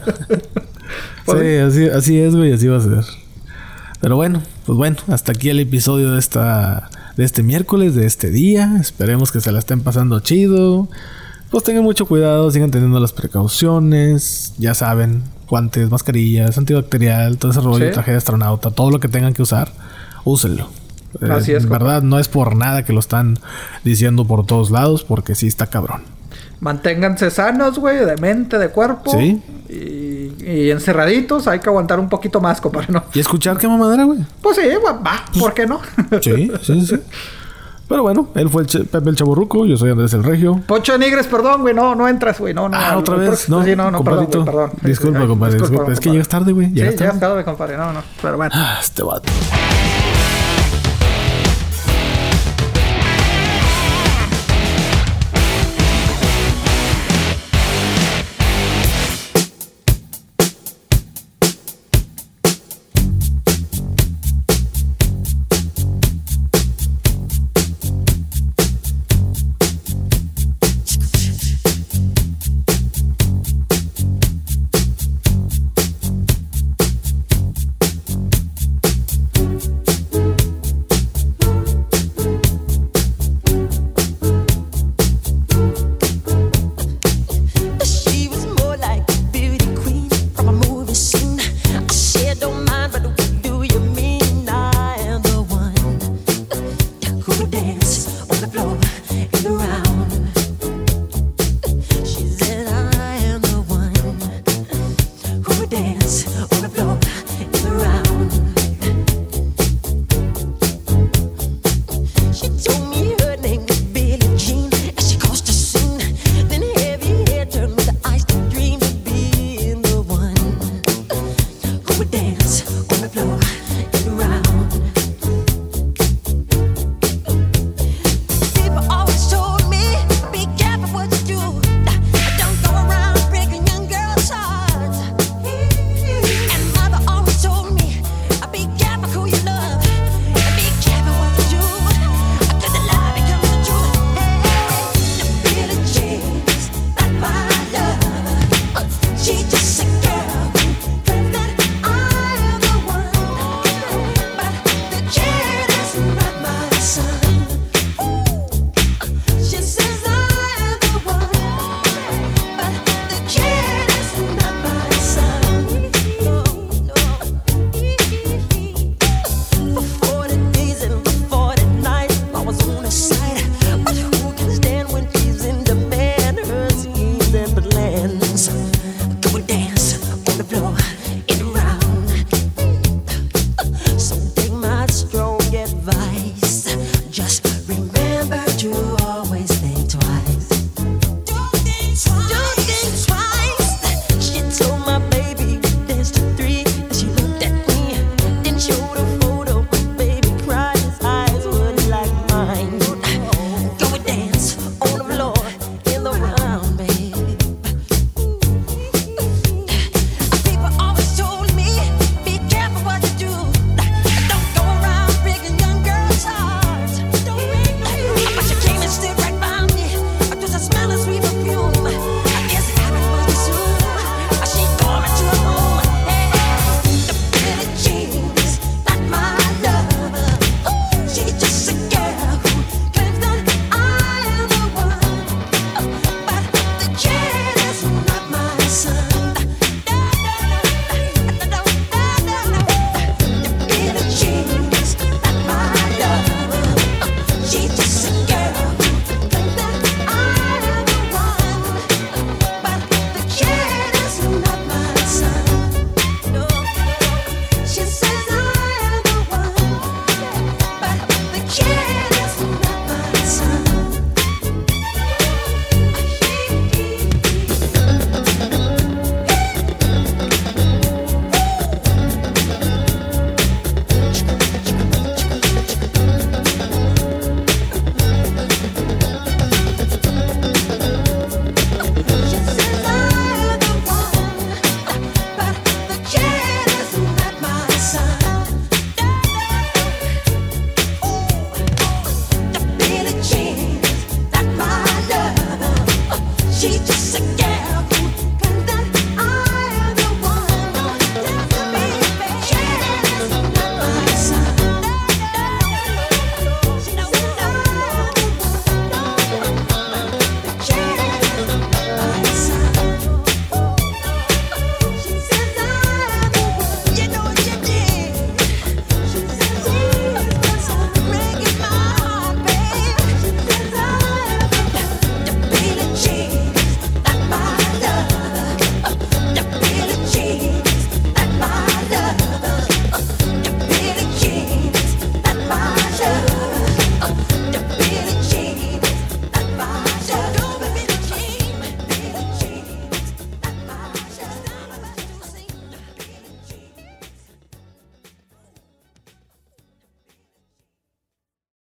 sí, así, así es, güey. Así va a ser. Pero bueno, pues bueno, hasta aquí el episodio de esta de este miércoles, de este día. Esperemos que se la estén pasando chido. Pues tengan mucho cuidado, sigan teniendo las precauciones. Ya saben, guantes, mascarillas, antibacterial, todo ese rollo, ¿sí? Traje de astronauta, todo lo que tengan que usar, úsenlo. Así eh, es. En verdad, no es por nada que lo están diciendo por todos lados, porque sí está cabrón. Manténganse sanos, güey, de mente, de cuerpo. Sí. Y, y encerraditos, hay que aguantar un poquito más, compadre, ¿no? ¿Y escuchar qué mamadera, güey? Pues sí, va, ¿por qué no? Sí, sí, sí. Pero bueno, él fue el Ch- Pepe el Chavorruco, yo soy Andrés el Regio. Poncho Nigres, perdón, güey, no, no entras, güey, no, no. Ah, otra no, vez, no, sí, no, no, perdón, güey, perdón. Disculpa, Ay, compadre, disculpa, disculpa. Es que llegas tarde, güey. Sí, Llegas tarde. llegas tarde, compadre, no, no, pero bueno. Ah, este vato. Side